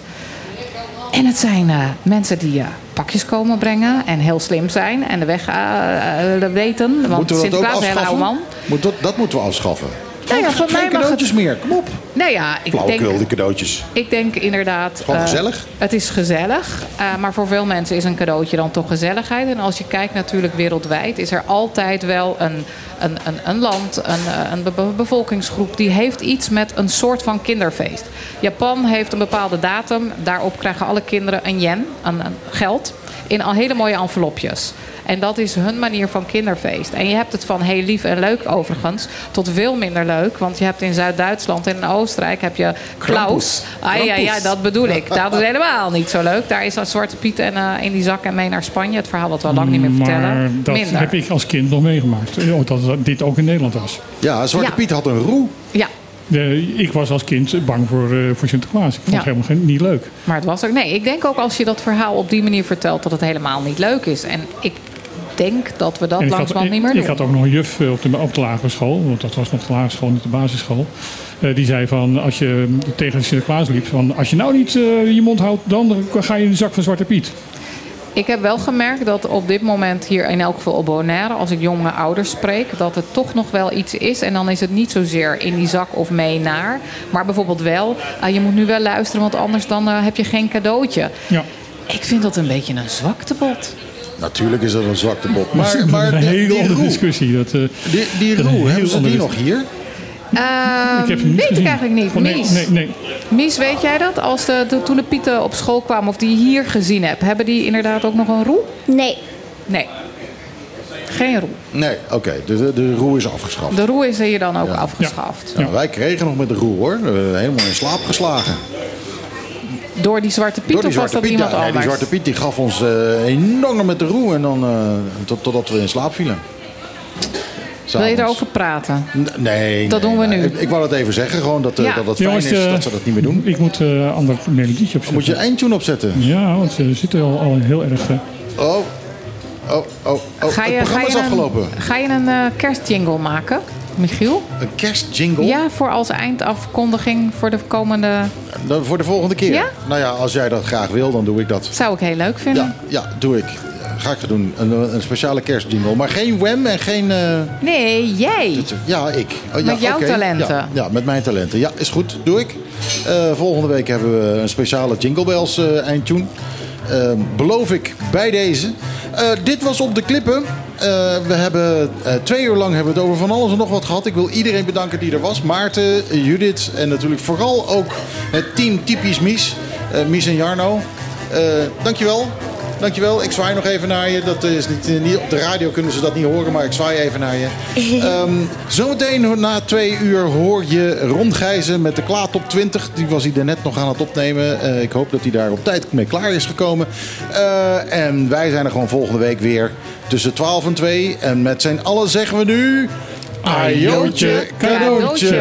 En het zijn uh, mensen die uh, pakjes komen brengen. En heel slim zijn. En de weg uh, uh, weten. Want Moeten we dat ook Sinterklaas is een hele oude man. Moet dat, dat moeten we afschaffen. Nou ja, voor Geen mij mag cadeautjes het... meer, kom op. Nou ja, ik denk, Flauwekul, die cadeautjes. ik denk inderdaad... Gewoon uh, gezellig. Het is gezellig, uh, maar voor veel mensen is een cadeautje dan toch gezelligheid. En als je kijkt natuurlijk wereldwijd... is er altijd wel een, een, een, een land, een, een be- bevolkingsgroep... die heeft iets met een soort van kinderfeest. Japan heeft een bepaalde datum. Daarop krijgen alle kinderen een yen, een, een geld... in al hele mooie envelopjes. En dat is hun manier van kinderfeest. En je hebt het van heel lief en leuk overigens... tot veel minder leuk. Want je hebt in Zuid-Duitsland en in Oostenrijk heb je Klaus. Ah, ja, ja, dat bedoel ik. Dat is helemaal niet zo leuk. Daar is dat Zwarte Piet en, uh, in die zak en mee naar Spanje. Het verhaal dat we al lang niet meer vertellen. Maar dat Minder. heb ik als kind nog meegemaakt. Dat, dat dit ook in Nederland was. Ja, Zwarte Ja. Piet had een roe. Ja, De, ik was als kind bang voor, uh, voor Sinterklaas. Ik vond Ja. het helemaal geen, niet leuk. maar het was ook... Nee, ik denk ook als je dat verhaal op die manier vertelt... dat het helemaal niet leuk is. En ik denk dat we dat En ik had, langzamerhand ik, niet meer doen. ik had ook nog een juf op de, op de lagere school. Want dat was nog de lagere school, niet de basisschool. Uh, die zei van, als je tegen Sinterklaas liep... Van, als je nou niet uh, je mond houdt, dan ga je in de zak van Zwarte Piet. Ik heb wel gemerkt dat op dit moment hier in elk geval op Bonaire... als ik jonge ouders spreek, dat het toch nog wel iets is. En dan is het niet zozeer in die zak of mee naar. Maar bijvoorbeeld wel, uh, je moet nu wel luisteren... want anders dan uh, heb je geen cadeautje. Ja. Ik vind dat een beetje een zwaktebod. Natuurlijk is dat een zwarte bot. Maar, Maar, maar een die, hele die andere roe, discussie. Dat, uh, die, die dat is een roe, heel hebben ze andere die nog hier? Uh, Ik heb hem niet weet gezien. ik eigenlijk niet. Oh, nee, Mies, nee, nee. Mies, weet jij dat? Als de, de- toen de Pieten op school kwamen of die je hier gezien hebt... hebben die inderdaad ook nog een roe? Nee. Nee. Geen roe. Nee, oké. Okay. De, de, de roe is afgeschaft. De roe is hier dan ook afgeschaft. Ja, wij kregen nog met de roe hoor. We hebben helemaal in slaap geslagen. Door die Zwarte Piet Door die of was Zwarte dat Piet, iemand ja, nee, anders? die Zwarte Piet die gaf ons uh, enorm met de roe. En dan, uh, tot, totdat we in slaap vielen. Wil je erover praten? N- Nee. Dat nee, doen we nee. nu. Ik, ik wou dat even zeggen, gewoon dat, uh, Ja. dat het fijn Jongens, is uh, dat ze dat niet meer doen. Ik moet een uh, ander melodietje opzetten. Moet je eindtune opzetten? Ja, want ze zitten al, al heel erg... Uh, Oh, oh, oh, oh. Ga je, het ga programma je is afgelopen. Een, ga je een uh, kerstjingle maken, Michiel? Een kerstjingle? Ja, voor als eindafkondiging voor de komende... Dan voor de volgende keer? Ja? Nou ja, als jij dat graag wil, dan doe ik dat. Zou ik heel leuk vinden. Ja, ja doe ik. Ga ik doen. Een, een speciale kerstjingle. Maar geen Wham en geen... Uh... Nee, jij. Ja, ik. Oh, ja, Met jouw okay. talenten. Ja, ja, met mijn talenten. Ja, is goed. Doe ik. Uh, volgende week hebben we een speciale Jingle Bells uh, eindtune. Uh, beloof ik bij deze. Uh, dit was Op de Klippen. Uh, we hebben uh, twee uur lang hebben we het over van alles en nog wat gehad. Ik wil iedereen bedanken die er was. Maarten, Judith en natuurlijk vooral ook het team Typisch Mies. Uh, Mies en Jarno. Uh, dankjewel. Dankjewel. Ik zwaai nog even naar je. Dat is niet, niet, op de radio kunnen ze dat niet horen, maar ik zwaai even naar je. Um, zometeen na twee uur hoor je Ron Gijzen met de Klaar Top twintig. Die was hij er net nog aan het opnemen. Uh, ik hoop dat hij daar op tijd mee klaar is gekomen. Uh, en wij zijn er gewoon volgende week weer tussen twaalf en twee. En met z'n allen zeggen we nu... Ajootje cadeautje.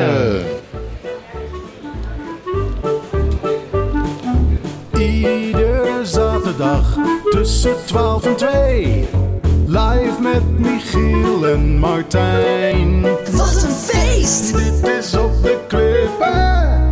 Ieder zaterdag tussen twaalf en twee. Live met Michiel en Martijn. Wat een feest! Dit is Op de Klippen.